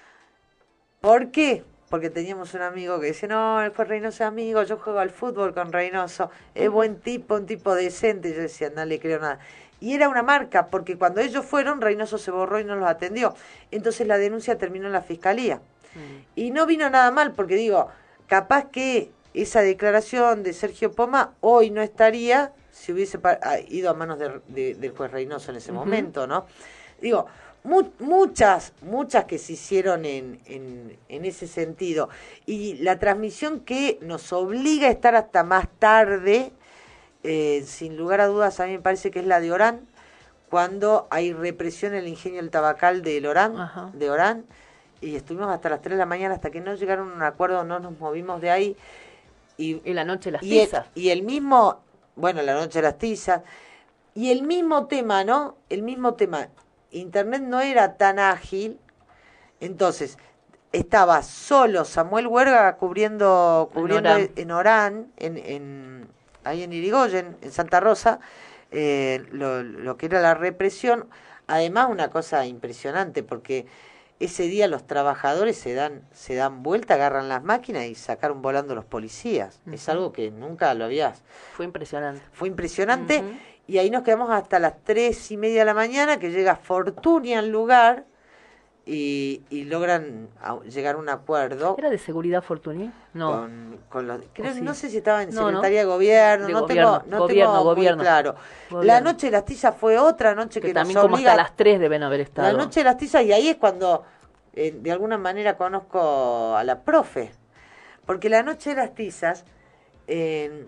¿Por qué? Porque teníamos un amigo que dice, no, el juez Reynoso es amigo, yo juego al fútbol con Reynoso, es buen tipo, un tipo decente. Yo decía, no le creo nada. Y era una marca, porque cuando ellos fueron, Reynoso se borró y no los atendió. Entonces la denuncia terminó en la fiscalía. Y no vino nada mal, porque digo, capaz que esa declaración de Sergio Poma hoy no estaría si hubiese pa- ah, ido a manos de- de- del juez Reynoso en ese Ujú. momento, ¿no? Digo, mu- muchas, muchas que se hicieron en, en, en ese sentido. Y la transmisión que nos obliga a estar hasta más tarde, eh, sin lugar a dudas, a mí me parece que es la de Orán, cuando hay represión en el ingenio del tabacal de Orán, Ajá. de Orán, y estuvimos hasta las tres de la mañana, hasta que no llegaron a un acuerdo, no nos movimos de ahí. Y, y la noche de las y el, tizas. y el mismo, bueno, la noche de las tizas, y el mismo tema, ¿no? El mismo tema. Internet no era tan ágil, entonces estaba solo Samuel Huerga cubriendo, cubriendo Orán. en Orán, en, en, ahí en Irigoyen, en Santa Rosa, eh, lo, lo que era la represión. Además, una cosa impresionante, porque ese día los trabajadores se dan se dan vuelta, agarran las máquinas y sacaron volando los policías. Es Ujú. algo que nunca lo habías. Fue impresionante. Fue impresionante. Ujú. Y ahí nos quedamos hasta las tres y media de la mañana, que llega Fortuny al lugar y, y logran a- llegar a un acuerdo. ¿Era de seguridad Fortuny? No. Con, con los, creo, ¿O sí? no sé si estaba en No, Secretaría no. de Gobierno, De no gobierno, tengo, no gobierno, tengo gobierno. muy claro. Gobierno. La noche de las tizas fue otra noche que, Que nos también como obliga... hasta las tres deben haber estado. La noche de las tizas, y ahí es cuando eh, de alguna manera conozco a la profe, porque la noche de las tizas, eh,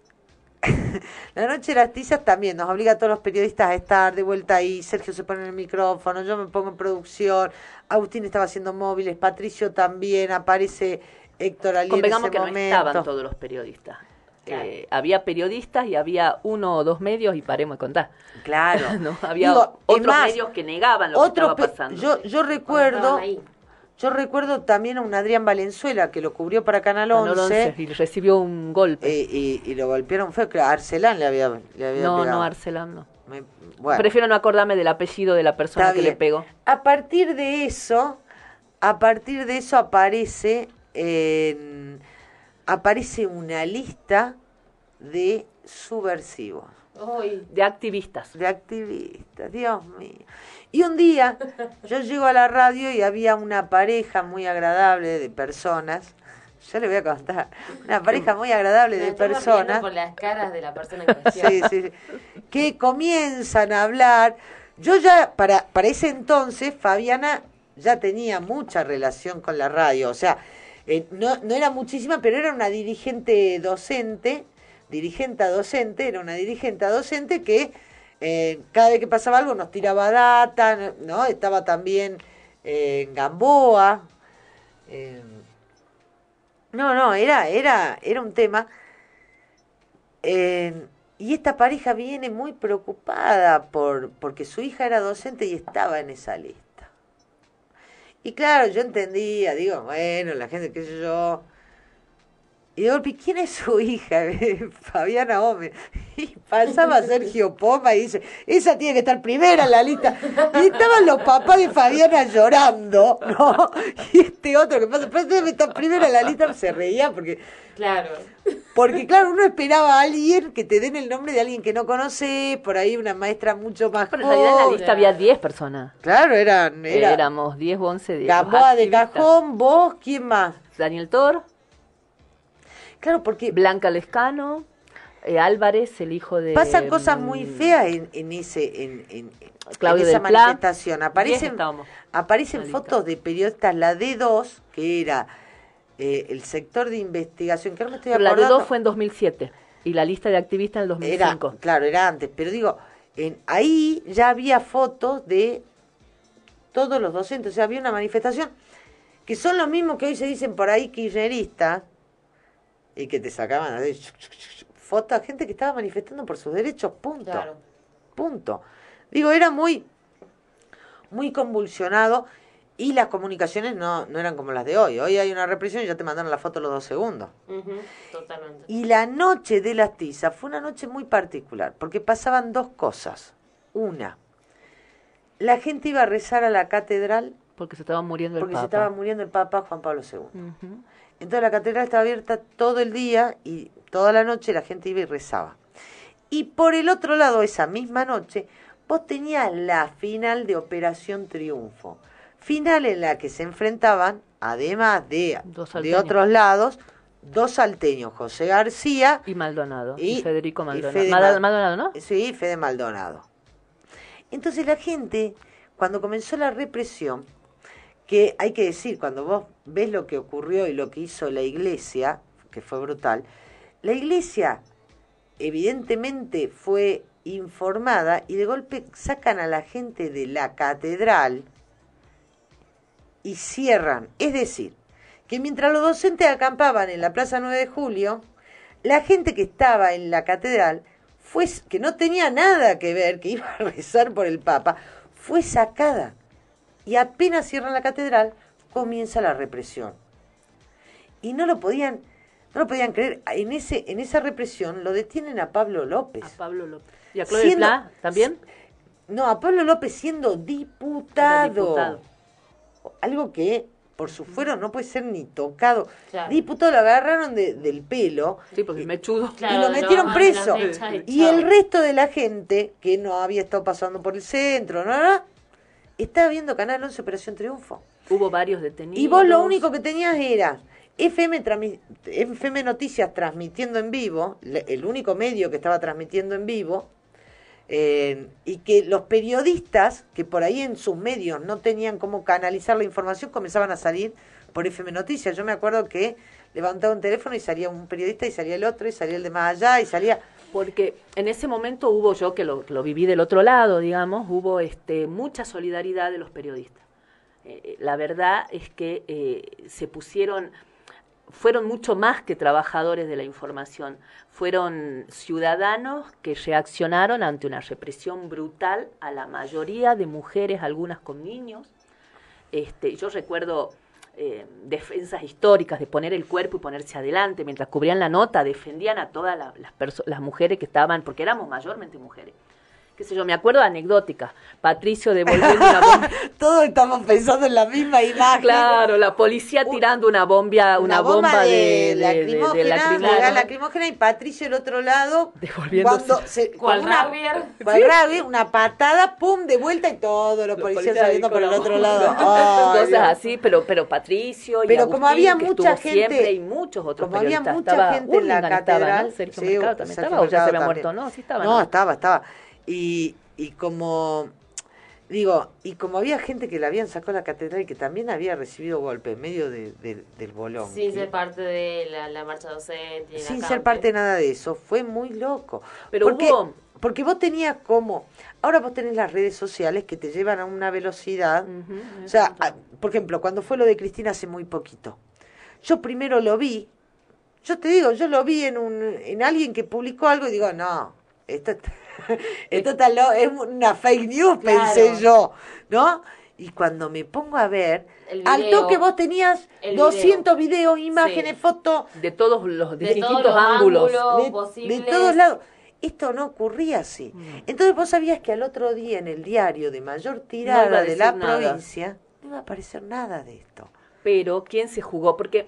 la noche de las tizas también nos obliga a todos los periodistas a estar de vuelta ahí. Sergio se pone en el micrófono, yo me pongo en producción, Agustín estaba haciendo móviles, Patricio también, aparece Héctor Ali en Convengamos ese que no momento. estaban todos los periodistas. Eh, había periodistas y había uno o dos medios y paremos de contar. Claro. ¿No? Había Digo, es otros más, medios que negaban lo otro que estaba pe- pasando. Yo, yo recuerdo, estaban ahí. yo recuerdo también a un Adrián Valenzuela que lo cubrió para Canal Canal once, once, y recibió un golpe. eh, y, y lo golpearon feo, que a Arcelán le había, le había no, pegado. no, Arcelán no. Me, bueno. Prefiero no acordarme del apellido de la persona Está que bien. le pegó. A partir de eso, a partir de eso aparece, eh, aparece una lista de subversivos. Uy, de activistas. De activistas, Dios mío. Y un día yo llego a la radio y había una pareja muy agradable de personas. Yo le voy a contar. Una pareja muy agradable de personas. Por las caras de la persona en cuestión. Sí, sí, sí. Que comienzan a hablar. Yo ya, para, para ese entonces, Fabiana ya tenía mucha relación con la radio. O sea, eh, no, no era muchísima, pero era una dirigente docente. Dirigente docente, era una dirigente docente que eh, cada vez que pasaba algo nos tiraba data, ¿no? Estaba también eh, en Gamboa. Eh, no, no, era, era, era un tema. Eh, y esta pareja viene muy preocupada por porque su hija era docente y estaba en esa lista. Y claro, yo entendía, digo, bueno, la gente, qué sé yo. Y de golpe, ¿quién es su hija? Fabiana Gómez. Y pasaba Sergio Poma y dice, esa tiene que estar primera en la lista. Y estaban los papás de Fabiana llorando, ¿no? Y este otro que pasa, pero debe estar primera en la lista, se reía porque... Claro. Porque claro, uno esperaba a alguien que te den el nombre de alguien que no conoce, por ahí una maestra mucho más Pero en realidad en la lista había diez personas. Claro, eran... Era, Éramos diez o once. De Gamboa de Cajón, vos, ¿quién más? Daniel Tor. Claro, porque... Blanca Lescano, eh, Álvarez, el hijo de... Pasan cosas muy feas en, en ese en, en, Claudio en esa del Pla. manifestación. Aparecen, aparecen fotos de periodistas, la D dos, que era eh, el sector de investigación, que ahora me estoy Pero acordando. la D dos fue en dos mil siete y la lista de activistas en el dos mil cinco. Era, claro, era antes, pero digo, en, ahí ya había fotos de todos los docentes, o sea, había una manifestación que son los mismos que hoy se dicen por ahí kirchneristas, y que te sacaban así, fotos de gente que estaba manifestando por sus derechos, punto. Claro. Punto. Digo, era muy, muy convulsionado y las comunicaciones no, no eran como las de hoy. Hoy hay una represión y ya te mandaron la foto los dos segundos. Uh-huh, totalmente. Y la noche de las tizas fue una noche muy particular, porque pasaban dos cosas. Una, la gente iba a rezar a la catedral porque se estaba muriendo el porque Papa. se estaba muriendo el Papa Juan Pablo segundo. Uh-huh. Entonces la catedral estaba abierta todo el día y toda la noche la gente iba y rezaba. Y por el otro lado, esa misma noche, vos tenías la final de Operación Triunfo. Final en la que se enfrentaban, además de, de otros lados, dos salteños, José García y Maldonado, y, y Federico Maldonado. Y Fede Mal, Maldonado, ¿no? Sí, Fede Maldonado. Entonces la gente, cuando comenzó la represión, que hay que decir, cuando vos ves lo que ocurrió y lo que hizo la iglesia, que fue brutal, la iglesia evidentemente fue informada y de golpe sacan a la gente de la catedral y cierran. Es decir, que mientras los docentes acampaban en la Plaza nueve de Julio, la gente que estaba en la catedral, fue, que no tenía nada que ver, que iba a rezar por el Papa, fue sacada. Y apenas cierran la catedral, comienza la represión. Y no lo podían, no lo podían creer. En ese, en esa represión lo detienen a Pablo López. A Pablo López. ¿Y a Claudio Pla también? No, a Pablo López siendo diputado. diputado. Algo que por su fuero no puede ser ni tocado. Claro. Diputado lo agarraron de, del pelo. Sí, porque me chudo. Y lo metieron no, preso. y Y el resto de la gente que no había estado pasando por el centro, ¿no? ¿no? Estaba viendo Canal once Operación Triunfo. Hubo varios detenidos. Y vos lo único que tenías era F M, F M Noticias transmitiendo en vivo, el único medio que estaba transmitiendo en vivo, eh, y que los periodistas, que por ahí en sus medios no tenían cómo canalizar la información, comenzaban a salir por F M Noticias. Yo me acuerdo que levantaba un teléfono y salía un periodista y salía el otro y salía el de más allá y salía... Porque en ese momento hubo, yo que lo, que lo viví del otro lado, digamos, hubo este, mucha solidaridad de los periodistas. Eh, la verdad es que eh, se pusieron, fueron mucho más que trabajadores de la información, fueron ciudadanos que reaccionaron ante una represión brutal a la mayoría de mujeres, algunas con niños. Este, yo recuerdo... Eh, defensas históricas de poner el cuerpo y ponerse adelante mientras cubrían la nota, defendían a todas la, las, las mujeres que estaban, porque éramos mayormente mujeres, qué sé yo, me acuerdo de anecdóticas. Patricio devolviendo una bomba. Todos estamos pensando en la misma imagen. Claro, la policía tirando una bomba, una, una bomba, bomba de, de, de, lacrimógena, de, de lacrimógena. de lacrimógena, y Patricio el otro lado devolviéndose. Cuando se, ¿Cuál con una, Ravier? cual Sí. Ravier, una patada, pum, de vuelta y todos los, los policías saliendo por el otro lado. Ay, Cosas Dios. así, pero pero Patricio y Pero Agustín, como había que mucha estuvo gente, siempre, y muchos otros como había periodistas. mucha Estaba gente en la Hurlingham, estaba, catedral, ¿no? Sergio sí, Mercado también Sergio estaba, o ya se había Mercado muerto, también. ¿no? Sí estaba, No, ¿no? estaba, estaba. Y, y como, digo, y como había gente que le habían sacado la catedral y que también había recibido golpe en medio de, de- del bolón. Sin que- ser parte de la, la marcha docente. y la sin campe. ser parte de nada de eso, fue muy loco. Pero porque, hubo- porque vos tenías como, ahora vos tenés las redes sociales que te llevan a una velocidad, o sea, a- por ejemplo, cuando fue lo de Cristina hace muy poquito, yo primero lo vi, yo te digo, yo lo vi en un en alguien que publicó algo y digo, no, esto, está- esto está lo- es una fake news, Claro. pensé yo, ¿no? Y cuando me pongo a ver, El al video. toque vos tenías El doscientos videos, imágenes, Sí. fotos, De todos los De distintos todos los ángulos. ángulos de, posibles. de todos lados. Esto no ocurría así. Mm. Entonces vos sabías que al otro día en el diario de mayor No iba tirada a de decir la nada. provincia no iba a aparecer nada de esto. Pero ¿quién se jugó? Porque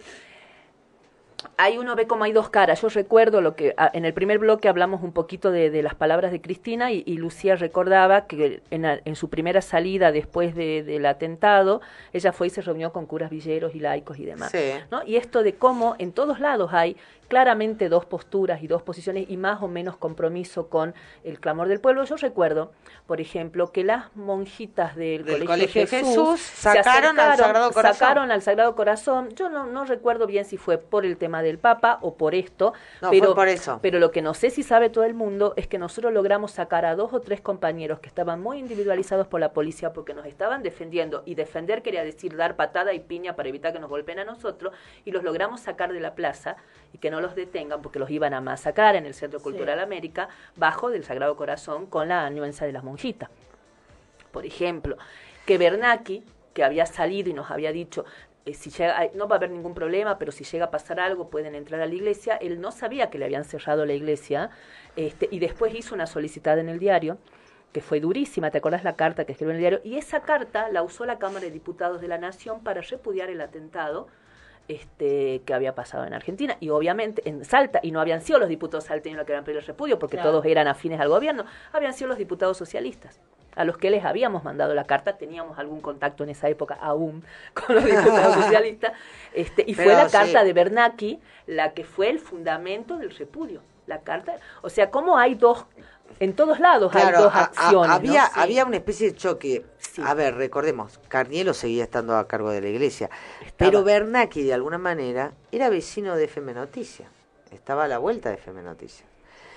ahí uno ve como hay dos caras. Yo recuerdo lo que a- en el primer bloque hablamos un poquito de, de las palabras de Cristina y, y Lucía recordaba que en, la- en su primera salida después de- del atentado, ella fue y se reunió con curas villeros y laicos y demás. Sí. ¿No? Y esto de cómo en todos lados hay claramente dos posturas y dos posiciones y más o menos compromiso con el clamor del pueblo. Yo recuerdo, por ejemplo, que las monjitas del, Del Colegio, Colegio Jesús, Jesús se sacaron al acercaron, Sagrado Corazón. sacaron al Sagrado Corazón. Yo no, no recuerdo bien si fue por el tema del Papa o por esto, No, pero, fue por eso. pero lo que no sé si sabe todo el mundo es que nosotros logramos sacar a dos o tres compañeros que estaban muy individualizados por la policía porque nos estaban defendiendo, y defender quería decir dar patada y piña para evitar que nos golpeen a nosotros, y los logramos sacar de la plaza y que no los detengan porque los iban a masacrar en el Centro Cultural América bajo del Sagrado Corazón con la anuencia de las monjitas. Por ejemplo, que Bernacchi, que había salido y nos había dicho, eh, si llega, ay, no va a haber ningún problema, pero si llega a pasar algo pueden entrar a la iglesia, él no sabía que le habían cerrado la iglesia, este, y después hizo una solicitud en el diario, que fue durísima, ¿te acordás la carta que escribió en el diario? Y esa carta la usó la Cámara de Diputados de la Nación para repudiar el atentado este que había pasado en Argentina, y obviamente en Salta, y no habían sido los diputados salteños los que habían pedido el repudio, porque Claro. todos eran afines al gobierno, habían sido los diputados socialistas, a los que les habíamos mandado la carta, teníamos algún contacto en esa época aún con los diputados socialistas, este, y fue Pero la sí. carta de Bernacchi la que fue el fundamento del repudio, la carta, o sea, cómo hay dos, en todos lados Claro, hay dos a- a- acciones, ¿no? había, Sí. había una especie de choque. A ver, recordemos, Carnielo seguía estando a cargo de la iglesia, pero Bernacchi de alguna manera era vecino de F M Noticias, estaba a la vuelta de F M Noticias.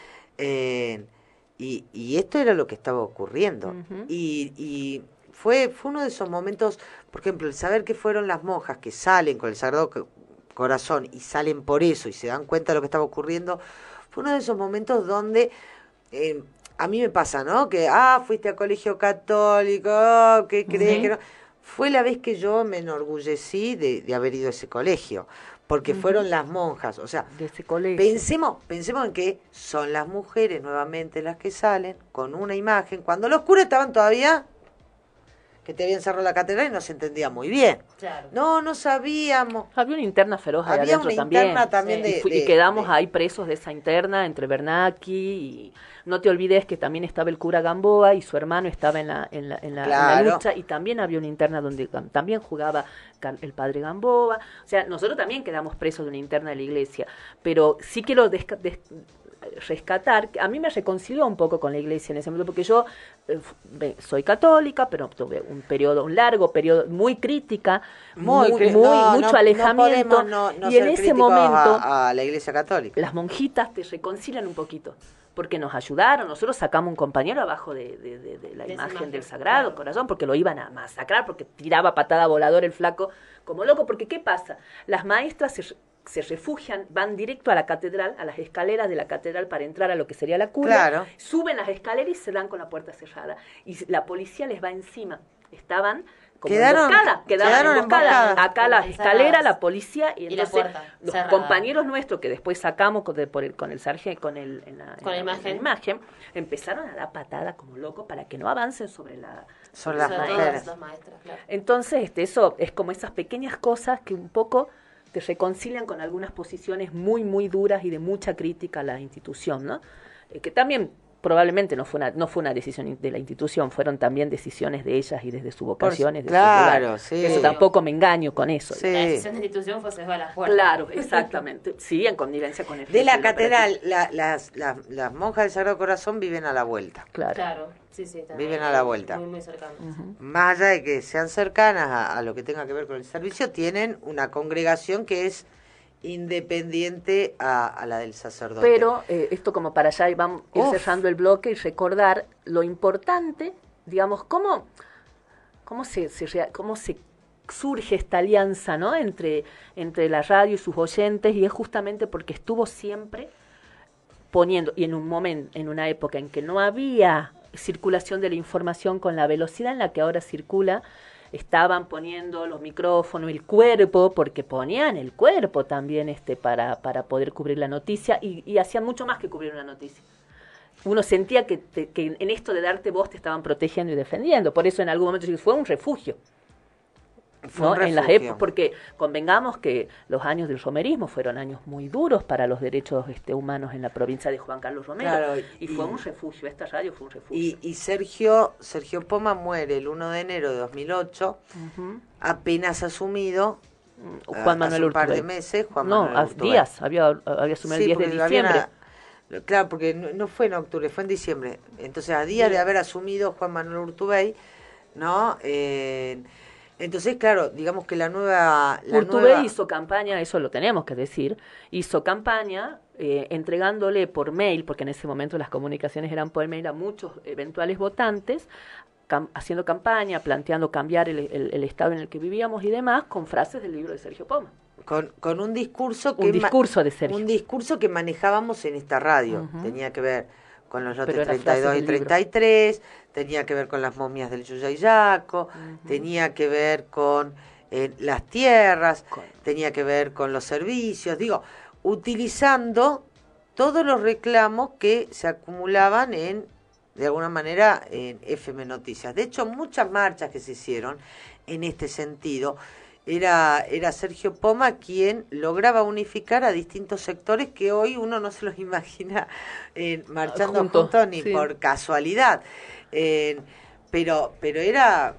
Eh, y, y esto era lo que estaba ocurriendo. Ujú. Y, y fue, fue uno de esos momentos, por ejemplo, el saber que fueron las monjas que salen con el Sagrado Co- Corazón y salen por eso y se dan cuenta de lo que estaba ocurriendo, fue uno de esos momentos donde... eh, a mí me pasa, ¿no? Que, ah, fuiste a colegio católico, oh, ¿qué crees Ujú. que no? Fue la vez que yo me enorgullecí de, de haber ido a ese colegio, porque Ujú. fueron las monjas, o sea, de ese colegio. pensemos, pensemos en que son las mujeres nuevamente las que salen con una imagen, cuando los curas estaban todavía, que te habían cerrado la catedral y no se entendía muy bien. Claro. No, no sabíamos. Había una interna feroz ahí Había adentro una también. interna también Sí. de- y, fu- y de- quedamos de- ahí presos de esa interna entre Bernacchi y no te olvides que también estaba el cura Gamboa y su hermano estaba en la, en la, en la, en la Claro. lucha, y también había una interna donde gam- también jugaba Car- el padre Gamboa. O sea, nosotros también quedamos presos de una interna de la iglesia, pero sí quiero desca- des- rescatar, que a mí me reconcilió un poco con la iglesia en ese momento, porque yo eh, ve- soy católica, pero tuve un periodo, un largo periodo, muy crítica, muy, Muy cri- muy- no, mucho no- no alejamiento, podemos no- no y en ser ese críticos momento a, a la iglesia católica. las monjitas te reconcilian un poquito, porque nos ayudaron. Nosotros sacamos un compañero abajo de, de- de- de la De esa imagen imagen, del Sagrado claro. Corazón, porque lo iban a masacrar, porque tiraba patada volador el flaco como loco, porque ¿qué pasa? Las maestras se, se refugian, van directo a la catedral, a las escaleras de la catedral para entrar a lo que sería la cura, Claro. suben las escaleras y se dan con la puerta cerrada, y la policía les va encima. Estaban como Quedaron- emboscada, quedaron, quedaron emboscadas. emboscadas. Acá la Encerradas. escalera, la policía y Y la entonces puerta los cerrada. compañeros nuestros que después sacamos con, de- por el, con el sargento, con el en la, Con la en imagen. en la imagen, empezaron a dar patada como locos para que no avancen sobre la Sobre las Sobre todo mujeres. las maestras, claro. entonces, este, eso es como esas pequeñas cosas que un poco te reconcilian con algunas posiciones muy, muy duras y de mucha crítica a la institución, ¿no? Eh, que también probablemente no fue una no fue una decisión de la institución, fueron también decisiones de ellas y desde su vocación y desde claro, su lugar. sí. Eso tampoco me engaño con eso. Sí. La decisión de la institución fue cerrar las puertas. Claro, exactamente. Sí, en connivencia con el De jefe la la catedral, la- las, las, las monjas del Sagrado Corazón viven a la vuelta. Claro. Claro, sí, sí. también. Viven a la vuelta. Muy, muy cercanos. Más allá de que sean cercanas a, a lo que tenga que ver con el servicio, tienen una congregación que es independiente a, a la del sacerdote. Pero eh, esto como para allá y vamos a ir Uf. cerrando el bloque y recordar lo importante, digamos, cómo, cómo se, se rea- cómo se surge esta alianza, ¿no? entre, entre la radio y sus oyentes, y es justamente porque estuvo siempre poniendo, y en un momento, en una época en que no había circulación de la información con la velocidad en la que ahora circula, estaban poniendo los micrófonos, el cuerpo, porque ponían el cuerpo también este para, para poder cubrir la noticia, y, y hacían mucho más que cubrir una noticia. Uno sentía que, te- que en esto de darte voz te estaban protegiendo y defendiendo, por eso en algún momento fue un refugio. Fue ¿no? un En las refugio. épocas, porque convengamos que los años del romerismo fueron años muy duros para los derechos este, humanos en la provincia de Juan Carlos Romero, Claro, y, y- fue un refugio, esta radio fue un refugio. Y, y Sergio, Sergio Poma muere el uno de enero de dos mil ocho, Ujú. apenas asumido, Juan a- Manuel hace un par de Urtubey. meses, Juan No, Manuel a Urtubey. días, había, había asumido Sí, el diez de porque lo habían diciembre. a- claro, porque no, no fue en octubre, fue en diciembre. Entonces, a días de haber asumido Juan Manuel Urtubey, ¿no? Eh, entonces, claro, digamos que la nueva... La Urtubey nueva- hizo campaña, eso lo tenemos que decir, hizo campaña eh, entregándole por mail, porque en ese momento las comunicaciones eran por mail a muchos eventuales votantes, cam- haciendo campaña, planteando cambiar el, el- el estado en el que vivíamos y demás, con frases del libro de Sergio Poma. Con, con un discurso que... Un ma- discurso de Sergio. Un discurso que manejábamos en esta radio. Ujú. Tenía que ver con los lotes Pero era treinta y dos frases y del libro. treinta y tres, tenía que ver con las momias del Yuyayaco, tenía que ver con eh, las tierras, tenía que ver con los servicios, digo, utilizando todos los reclamos que se acumulaban en, de alguna manera, en F M Noticias. De hecho, muchas marchas que se hicieron en este sentido, era, era Sergio Poma quien lograba unificar a distintos sectores que hoy uno no se los imagina eh, marchando Juntos, juntos ni sí. por casualidad. Eh, pero, pero era,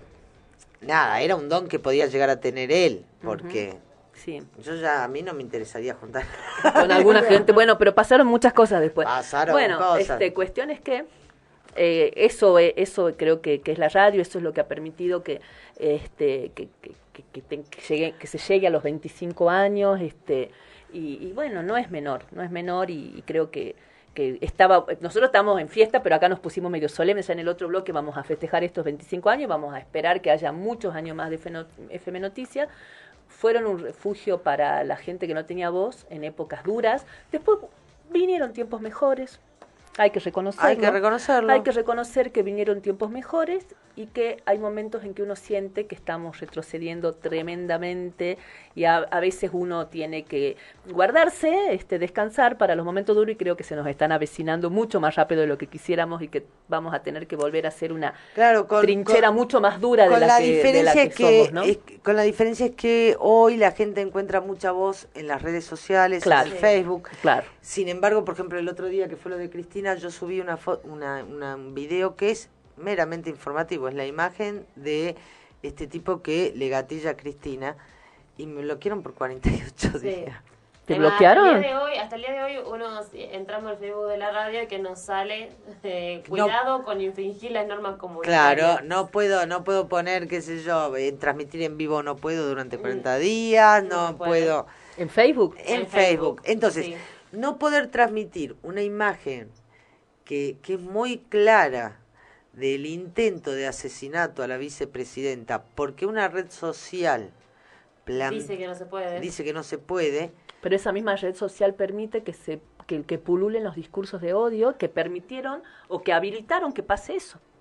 nada, era un don que podía llegar a tener él, porque... Sí. Yo ya, a mí no me interesaría juntar Con alguna gente, bueno, pero pasaron muchas cosas después. Pasaron bueno, cosas. este, cuestión es que eh, eso, eh, eso creo que, que es la radio, eso es lo que ha permitido que, este, que, que, que, que te- que llegue, que se llegue a los veinticinco años, este, y, y bueno, no es menor, no es menor y, y creo que, que estaba, nosotros estamos en fiesta, pero acá nos pusimos medio solemnes, ya en el otro bloque vamos a festejar estos veinticinco años, vamos a esperar que haya muchos años más de F M Noticias. Fueron un refugio para la gente que no tenía voz en épocas duras. Después vinieron tiempos mejores. Hay que reconocerlo. Hay que reconocerlo. Hay que reconocer que vinieron tiempos mejores y que hay momentos en que uno siente que estamos retrocediendo tremendamente y a, a veces uno tiene que guardarse, este, descansar para los momentos duros y creo que se nos están avecinando mucho más rápido de lo que quisiéramos y que vamos a tener que volver a hacer una Claro, con- trinchera con- mucho más dura de con la, la que, de la diferencia que es que, somos, ¿no? es que- con la diferencia es que hoy la gente encuentra mucha voz en las redes sociales, Claro. en el Facebook. Claro. Sin embargo, por ejemplo, el otro día que fue lo de Cristina, yo subí una, fo- una, una- un video que es meramente informativo, es la imagen de este tipo que le gatilla a Cristina y me bloquearon por cuarenta y ocho Sí. días. ¿Te Además, bloquearon? Hasta el, día de hoy, hasta el día de hoy uno si- entramos al Facebook de la radio y que nos sale eh, cuidado con infringir las normas comunitarias. Claro, no puedo, no puedo poner, qué sé yo, eh, transmitir en vivo no puedo durante cuarenta días, no, se puede. puedo. ¿En Facebook? En, En Facebook. Facebook, Entonces, sí. no poder transmitir una imagen que, que es muy clara del intento de asesinato a la vicepresidenta, porque una red social plan- Dice que no se puede. dice que no se puede, Pero esa misma red social permite que se que, que pululen los discursos de odio que permitieron o que habilitaron que pase eso.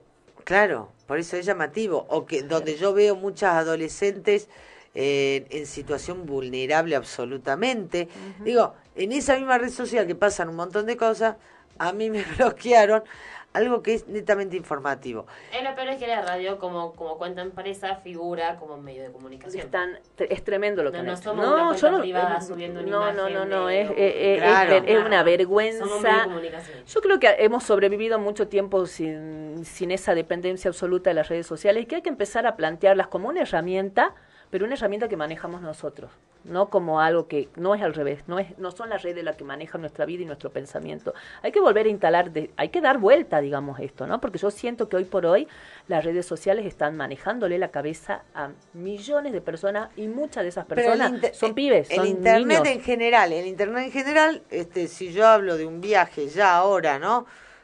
Claro, por eso es llamativo. O que donde yo veo muchas adolescentes eh, en situación vulnerable absolutamente. Uh-huh. Digo, en esa misma red social que pasan un montón de cosas, a mí me bloquearon algo que es netamente informativo. Eh, lo peor es que la radio, como, como cuenta empresa, figura como medio de comunicación. Están, es tremendo lo que no, han no hecho. somos no, una cuenta yo no, privada eh, subiendo una no, imagen no, no, no, de, es, eh, claro, es, es una vergüenza. Somos medio de comunicación. Yo creo que hemos sobrevivido mucho tiempo sin, sin esa dependencia absoluta de las redes sociales y que hay que empezar a plantearlas como una herramienta, pero una herramienta que manejamos nosotros, no como algo que no es al revés, no es no son las redes las que manejan nuestra vida y nuestro pensamiento. Hay que volver a instalar, de, hay que dar vuelta, digamos, esto, ¿no? Porque yo siento que hoy por hoy las redes sociales están manejándole la cabeza a millones de personas y muchas de esas personas inter- son pibes, el son internet niños. en general, el internet en general, este, si yo hablo de un viaje ya ahora, ¿no?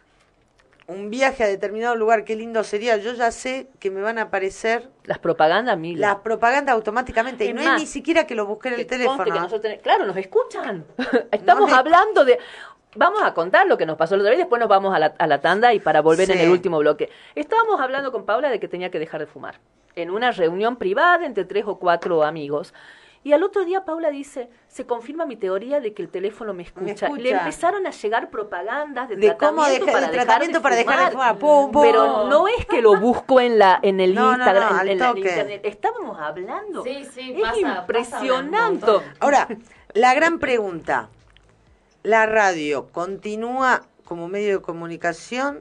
Un viaje a determinado lugar, qué lindo sería, yo ya sé que me van a aparecer las propagandas mil. Las propagandas automáticamente, es y no más, es ni siquiera que lo busque en el teléfono. Que nosotros ten... Claro, nos escuchan. Estamos no hablando de... Vamos a contar lo que nos pasó la otra vez y después nos vamos a la, a la tanda y para volver sí. en el último bloque. Estábamos hablando con Paula de que tenía que dejar de fumar en una reunión privada entre tres o cuatro amigos. Y al otro día Paula dice, se confirma mi teoría de que el teléfono me escucha. Me escucha. Le empezaron a llegar propagandas de, de tratamiento, cómo deja, para, de dejar tratamiento de para dejar de fumar. Pum, pum. Pero no es que lo busco en la en el no, Instagram, no, no, en, en, la, en internet. toque. Estábamos hablando. Sí, sí, es pasa, impresionante. Pasa Ahora, la gran pregunta. ¿La radio continúa como medio de comunicación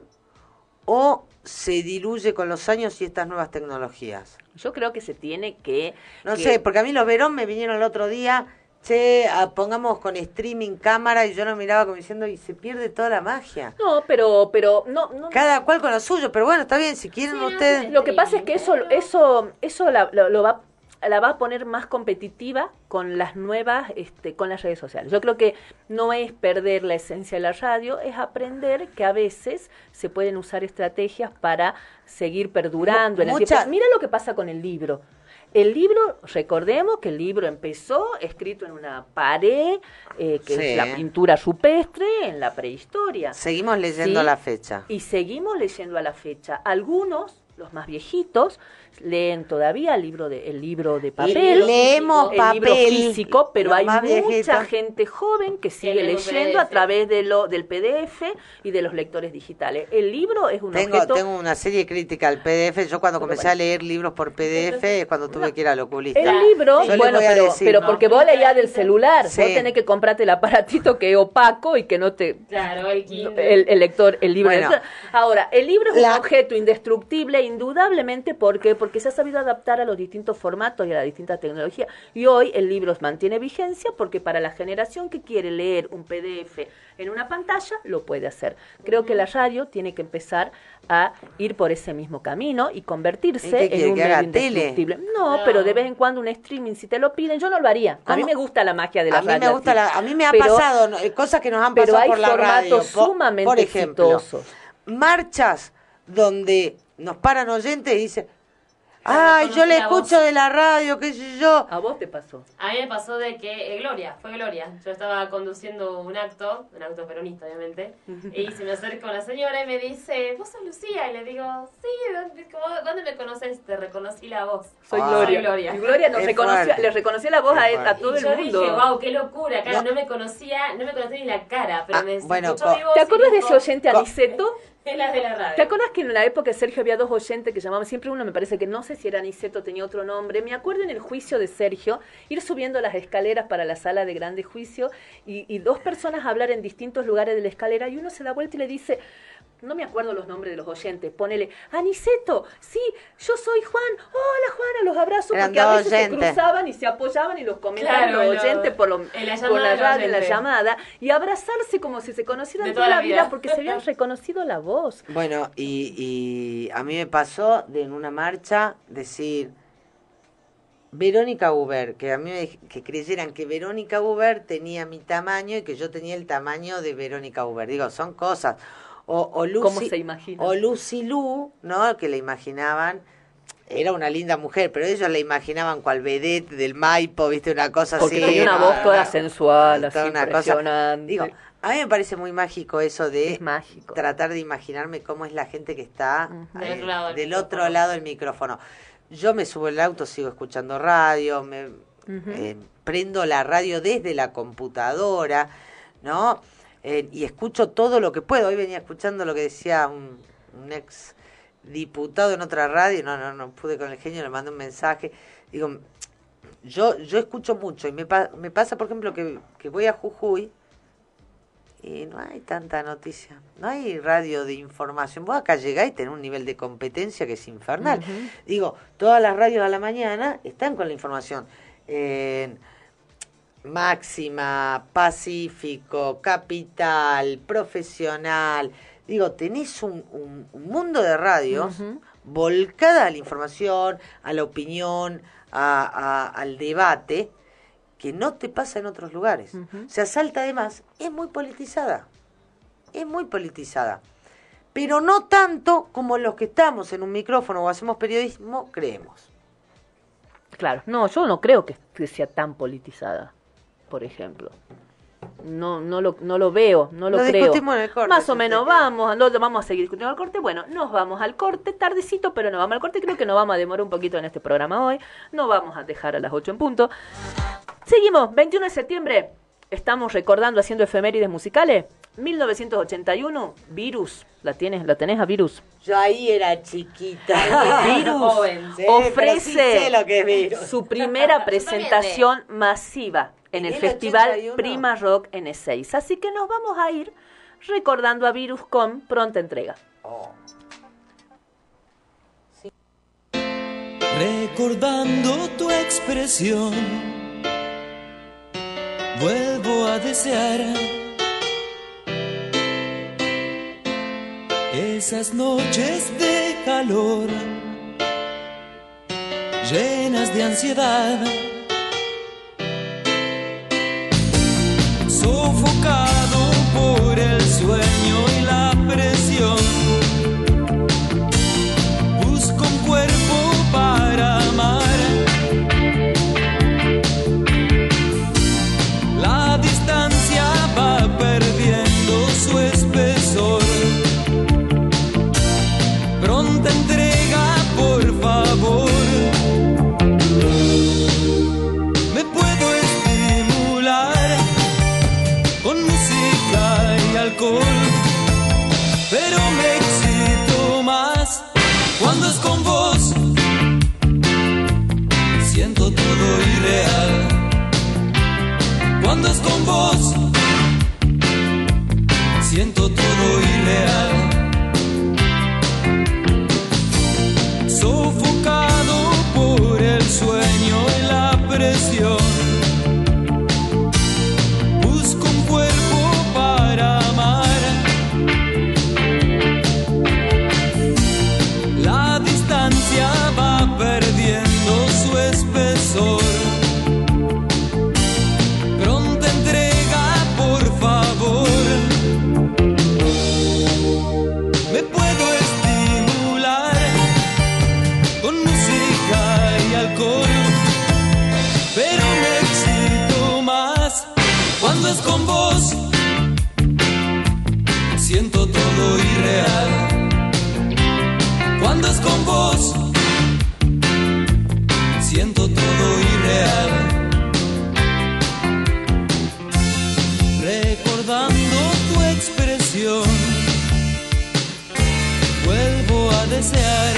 o se diluye con los años y estas nuevas tecnologías? Yo creo que se tiene que... No que... sé, porque a mí los Verón me vinieron el otro día, che, a, pongamos con streaming cámara, y yo no miraba como diciendo, y se pierde toda la magia. No, pero... pero no, no Cada cual con lo suyo, pero bueno, está bien, si quieren sí, ustedes... Lo que pasa es que eso eso eso la, lo, lo va la va a poner más competitiva con las nuevas, este, con las redes sociales. Yo creo que no es perder la esencia de la radio, es aprender que a veces se pueden usar estrategias para seguir perdurando. En el tiempo. Mira lo que pasa con el libro. El libro, recordemos que el libro empezó escrito en una pared, eh, que sí. es la pintura rupestre en la prehistoria. Seguimos leyendo ¿sí? a la fecha. Y seguimos leyendo a la fecha. Algunos, los más viejitos, leen todavía el libro de el libro de papel, leemos el papel, libro físico, pero hay mucha viejito. gente joven que sigue leyendo a través de lo del P D F y de los lectores digitales. El libro es un tengo, objeto... Tengo una serie crítica al P D F. Yo cuando comencé a leer libros por P D F es cuando tuve que ir al oculista. El libro, Yo bueno, pero, decir, pero ¿no? porque vos leías del celular, sí. vos tenés que comprarte el aparatito que es opaco y que no te... Claro, el el, el lector, el libro. Bueno, ahora, el libro es la... un objeto indestructible, indudablemente, porque porque se ha sabido adaptar a los distintos formatos y a la distinta tecnología. Y hoy el libro mantiene vigencia porque para la generación que quiere leer un P D F en una pantalla, lo puede hacer. Creo que la radio tiene que empezar a ir por ese mismo camino y convertirse en un medio indestructible. No, no, pero de vez en cuando un streaming, si te lo piden, yo no lo haría. ¿Cómo? A mí me gusta la magia de la a radio. Mí me gusta la, a mí me ha pero, pasado no, cosas que nos han pasado por la radio. Pero hay formatos sumamente por ejemplo, exitosos. Marchas donde nos paran oyentes y dicen, ay, yo le escucho de la radio, qué sé yo. ¿A vos te pasó? A mí me pasó de que, eh, Gloria, fue Gloria. Yo estaba conduciendo un acto, un acto peronista, obviamente, y se me acerca una señora y me dice, ¿vos sos Lucía? Y le digo, sí, ¿dónde, cómo, ¿dónde me conoces? Te reconocí la voz. Soy ah, Gloria. Soy Gloria. Y Gloria nos reconoció, le reconoció la voz a, él, a todo y el yo mundo. Dije, wow, qué locura. Claro, no, no me conocía, no me conocía ni la cara, pero ah, me bueno, escuchó mi voz. ¿Te acuerdas de dijo, ese oyente Aniceto? Es la de la radio. ¿Te acuerdas que en la época de Sergio había dos oyentes que llamaban? Siempre uno me parece que no sé si era Aniceto, tenía otro nombre. Me acuerdo en el juicio de Sergio, ir subiendo las escaleras para la sala de grande juicio y, y dos personas hablar en distintos lugares de la escalera y uno se da vuelta y le dice, no me acuerdo los nombres de los oyentes, ponele, Aniceto, sí, yo soy Juan, hola Juana, los abrazo, eran porque a veces oyentes. se cruzaban y se apoyaban y los comentaban claro, los oyentes lo, por, lo, en la por la radio, en la oyente. llamada, y abrazarse como si se conocieran de toda, toda la vida, vida porque se habían reconocido la voz. Bueno, y, y a mí me pasó de en una marcha decir Verónica Huber, que a mí me, que creyeran que Verónica Huber tenía mi tamaño y que yo tenía el tamaño de Verónica Huber. Digo, son cosas. O, o Lucy, ¿Cómo se imagina? O Lucy Lu, ¿no? Que le imaginaban era una linda mujer, pero ellos la imaginaban cual vedette del Maipo, viste, una cosa Porque así. tenía una no, voz toda no, sensual, así, una impresionante. Cosa, digo, a mí me parece muy mágico eso de es mágico. tratar de imaginarme cómo es la gente que está Del eh, otro lado del del micrófono. otro lado del micrófono. Yo me subo al auto, sigo escuchando radio, me Ujú. eh, prendo la radio desde la computadora, ¿no? Eh, y escucho todo lo que puedo. Hoy venía escuchando lo que decía un, un ex diputado en otra radio, no, no, no pude con el genio, le mandé un mensaje. Digo, yo yo escucho mucho y me, pa me pasa, por ejemplo, que, que voy a Jujuy y no hay tanta noticia, no hay radio de información. Vos acá llegás y tenés un nivel de competencia que es infernal. Ujú. Digo, todas las radios a la mañana están con la información. Eh, Máxima, Pacífico, Capital, Profesional. Digo, tenés un, un, un mundo de radios Ujú. volcada a la información, a la opinión, a, a- al debate, que no te pasa en otros lugares. Ujú. O sea, Salta además es muy politizada, es muy politizada, pero no tanto como los que estamos en un micrófono o hacemos periodismo creemos. Claro, no, yo no creo que, que sea tan politizada, por ejemplo. No, no lo, no lo veo, no lo, Lo creo. discutimos en el corte, Más si o usted menos quiere. vamos, no, vamos a seguir discutiendo el corte. Bueno, nos vamos al corte, tardecito, pero no vamos al corte. Creo que nos vamos a demorar un poquito en este programa hoy. No vamos a dejar a las ocho en punto. Seguimos, veintiuno de septiembre. Estamos recordando, haciendo efemérides musicales. mil novecientos ochenta y uno, Virus. ¿La tienes? ¿La tenés a Virus? Yo ahí era chiquita. Virus Sí, pero sí ofrece sé lo que es Virus. su primera presentación masiva en En el el Festival ochenta y uno. Prima Rock en Ezeiza. Así que nos vamos a ir recordando a Virus con pronta entrega. Recordando tu expresión, vuelvo a desear esas noches de calor, llenas de ansiedad, sofocado por el sueño y la presión. Busco un cuerpo para amar. La distancia va perdiendo su espesor. Pronta entrega, por favor. Me puedo estimular con música y alcohol, pero me excito más cuando es con vos. Siento todo irreal cuando es con vos. Siento todo irreal. Sofocado por el sueño y la presión. Busco un cuerpo para amar. La distancia va perdiendo su espesor. Pronta entrega, por favor. Me puedo estimular con música y alcohol, pero me excito más cuando es con vos. Siento todo irreal cuando es con vos. Siento todo irreal. Recordando tu expresión, vuelvo a desear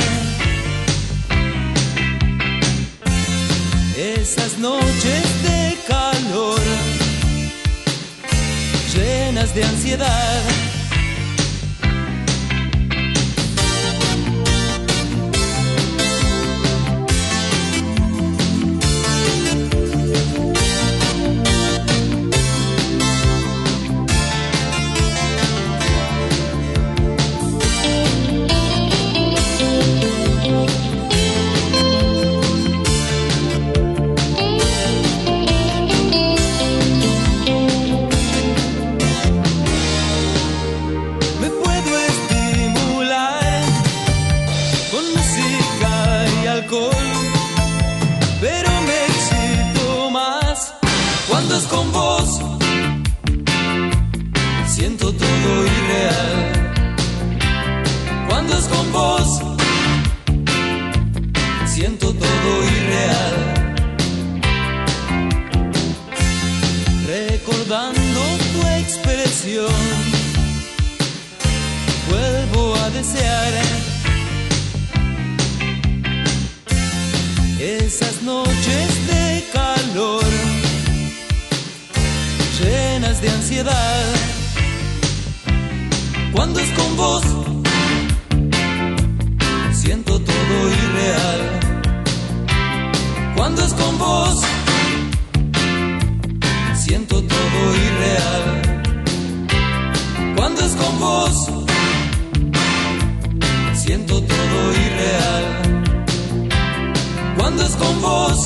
esas noches de calor, llenas de ansiedad. es con vos, siento todo irreal. Cuando es con vos, siento todo irreal. Recordando tu expresión, vuelvo a desear esas noches de calor, llenas de ansiedad. Cuando es con vos, siento todo irreal. Cuando es con vos, siento todo irreal. Cuando es con vos, siento todo irreal. Cuando es con vos,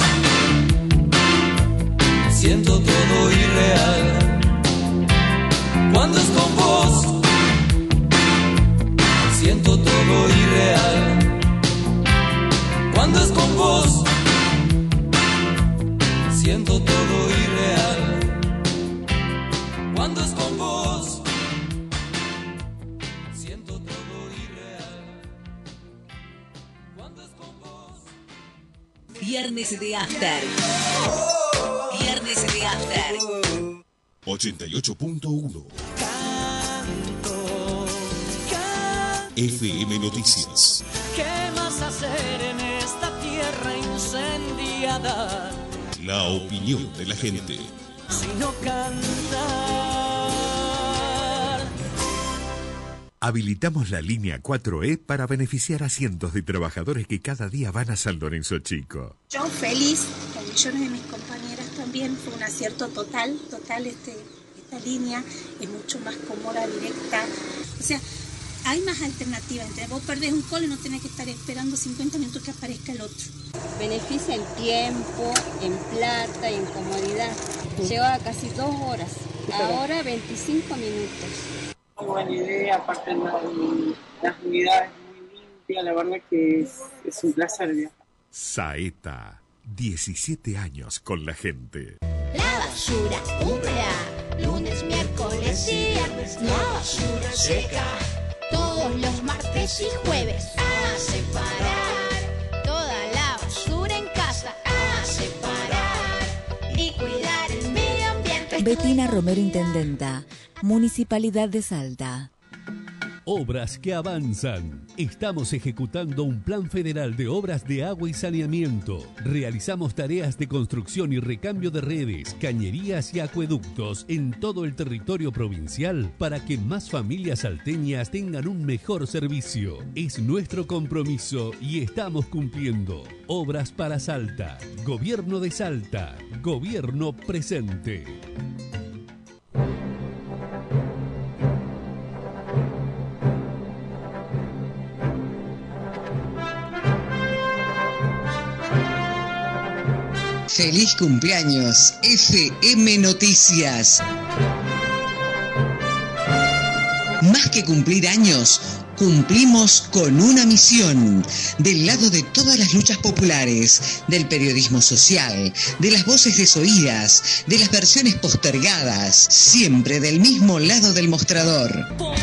siento todo irreal. Cuando es con vos, siento todo irreal. Cuando es con vos, siento todo irreal. Cuando es con vos, siento todo irreal. Cuando es con vos. Viernes de After. Viernes de After. ochenta y ocho punto uno F M Noticias. ¿Qué más hacer en esta tierra incendiada? La opinión de la gente. Sino cantar. Habilitamos la línea cuatro E para beneficiar a cientos de trabajadores que cada día van a San Lorenzo Chico. Yo feliz, con millones de mis compañeras también, fue un acierto total, total este, esta línea, es mucho más cómoda, directa, o sea, hay más alternativas, ¿entendés? Vos perdés un call y no tenés que estar esperando cincuenta minutos que aparezca el otro. Beneficia en tiempo, en plata y en comodidad. Lleva casi dos horas, ahora veinticinco minutos. Muy buena idea, aparte la, las unidades muy limpias, la verdad que es, es un placer viajar. Saeta, diecisiete años con la gente. La basura húmeda, lunes, miércoles y viernes. La basura seca, todos los martes y jueves. A separar toda la basura en casa. A separar y cuidar el medio ambiente. Betina Romero, Intendenta, Municipalidad de Salta. Obras que avanzan. Estamos ejecutando un plan federal de obras de agua y saneamiento. Realizamos tareas de construcción y recambio de redes, cañerías y acueductos en todo el territorio provincial para que más familias salteñas tengan un mejor servicio. Es nuestro compromiso y estamos cumpliendo. Obras para Salta. Gobierno de Salta. Gobierno presente. Feliz cumpleaños, F M Noticias. Más que cumplir años, cumplimos con una misión. Del lado de todas las luchas populares, del periodismo social, de las voces desoídas, de las versiones postergadas, siempre del mismo lado del mostrador.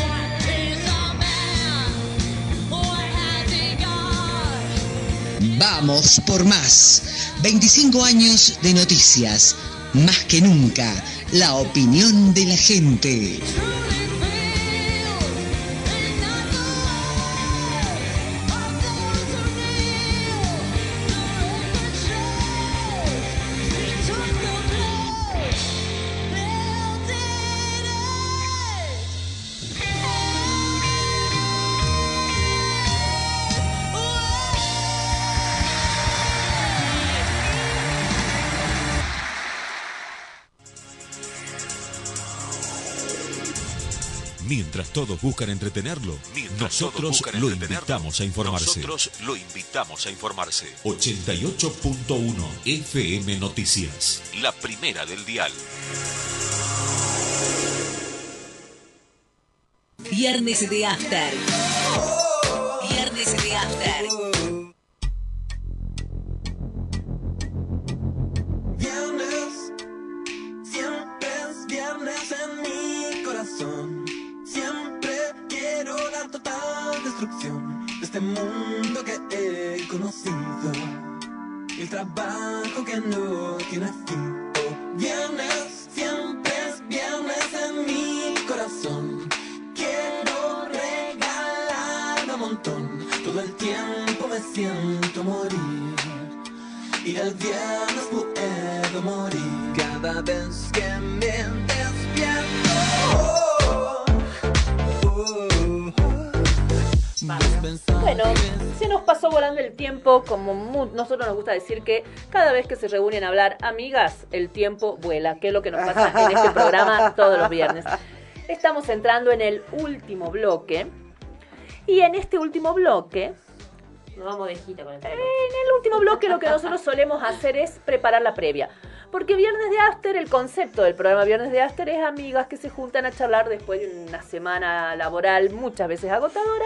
Vamos por más. veinticinco años de noticias. Más que nunca, la opinión de la gente. Mientras todos buscan entretenerlo, Mientras nosotros buscan lo invitamos a informarse. Nosotros lo invitamos a informarse. ochenta y ocho punto uno F M Noticias. La primera del dial. Viernes de After. Viernes de After. Viernes, siempre no tiene fin. Oh, viernes, siempre es viernes en mi corazón. Quiero regalarme un montón. Todo el tiempo me siento morir. Y el viernes puedo morir. Cada vez que me despierto. Oh, oh, oh. Bueno, se nos pasó volando el tiempo, como mu- nosotros nos gusta decir que cada vez que se reúnen a hablar amigas, el tiempo vuela, que es lo que nos pasa en este programa todos los viernes. Estamos entrando en el último bloque, y en este último bloque, Nos vamos de gira con el tema. en el último bloque lo que nosotros solemos hacer es preparar la previa. Porque Viernes de After, el concepto del programa Viernes de After es amigas que se juntan a charlar después de una semana laboral muchas veces agotadora.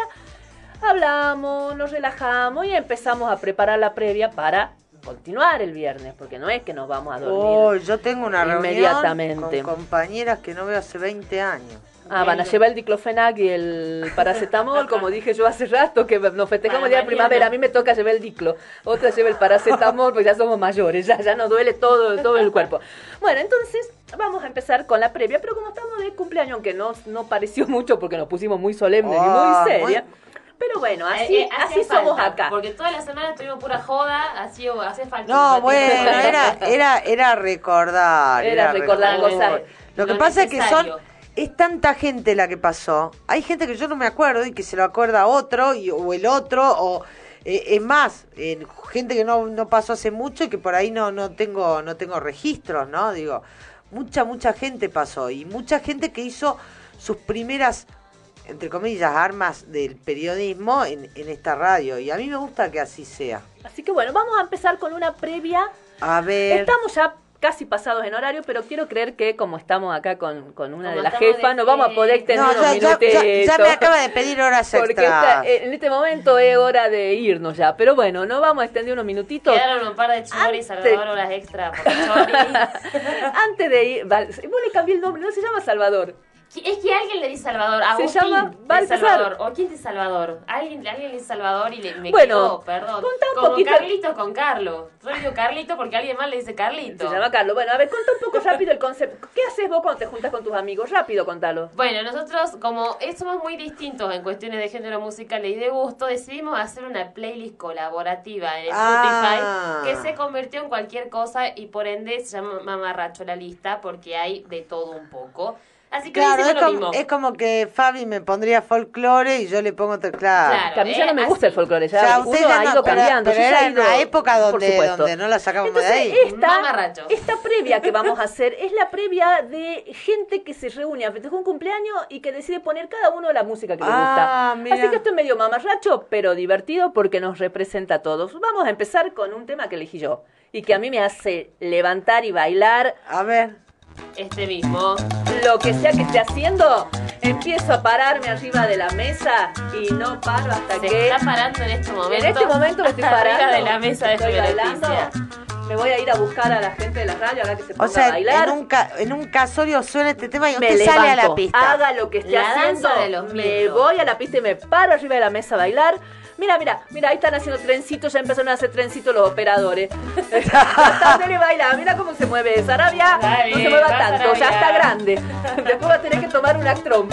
Hablamos, nos relajamos y empezamos a preparar la previa para continuar el viernes, porque no es que nos vamos a dormir. Oh, yo tengo una inmediatamente. reunión con compañeras que no veo hace veinte años. Ah, van a llevar el diclofenac y el paracetamol, como dije yo hace rato, que nos festejamos el día de primavera. A mí me toca llevar el diclo, otra lleva el paracetamol, pues ya somos mayores, ya, ya nos duele todo, todo el cuerpo. Bueno, entonces vamos a empezar con la previa, pero como estamos de cumpleaños, aunque no, no pareció mucho porque nos pusimos muy solemnes Oh, y muy serias, muy- pero bueno, así, Eh, eh, hace así somos falta, acá. Porque toda la semana tuvimos pura joda, así hace falta. No, un bueno, ratito. era, era, era recordar. Era recordar cosas. Lo que lo pasa es que son, necesario. es tanta gente la que pasó. Hay gente que yo no me acuerdo y que se lo acuerda otro, y, o el otro, o eh, es más, eh, gente que no, no pasó hace mucho y que por ahí no, no tengo, no tengo registros, ¿no? Digo, mucha, mucha gente pasó y mucha gente que hizo sus primeras, entre comillas, armas del periodismo en, en esta radio. Y a mí me gusta que así sea. Así que bueno, vamos a empezar con una previa. A ver. Estamos ya casi pasados en horario, pero quiero creer que como estamos acá con, con una Como de las estamos jefas, de nos vamos a poder extender No, unos ya, ya, minutitos. ya, ya me acaba de pedir horas Porque extras. esta- en este momento es hora de irnos ya. Pero bueno, nos vamos a extender unos minutitos. Quedaron un par de choris, Antes- Salvador, horas extra. Porque choris. Antes de ir, Val- vos le cambié el nombre, no se llama Salvador. Es que alguien le dice Salvador. Agustín Se llama de Baltasar. Salvador. ¿O quién dice Salvador? Alguien, alguien le dice Salvador y le, me Bueno, quedó, perdón. contá un Como poquito. Carlito con Carlos. Yo le digo Carlito porque alguien más le dice Carlito. Se llama Carlos. Bueno, a ver, contá un poco rápido el concepto. ¿Qué haces vos cuando te juntas con tus amigos? Rápido, contalo. Bueno, nosotros como eh, somos muy distintos en cuestiones de género musical y de gusto, decidimos hacer una playlist colaborativa en Spotify Ah. que se convirtió en cualquier cosa y por ende se llama Mamarracho la lista porque hay de todo un poco. Así que Claro, es hicimos lo como, mismo. es como que Fabi me pondría folclore y yo le pongo otro, claro. Claro. Que a mí ya eh, no me gusta así. el folclore, ya, Ya, uno usted ya ha no, ido pero- cambiando. pero yo ya era he en ido- la época por donde, supuesto. donde no la sacamos Entonces, de ahí. esta, Mamarracho. esta previa que vamos a hacer es la previa de gente que se reúne a festejar un cumpleaños y que decide poner cada uno la música que le Ah, gusta. mira. Así que esto es medio mamarracho, pero divertido porque nos representa a todos. Vamos a empezar con un tema que elegí yo y que a mí me hace levantar y bailar. A ver. Este mismo. Lo que sea que esté haciendo, empiezo a pararme arriba de la mesa y no paro hasta Se que... está parando en este momento. En este momento me estoy arriba parando. de la mesa de estoy Fe bailando. Leticia. Me voy a ir a buscar a la gente de la radio ahora que se ponga O sea, a bailar. en un, ca- en un casorio suena este tema y me usted levanto, sale a la pista. haga lo que esté La haciendo, danza de los me miembros. voy a la pista y me paro arriba de la mesa a bailar. Mira, mira, mira, ahí están haciendo trencitos, ya empezaron a hacer trencitos los operadores. Tratando de bailar, mira cómo se mueve Sarabia, Dale, no se mueva va, tanto, ya Sarabia. está grande. Después va a tener que tomar un actrón.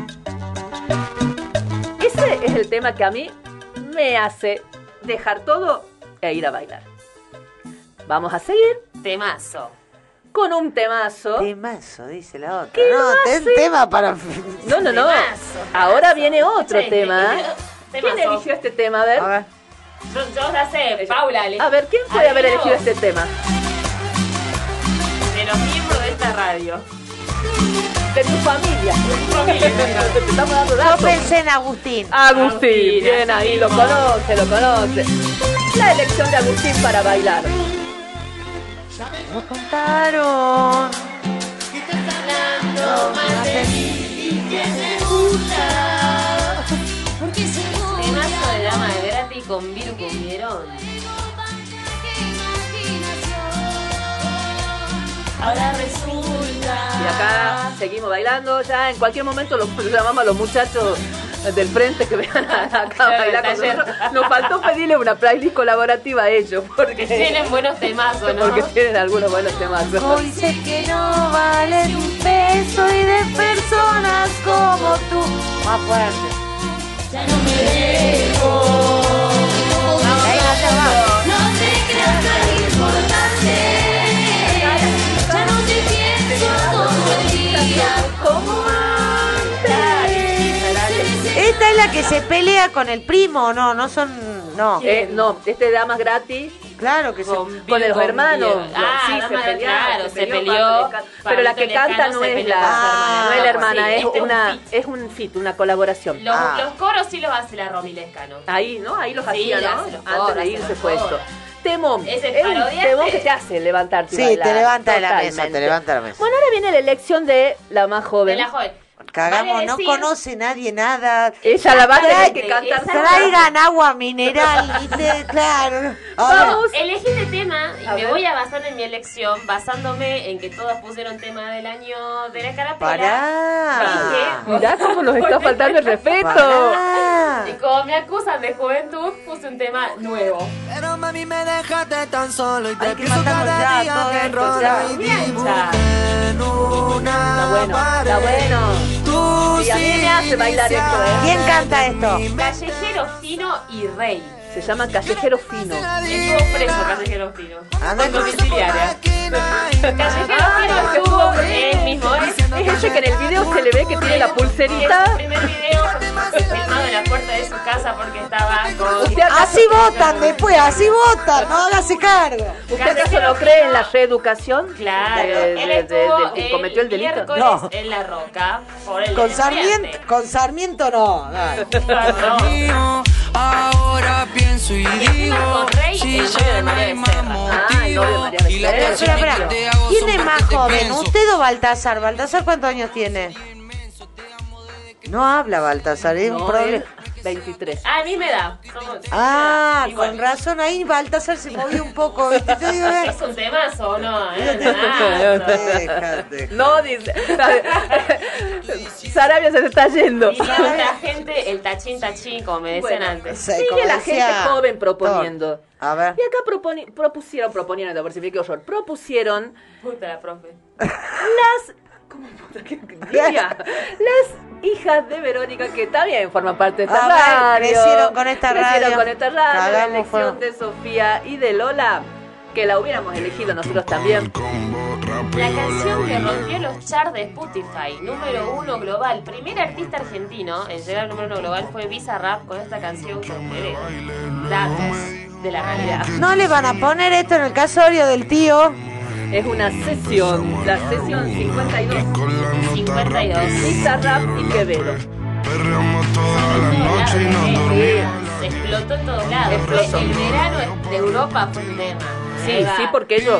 Ese es el tema que a mí me hace dejar todo e ir a bailar. Vamos a seguir Temazo. con un temazo. Temazo, dice la otra. ¿Qué No, lo ten hace? tema para... No, no, no. Temazo, Ahora viene otro Escucha, tema. temazo. ¿Quién eligió este tema? A ver. A ver. Yo, yo ya sé, Paula. le- A ver, ¿quién puede haber Adivino. elegido este tema? De los miembros de esta radio. De tu familia. Te estamos dando Yo datos. pensé en Agustín. Agustín, Agustín, bien así ahí, lo mismo. conoce, lo conoce. La elección de Agustín para bailar. Me contaron. Temazo de Dama de Gratis con Viru Cumbierón. Ahora resulta. Y acá seguimos bailando. Ya en cualquier momento los llamamos a los muchachos del frente que vean acá bailar con nosotros. Nos faltó pedirle una playlist colaborativa a ellos. Porque tienen buenos temazos, ¿no? Porque tienen algunos buenos temazos. Hoy sé que no valen un peso y de personas como tú. Más fuerte. Ya no me dejo. Ahí no se va. No te creas tan importante. Ya no te pienso todo el día como antes. Esta es la que se pelea con el primo, no, no son, no. Eh, no, este de Damas Gratis. Claro que con, se con los con hermanos. Diego. Ah, sí, se Damas- pelearon, claro, se peleó. Pablito pero la que Lescano canta no se es peleó la, con su hermana. no es la hermana, Sí, es este es un una, feat. es un fit, una colaboración. Los, Ah. los coros sí los hace la Romy Lescano. Ahí, ¿no? Ahí los Sí, hacía, le ¿no? hace los Antes coros, de hace irse los fue esto. coros. Temón. Ese Es un parodiante. temón que te hace levantarte y Sí, bailar. te levanta de la mesa, Totalmente. te levanta de la mesa. Bueno, ahora viene la elección de la más joven. De la joven. Cagamos, Vale no decir- conoce nadie nada. Ella la va a tener que Exactamente, cantar. Traigan agua mineral, ¿viste? Claro. Vamos. Elegí este tema y A me ver. voy a basar en mi elección, basándome en que todas pusieron tema del año de la carapela. Pará. Dije, Mirá cómo nos está faltando el respeto. Pará. y como me acusan de juventud, puse un tema nuevo. Pero mami me dejaste tan solo y te Hay que pienso matarnos cada ya, día todo que esto, rolo ya. y Biancha. dibujé en una Está bueno, pared. está bueno. Tú Y a mí me hace bailar esto, ¿eh? ¿Quién canta esto? Callejero Fino y Rey. Se llama Callejero Fino. Estuvo preso Callejero Fino. Anda Con con- domiciliaria. Callejero Fino estuvo el mismo. Es, Es ese que en el video se le ve que tiene la es el pulserita. primer video filmado en la puerta de su casa porque estaba con... ¿Usted acaso, Así votan después, así votan, no hágase cargo. ¿usted acaso no cree en la reeducación? Claro, De- de- él de- estuvo del que cometió el delito. miércoles No. en La Roca por el Con estudiante. Sarmiento, con Sarmiento no. dale. No. Ahora pienso y Y encima digo, con Rey, si el novio ya de no María hay Becerra. más Ah, el novio de María motivo y la Becerra. Espera, canción espera. que te hago ¿Quién son es más porque te joven, pienso. usted o Baltasar? ¿Baltasar cuántos años tiene? No habla Baltasar, es un No, problema. él, veintitrés. Ah, a mí me da. Somos- Ah, igual. con razón, ahí Baltasar se movió un poco, ¿viste? Yo digo, eh, Es un temazo, ¿o no? Es un déjate. No, dice. Sarabia se te está yendo. Y la otra gente, el tachín tachín, como me decían Bueno, antes. Sí, sigue como la decía gente joven proponiendo. A ver. Y acá proponi- propusieron, proponieron, por si me qué horror, propusieron Puta la profe. las. ¿Cómo puta que diría? Las hijas de Verónica, que también forman parte de esta A ver, radio. crecieron con esta Crecieron radio. con esta radio. La Cagamos, elección fue. de Sofía y de Lola, que la hubiéramos elegido nosotros también. La canción que rompió los charts de Spotify, número uno global. Primer artista argentino en llegar al número uno global fue Bizarrap con esta canción que ustedes datos de la realidad. No le van a poner esto en el casorio del tío. Es una sesión, la sesión cincuenta y dos. cincuenta y dos. Bizarrap y Quevedo. Se explotó en todos lados. Explotó. El verano de Europa fue el tema. Sí, Eva. sí, porque ellos.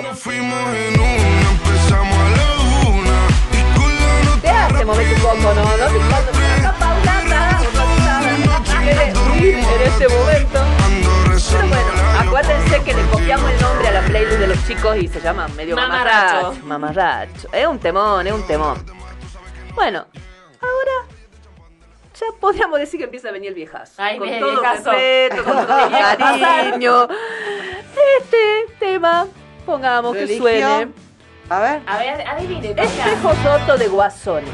Te hace mover tu poco, ¿no? ¿No? Cuando está Paulata, quiere huir en ese momento. Pero bueno, acuérdense que le copiamos el nombre a la playlist de los chicos y se llama medio Mamarracho. mamarracho. Mamarracho. Es un temón, es un temón. Bueno, ahora ya podríamos decir que empieza a venir el viejazo. Ay, con viene todo el viejazo. respeto, con todo cariño. Este tema, pongamos que ¿Lo eligió? suene. A ver. A ver, adivine. Espejo roto de Guasones.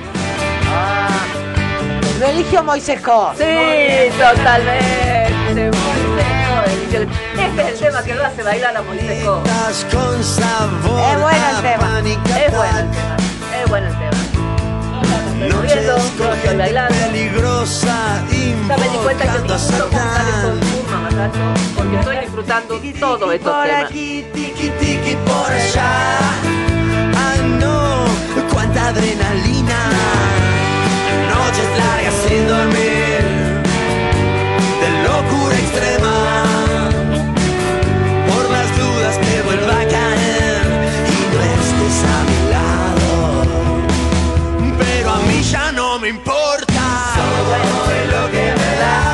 Lo eligió Moisés Cos. Sí, totalmente. Moisés Cos. Este es el tema que lo hace bailar a Moisés Cos. Estás con sabor Es bueno el a tema. pan y Es bueno el catán. tema. Es bueno el tema. Estoy Noche moviendo, yo estoy bailando. peligrosa, Ya me di cuenta que invocando a disfruto con Satán. un mamarracho porque estoy disfrutando todos estos Por temas. aquí, Tiki tiki por allá. Ah, no, cuánta adrenalina. Noches largas sin dormir. De locura extrema. Por las dudas que vuelva a caer. Y no estés a mi lado. Pero a mí ya no me importa. Soy lo que me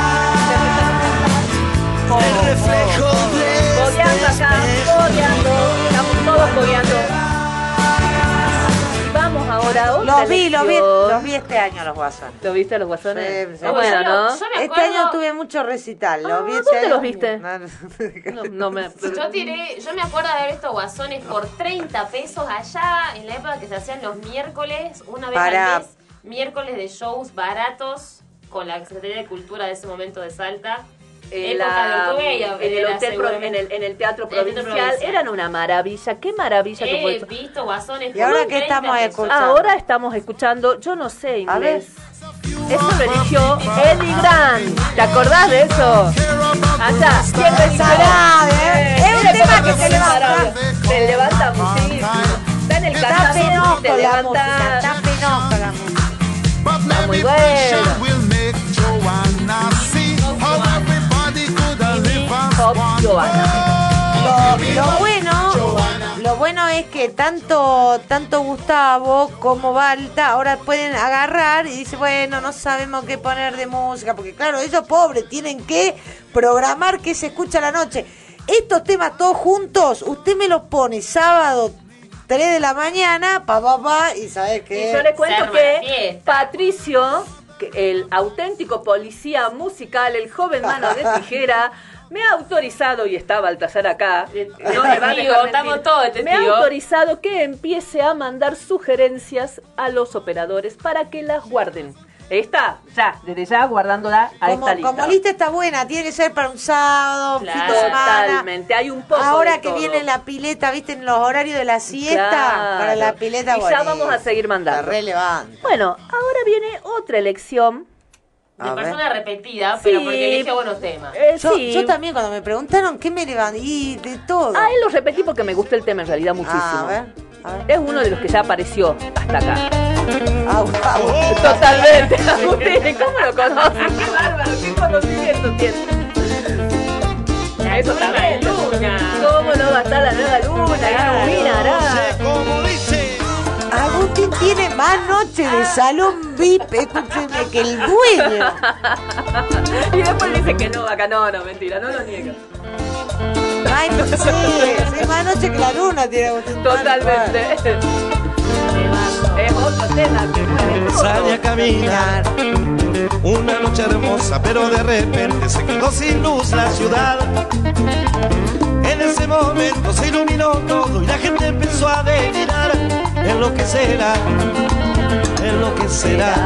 da. El reflejo de Bogueando este acá, espejo. bogueando. Estamos todos bogueando. Y vamos ahora a otro Los vi, los vi, los vi este año los Guasones. ¿Los viste los Guasones? Sí, sí. Ah, bueno, ¿no? Yo me Este acuerdo- año tuve mucho recital. Los Ah, vi ¿dónde este año. los viste? No, no. No, no me... Yo tiré, yo me acuerdo de haber visto Guasones por treinta pesos allá en la época que se hacían los miércoles, una vez Pará. al mes, miércoles de shows baratos con la Secretaría de Cultura de ese momento de Salta. En, Época la- de Ortubella, en el era hotel pro- seguramente. en el, en el teatro En el teatro provincial provincial. eran una maravilla. Qué maravilla que fue He eso. visto Guasones ¿Y ahora por qué treinta estamos pesos. escuchando? Ahora estamos escuchando, yo no sé A ver. inglés. Eso lo eligió Eddie Grant. ¿Te acordás de eso? Allá, ¿quién lo Sagrado, ¿eh? Es un Esa tema época que fue te levanta. maravilla. Te levanta muchísimo. Está en el Está cantando y penoja te la música, levanta. está penoja la música. Está muy bueno. Pop Giovanna. Lo, lo bueno, lo bueno es que tanto, tanto Gustavo como Balta ahora pueden agarrar y dice, bueno, no sabemos qué poner de música, porque claro, ellos pobres tienen que programar qué se escucha a la noche. Estos temas todos juntos, usted me los pone sábado tres de la mañana, pa pa pa, y sabes qué. Y yo le cuento Se arma la que fiesta. Patricio, que el auténtico policía musical, el joven mano de tijera, me ha autorizado, y está Baltasar acá, no me va a Testigo, dejar estamos mentir, todos me ha testigos. autorizado que empiece a mandar sugerencias a los operadores para que las guarden. Está, ya, desde ya guardándola a Como, esta lista. como lista está buena, tiene que ser para un sábado, Claro. fin de semana. Totalmente, hay un poco Ahora de que todo. viene la pileta, viste, en los horarios de la siesta, Claro. para la pileta. Y ya vamos a seguir mandando. Está relevante. Bueno, ahora viene otra elección. De A ver. persona repetida, pero Sí. porque elige buenos temas. Eh, Yo, sí. yo también cuando me preguntaron qué me levanté, y de todo. Ah, él lo repetí porque me gusta el tema en realidad muchísimo. Ah, a ver, a ver. Es uno de los que ya apareció hasta acá. Ah, Gustavo. Totalmente. Agustín, ¿cómo lo conoces? Qué bárbaro, qué conocimiento tiene. La Eso nueva también. luna. ¿Cómo no va a estar la nueva luna? Claro. Iluminará. Agustín tiene más noches de salón V I P, escúcheme, que el dueño. Y después dice que no, acá no, no, mentira, no lo niega. Ay, no sé, sí, más noche que la luna tiene Agustín. Totalmente. Es otro tema que mueve todo. Sale a caminar una noche hermosa, pero de repente se quedó sin luz la ciudad. En ese momento se iluminó todo y la gente empezó a delirar. En lo que será, en lo que será.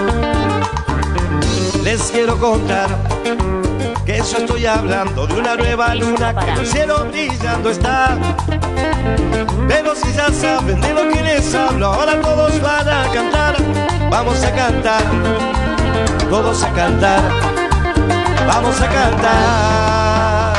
Les quiero contar que yo estoy hablando de una nueva luna que en el cielo brillando está. Pero si ya saben de lo que les hablo, ahora todos van a cantar. Vamos a cantar, todos a cantar. Vamos a cantar.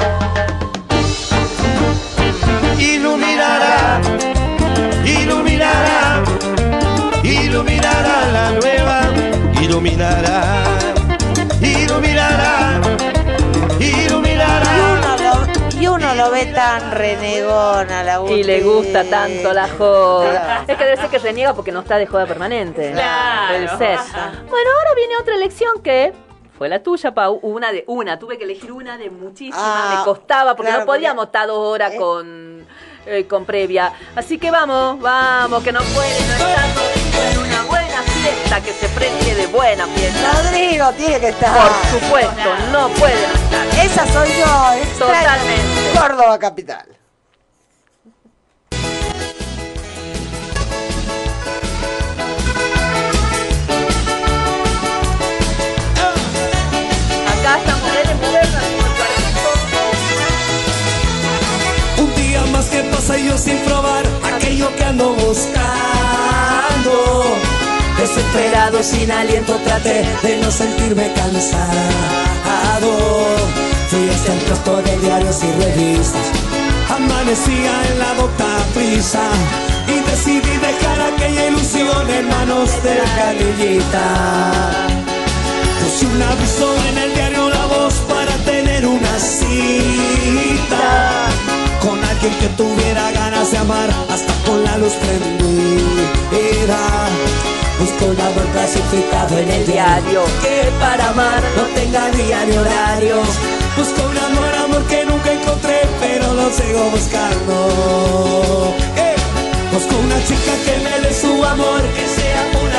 Iluminará, iluminará, iluminará la nueva. Iluminará, iluminará, iluminará. Y uno lo, y uno lo ve tan renegón a la Agustín. Y le gusta tanto la joda. Es que debe ser que reniega porque no está de joda permanente. Claro. Debe ser. Bueno, ahora viene otra elección que fue la tuya, Pau. Una de una. Tuve que elegir una de muchísimas. Ah, me costaba porque claro, no podíamos porque- estar dos horas eh. con, eh, con previa. Así que vamos, vamos, que no puede no estar Rodrigo en una buena fiesta que se precie de buena fiesta. Rodrigo tiene que estar. Por supuesto, no puede no estar. Esa soy yo, extraño. Totalmente. Córdoba capital. Acá estamos en el moderno, Un día más que pasa y yo sin probar aquello que ando buscando. Desesperado, sin aliento, traté de no sentirme cansado. Fui hasta el kiosco de diarios y revistas. Amanecía en la boca prisa y decidí dejar aquella ilusión en manos de la canillita. Puse un aviso en el diario La Voz para tener una cita con alguien que tuviera ganas de amar hasta con la luz prendida. Busco un amor clasificado en el diario que para amar no tenga día ni horarios. Busco un amor, amor que nunca encontré, pero lo sigo buscando. Eh. Busco una chica que me dé su amor, que sea una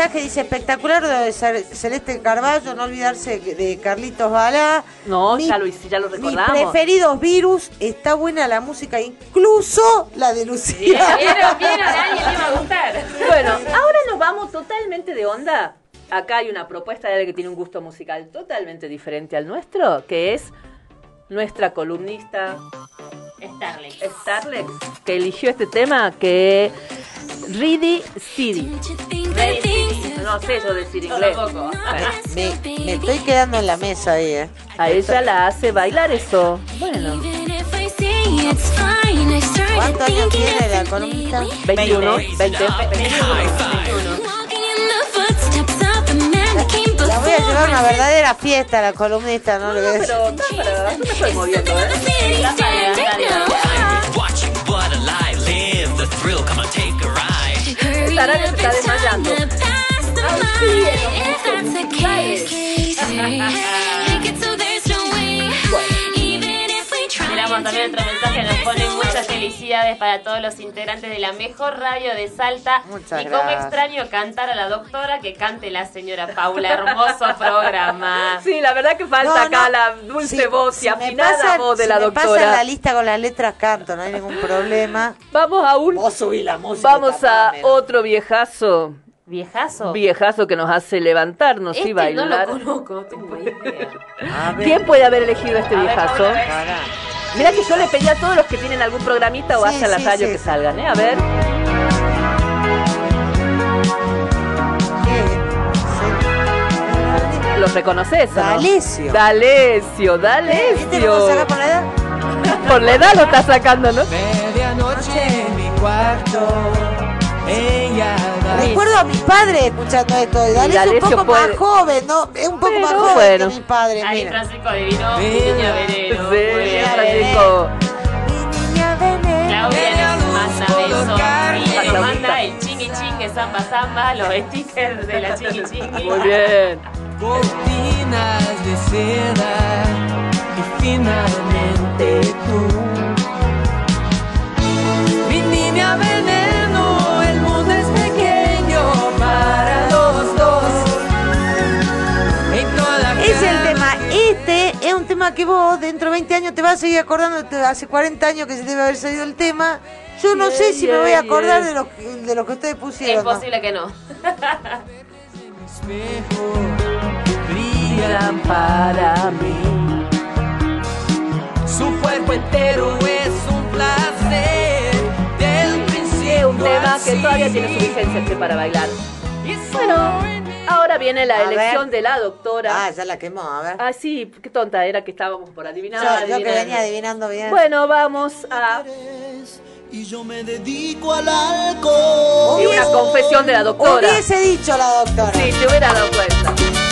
mensaje, dice espectacular de Celeste Carballo, no olvidarse de Carlitos Balá. No, Mi, ya lo hice, ya lo recordamos. Mis preferidos Virus, está buena la música, incluso la de Lucía. ¿Vieron? ¿Vieron? A alguien le iba a gustar. Bueno, ahora nos vamos totalmente de onda. Acá hay una propuesta de alguien que tiene un gusto musical totalmente diferente al nuestro, que es nuestra columnista Starlex. Starlex, que eligió este tema, que Ready City. No sé yo decir inglés. Tampoco. Me, me estoy quedando en la mesa ahí, ¿eh? A ella la hace bailar eso. Bueno. ¿Cuántos años tiene la columnista? veintiuno. veinte. La voy a llevar a una verdadera fiesta, la columnista, ¿no? No, no, pero está para... No me estoy moviendo, ¿eh? Esta araña se está desmayando. Miramos también otro mensaje, nos ponen muchas felicidades para todos los integrantes de la mejor radio de Salta. Muchas y como gracias. extraño cantar a la doctora, que cante la señora Paula. Hermoso programa. Sí, la verdad que falta No, acá no. la dulce Si- voz y si me afinada pasan- voz de si la me doctora. pasan la lista con las letras canto, no hay ningún problema. Vamos a un... Vos subí la música. Vamos a tapame, ¿no? otro viejazo. ¿Viejazo? Viejazo que nos hace levantarnos Este y bailar. no lo conozco, no tengo idea. A ver. ¿Quién puede haber elegido este A ver, viejazo? Paula, a ver. Pará. Mira que yo le pedí a todos los que tienen algún programita o Sí, hasta la sí, radio sí, que sí. salgan, ¿eh? A ver. ¿Qué? ¿Los reconoces? o no? D'Alessio. D'Alessio, ¿Viste cómo saca D'Alessio. por la edad? Por la edad lo está sacando, ¿no? Medianoche en mi cuarto, ella da. Recuerdo a mi padre escuchando esto. Y D'Alessio es un D'Alessio poco puede- más joven, ¿no? Es un poco Pero más joven bueno. que mi padre, Ahí mira. Francisco adivinó, mi niña veneno. Muy Sí, bien. Francisco. Mi niña veneno. Claudia nos manda besos y Claudita. nos manda el chingui chingue samba samba, los stickers de la chingui chingui. Muy bien. Cortinas de seda y finalmente tú. Mi niña veneno, el mundo es pequeño para los dos. En toda Es el cama. tema. Este es un tema que vos dentro de veinte años te vas a seguir acordando. te- Hace cuarenta años que se debe haber salido el tema. Yo no Yeah, sé si me voy a yeah, acordar yeah. de lo, que- de lo que ustedes Es pusieron. ¿no? posible que no. Espejo brilla Gran para mí. su cuerpo entero es un placer del principio. Es un tema al que todavía tiene su fin. vigencia este para bailar. Y Bueno, ahora viene la A elección ver. de la doctora. Ah, ya la quemó, a ver. Ah, sí, qué tonta era que estábamos por adivinar. yo, yo que adivinar. venía adivinando bien. Bueno, vamos a... Y yo me dedico al alcohol. Y una confesión de la doctora. Hubiese dicho la doctora. Sí, te hubiera dado cuenta.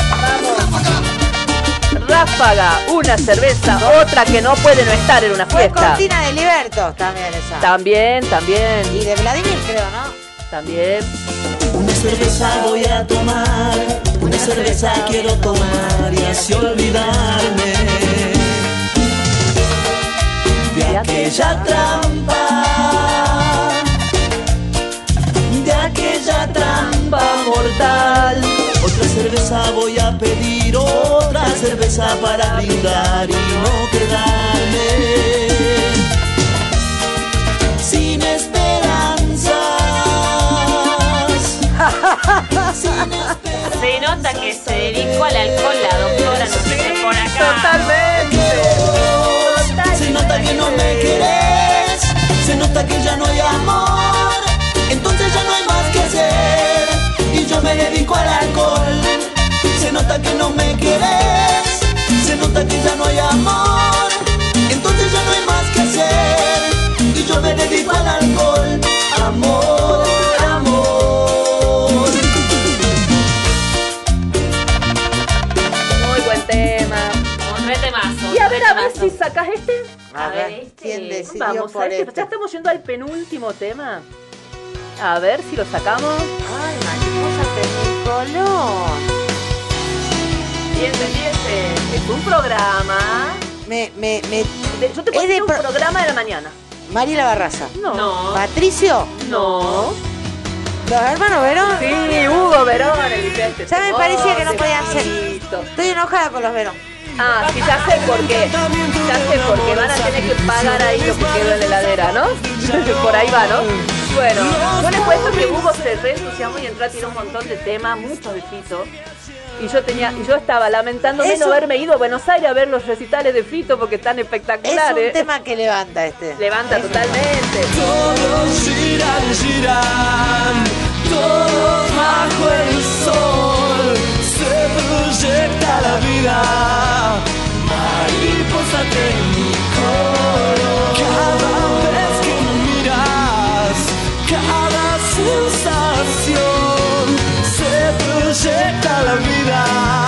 Vamos. Ráfaga, una cerveza, otra que no puede no estar en una Fue fiesta. Cortina de Libertos también esa. También, también, Y de Vladimir, creo, ¿no? también. Una cerveza voy a tomar, una cerveza quiero tomar y así olvidarme de aquella trampa, de aquella trampa mortal. Otra cerveza voy a pedir, otra cerveza para brindar y no quedarme sin esperanzas. Se nota que se dedicó al alcohol la doctora, no sé qué por acá. Totalmente. Se nota que no me querés, se nota que ya no hay amor, entonces ya no hay más que hacer y yo me dedico al alcohol. Se nota que no me querés, se nota que ya no hay amor, entonces ya no hay más que hacer y yo me dedico al alcohol. Amor, amor. Muy buen tema. Un retemazo. Y a ver, a ver retemazo. si sacas este. A A ver, ver, este, ¿quién decidió Vamos a por este. este? Ya estamos yendo al penúltimo tema. A ver si lo sacamos. Ay, mariposa tecnicolor. Piense, piense. Es un programa. Me, me, me... de- yo te puedo Es de decir un pro- programa de la mañana. Mariela Barraza. No. No. Patricio. No. ¿Los hermanos Verón? Sí, Hugo Verón, el Vicente. Ya me Oh, parecía que no qué podían ser. bonito. Estoy enojada con los Verón. Ah, sí, ya sé por qué. Ya sé por qué. Van a tener que pagar ahí lo que quedó en la heladera, ¿no? Por ahí va, ¿no? Bueno, yo les cuento que Hugo se re entusiasmó y entró a tirar un montón de temas, muchos de Fito. Y yo tenía, y yo estaba lamentándome no haberme ido a Buenos Aires a ver los recitales de Fito porque están espectaculares. Es un tema que levanta este. Levanta totalmente. Todos giran, giran, todos bajo el sol, se proyecta la vida, mariposa de mi color. Cada vez que me miras, cada sensación, se proyecta la vida,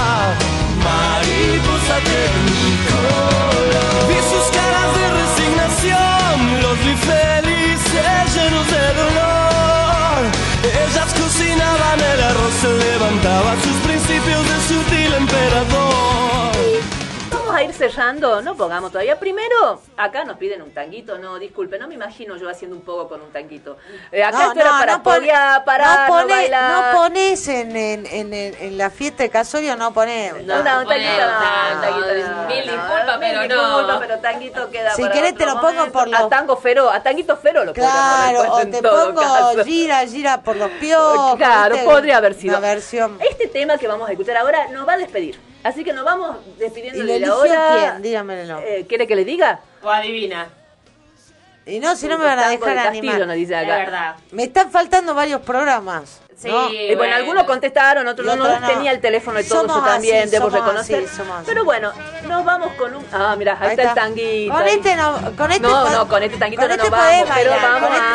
mariposa de mi color. Vi sus caras de resignación, los vi felices, llenos de dolor. Ellas cocinaban el arroz, se levantaba sus principios de sutil emperador. Vamos a ir cerrando, no pongamos todavía. Primero, acá nos piden un tanguito, no, disculpe, no me imagino yo haciendo un poco con un tanguito. Eh, acá No, esto era no, para no pone- apoyar, para no, pone- bailar. no pones en, en, en, en la fiesta de Casorio, no pones. No, no, un tanguito no, un tanguito no. Mil disculpas, Mil pero disculpas, no. pero tanguito queda Si para querés otro te lo pongo momento. por los- A tango fero, a tanguito fero lo podemos Claro, poner, pues, o en te todo pongo caso. gira, gira por los piojos. Claro, ¿viste? podría haber sido. Una versión. Este tema que vamos a escuchar ahora nos va a despedir. Así que nos vamos despidiendo ¿Y lo de eligió ahora. quién? Dígamelo. Eh, ¿Quiere que le diga? O adivina. Y no, si no me van a Tango dejar de Castillo, animar. nos dice acá. Es verdad. Me están faltando varios programas. Sí, ¿no? Y bueno, algunos contestaron, otros Y no, otros no no. tenía el teléfono y todo Somos yo también, así, debo somos reconocer. así, somos así. Pero bueno, nos vamos con un... Ah, mira, ahí, Ahí está el está. tanguito. Con ahí. este no, con este No, pod- no, con este tanguito con no este nos podés vamos, pero bailar, vamos con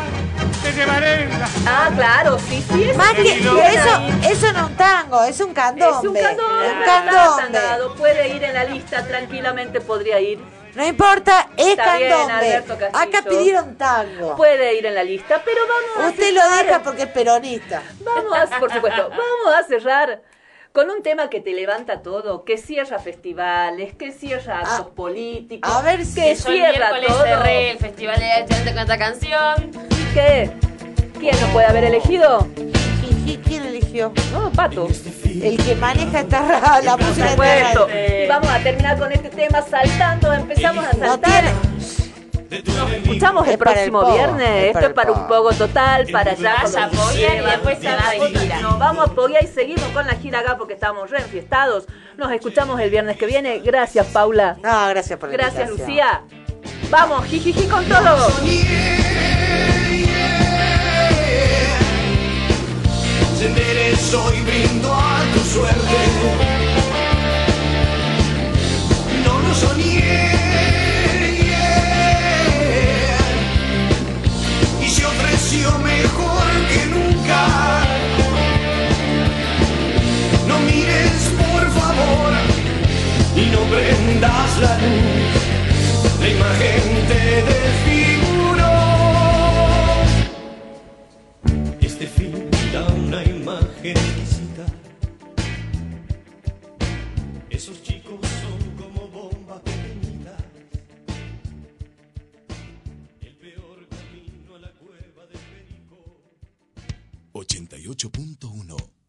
a... Ah, claro, sí, sí. Es Más que lindo. eso, eso no es un tango, es un candombe. Es un candombe, Un está candombe. tangado, puede ir en la lista, tranquilamente podría ir. No importa, es Está bien, candombe. Alberto Castillo. Acá pidieron tango. Puede ir en la lista, pero vamos a Usted lo cerrar. deja porque es peronista. Vamos a, por supuesto, vamos a cerrar con un tema que te levanta todo, que cierra festivales, que cierra actos políticos, a ver que si- Yo el cierra miércoles todo. cerré el Festival de Estudiantes con esta canción. ¿Qué? ¿Quién lo puede haber elegido? ¿Y- y ¿Quién eligió? No, Pato. El que maneja esta la Por música supuesto. esta Y vamos a terminar con este tema saltando, empezamos a No saltar. tiene. Nos escuchamos el Es para el próximo pogo, viernes. es Esto para es para el un poco total, para allá. Vas a apoyar y después se va de gira. Nos vamos a apoyar y seguimos con la gira acá porque estamos re enfiestados. Nos escuchamos el viernes que viene. Gracias, Paula. No, gracias por la Gracias, invitación. Lucía. Vamos, jijiji con todo. Se enderezó y brindo a tu suerte. No lo soñé. Y se ofreció mejor que nunca. No mires, por favor, y no prendas la luz. La imagen te desfiguró. Este fin da una imagen exquisita. Esos chicos son como bombas pequeñitas. El peor camino a la cueva del Perico. ochenta y ocho punto uno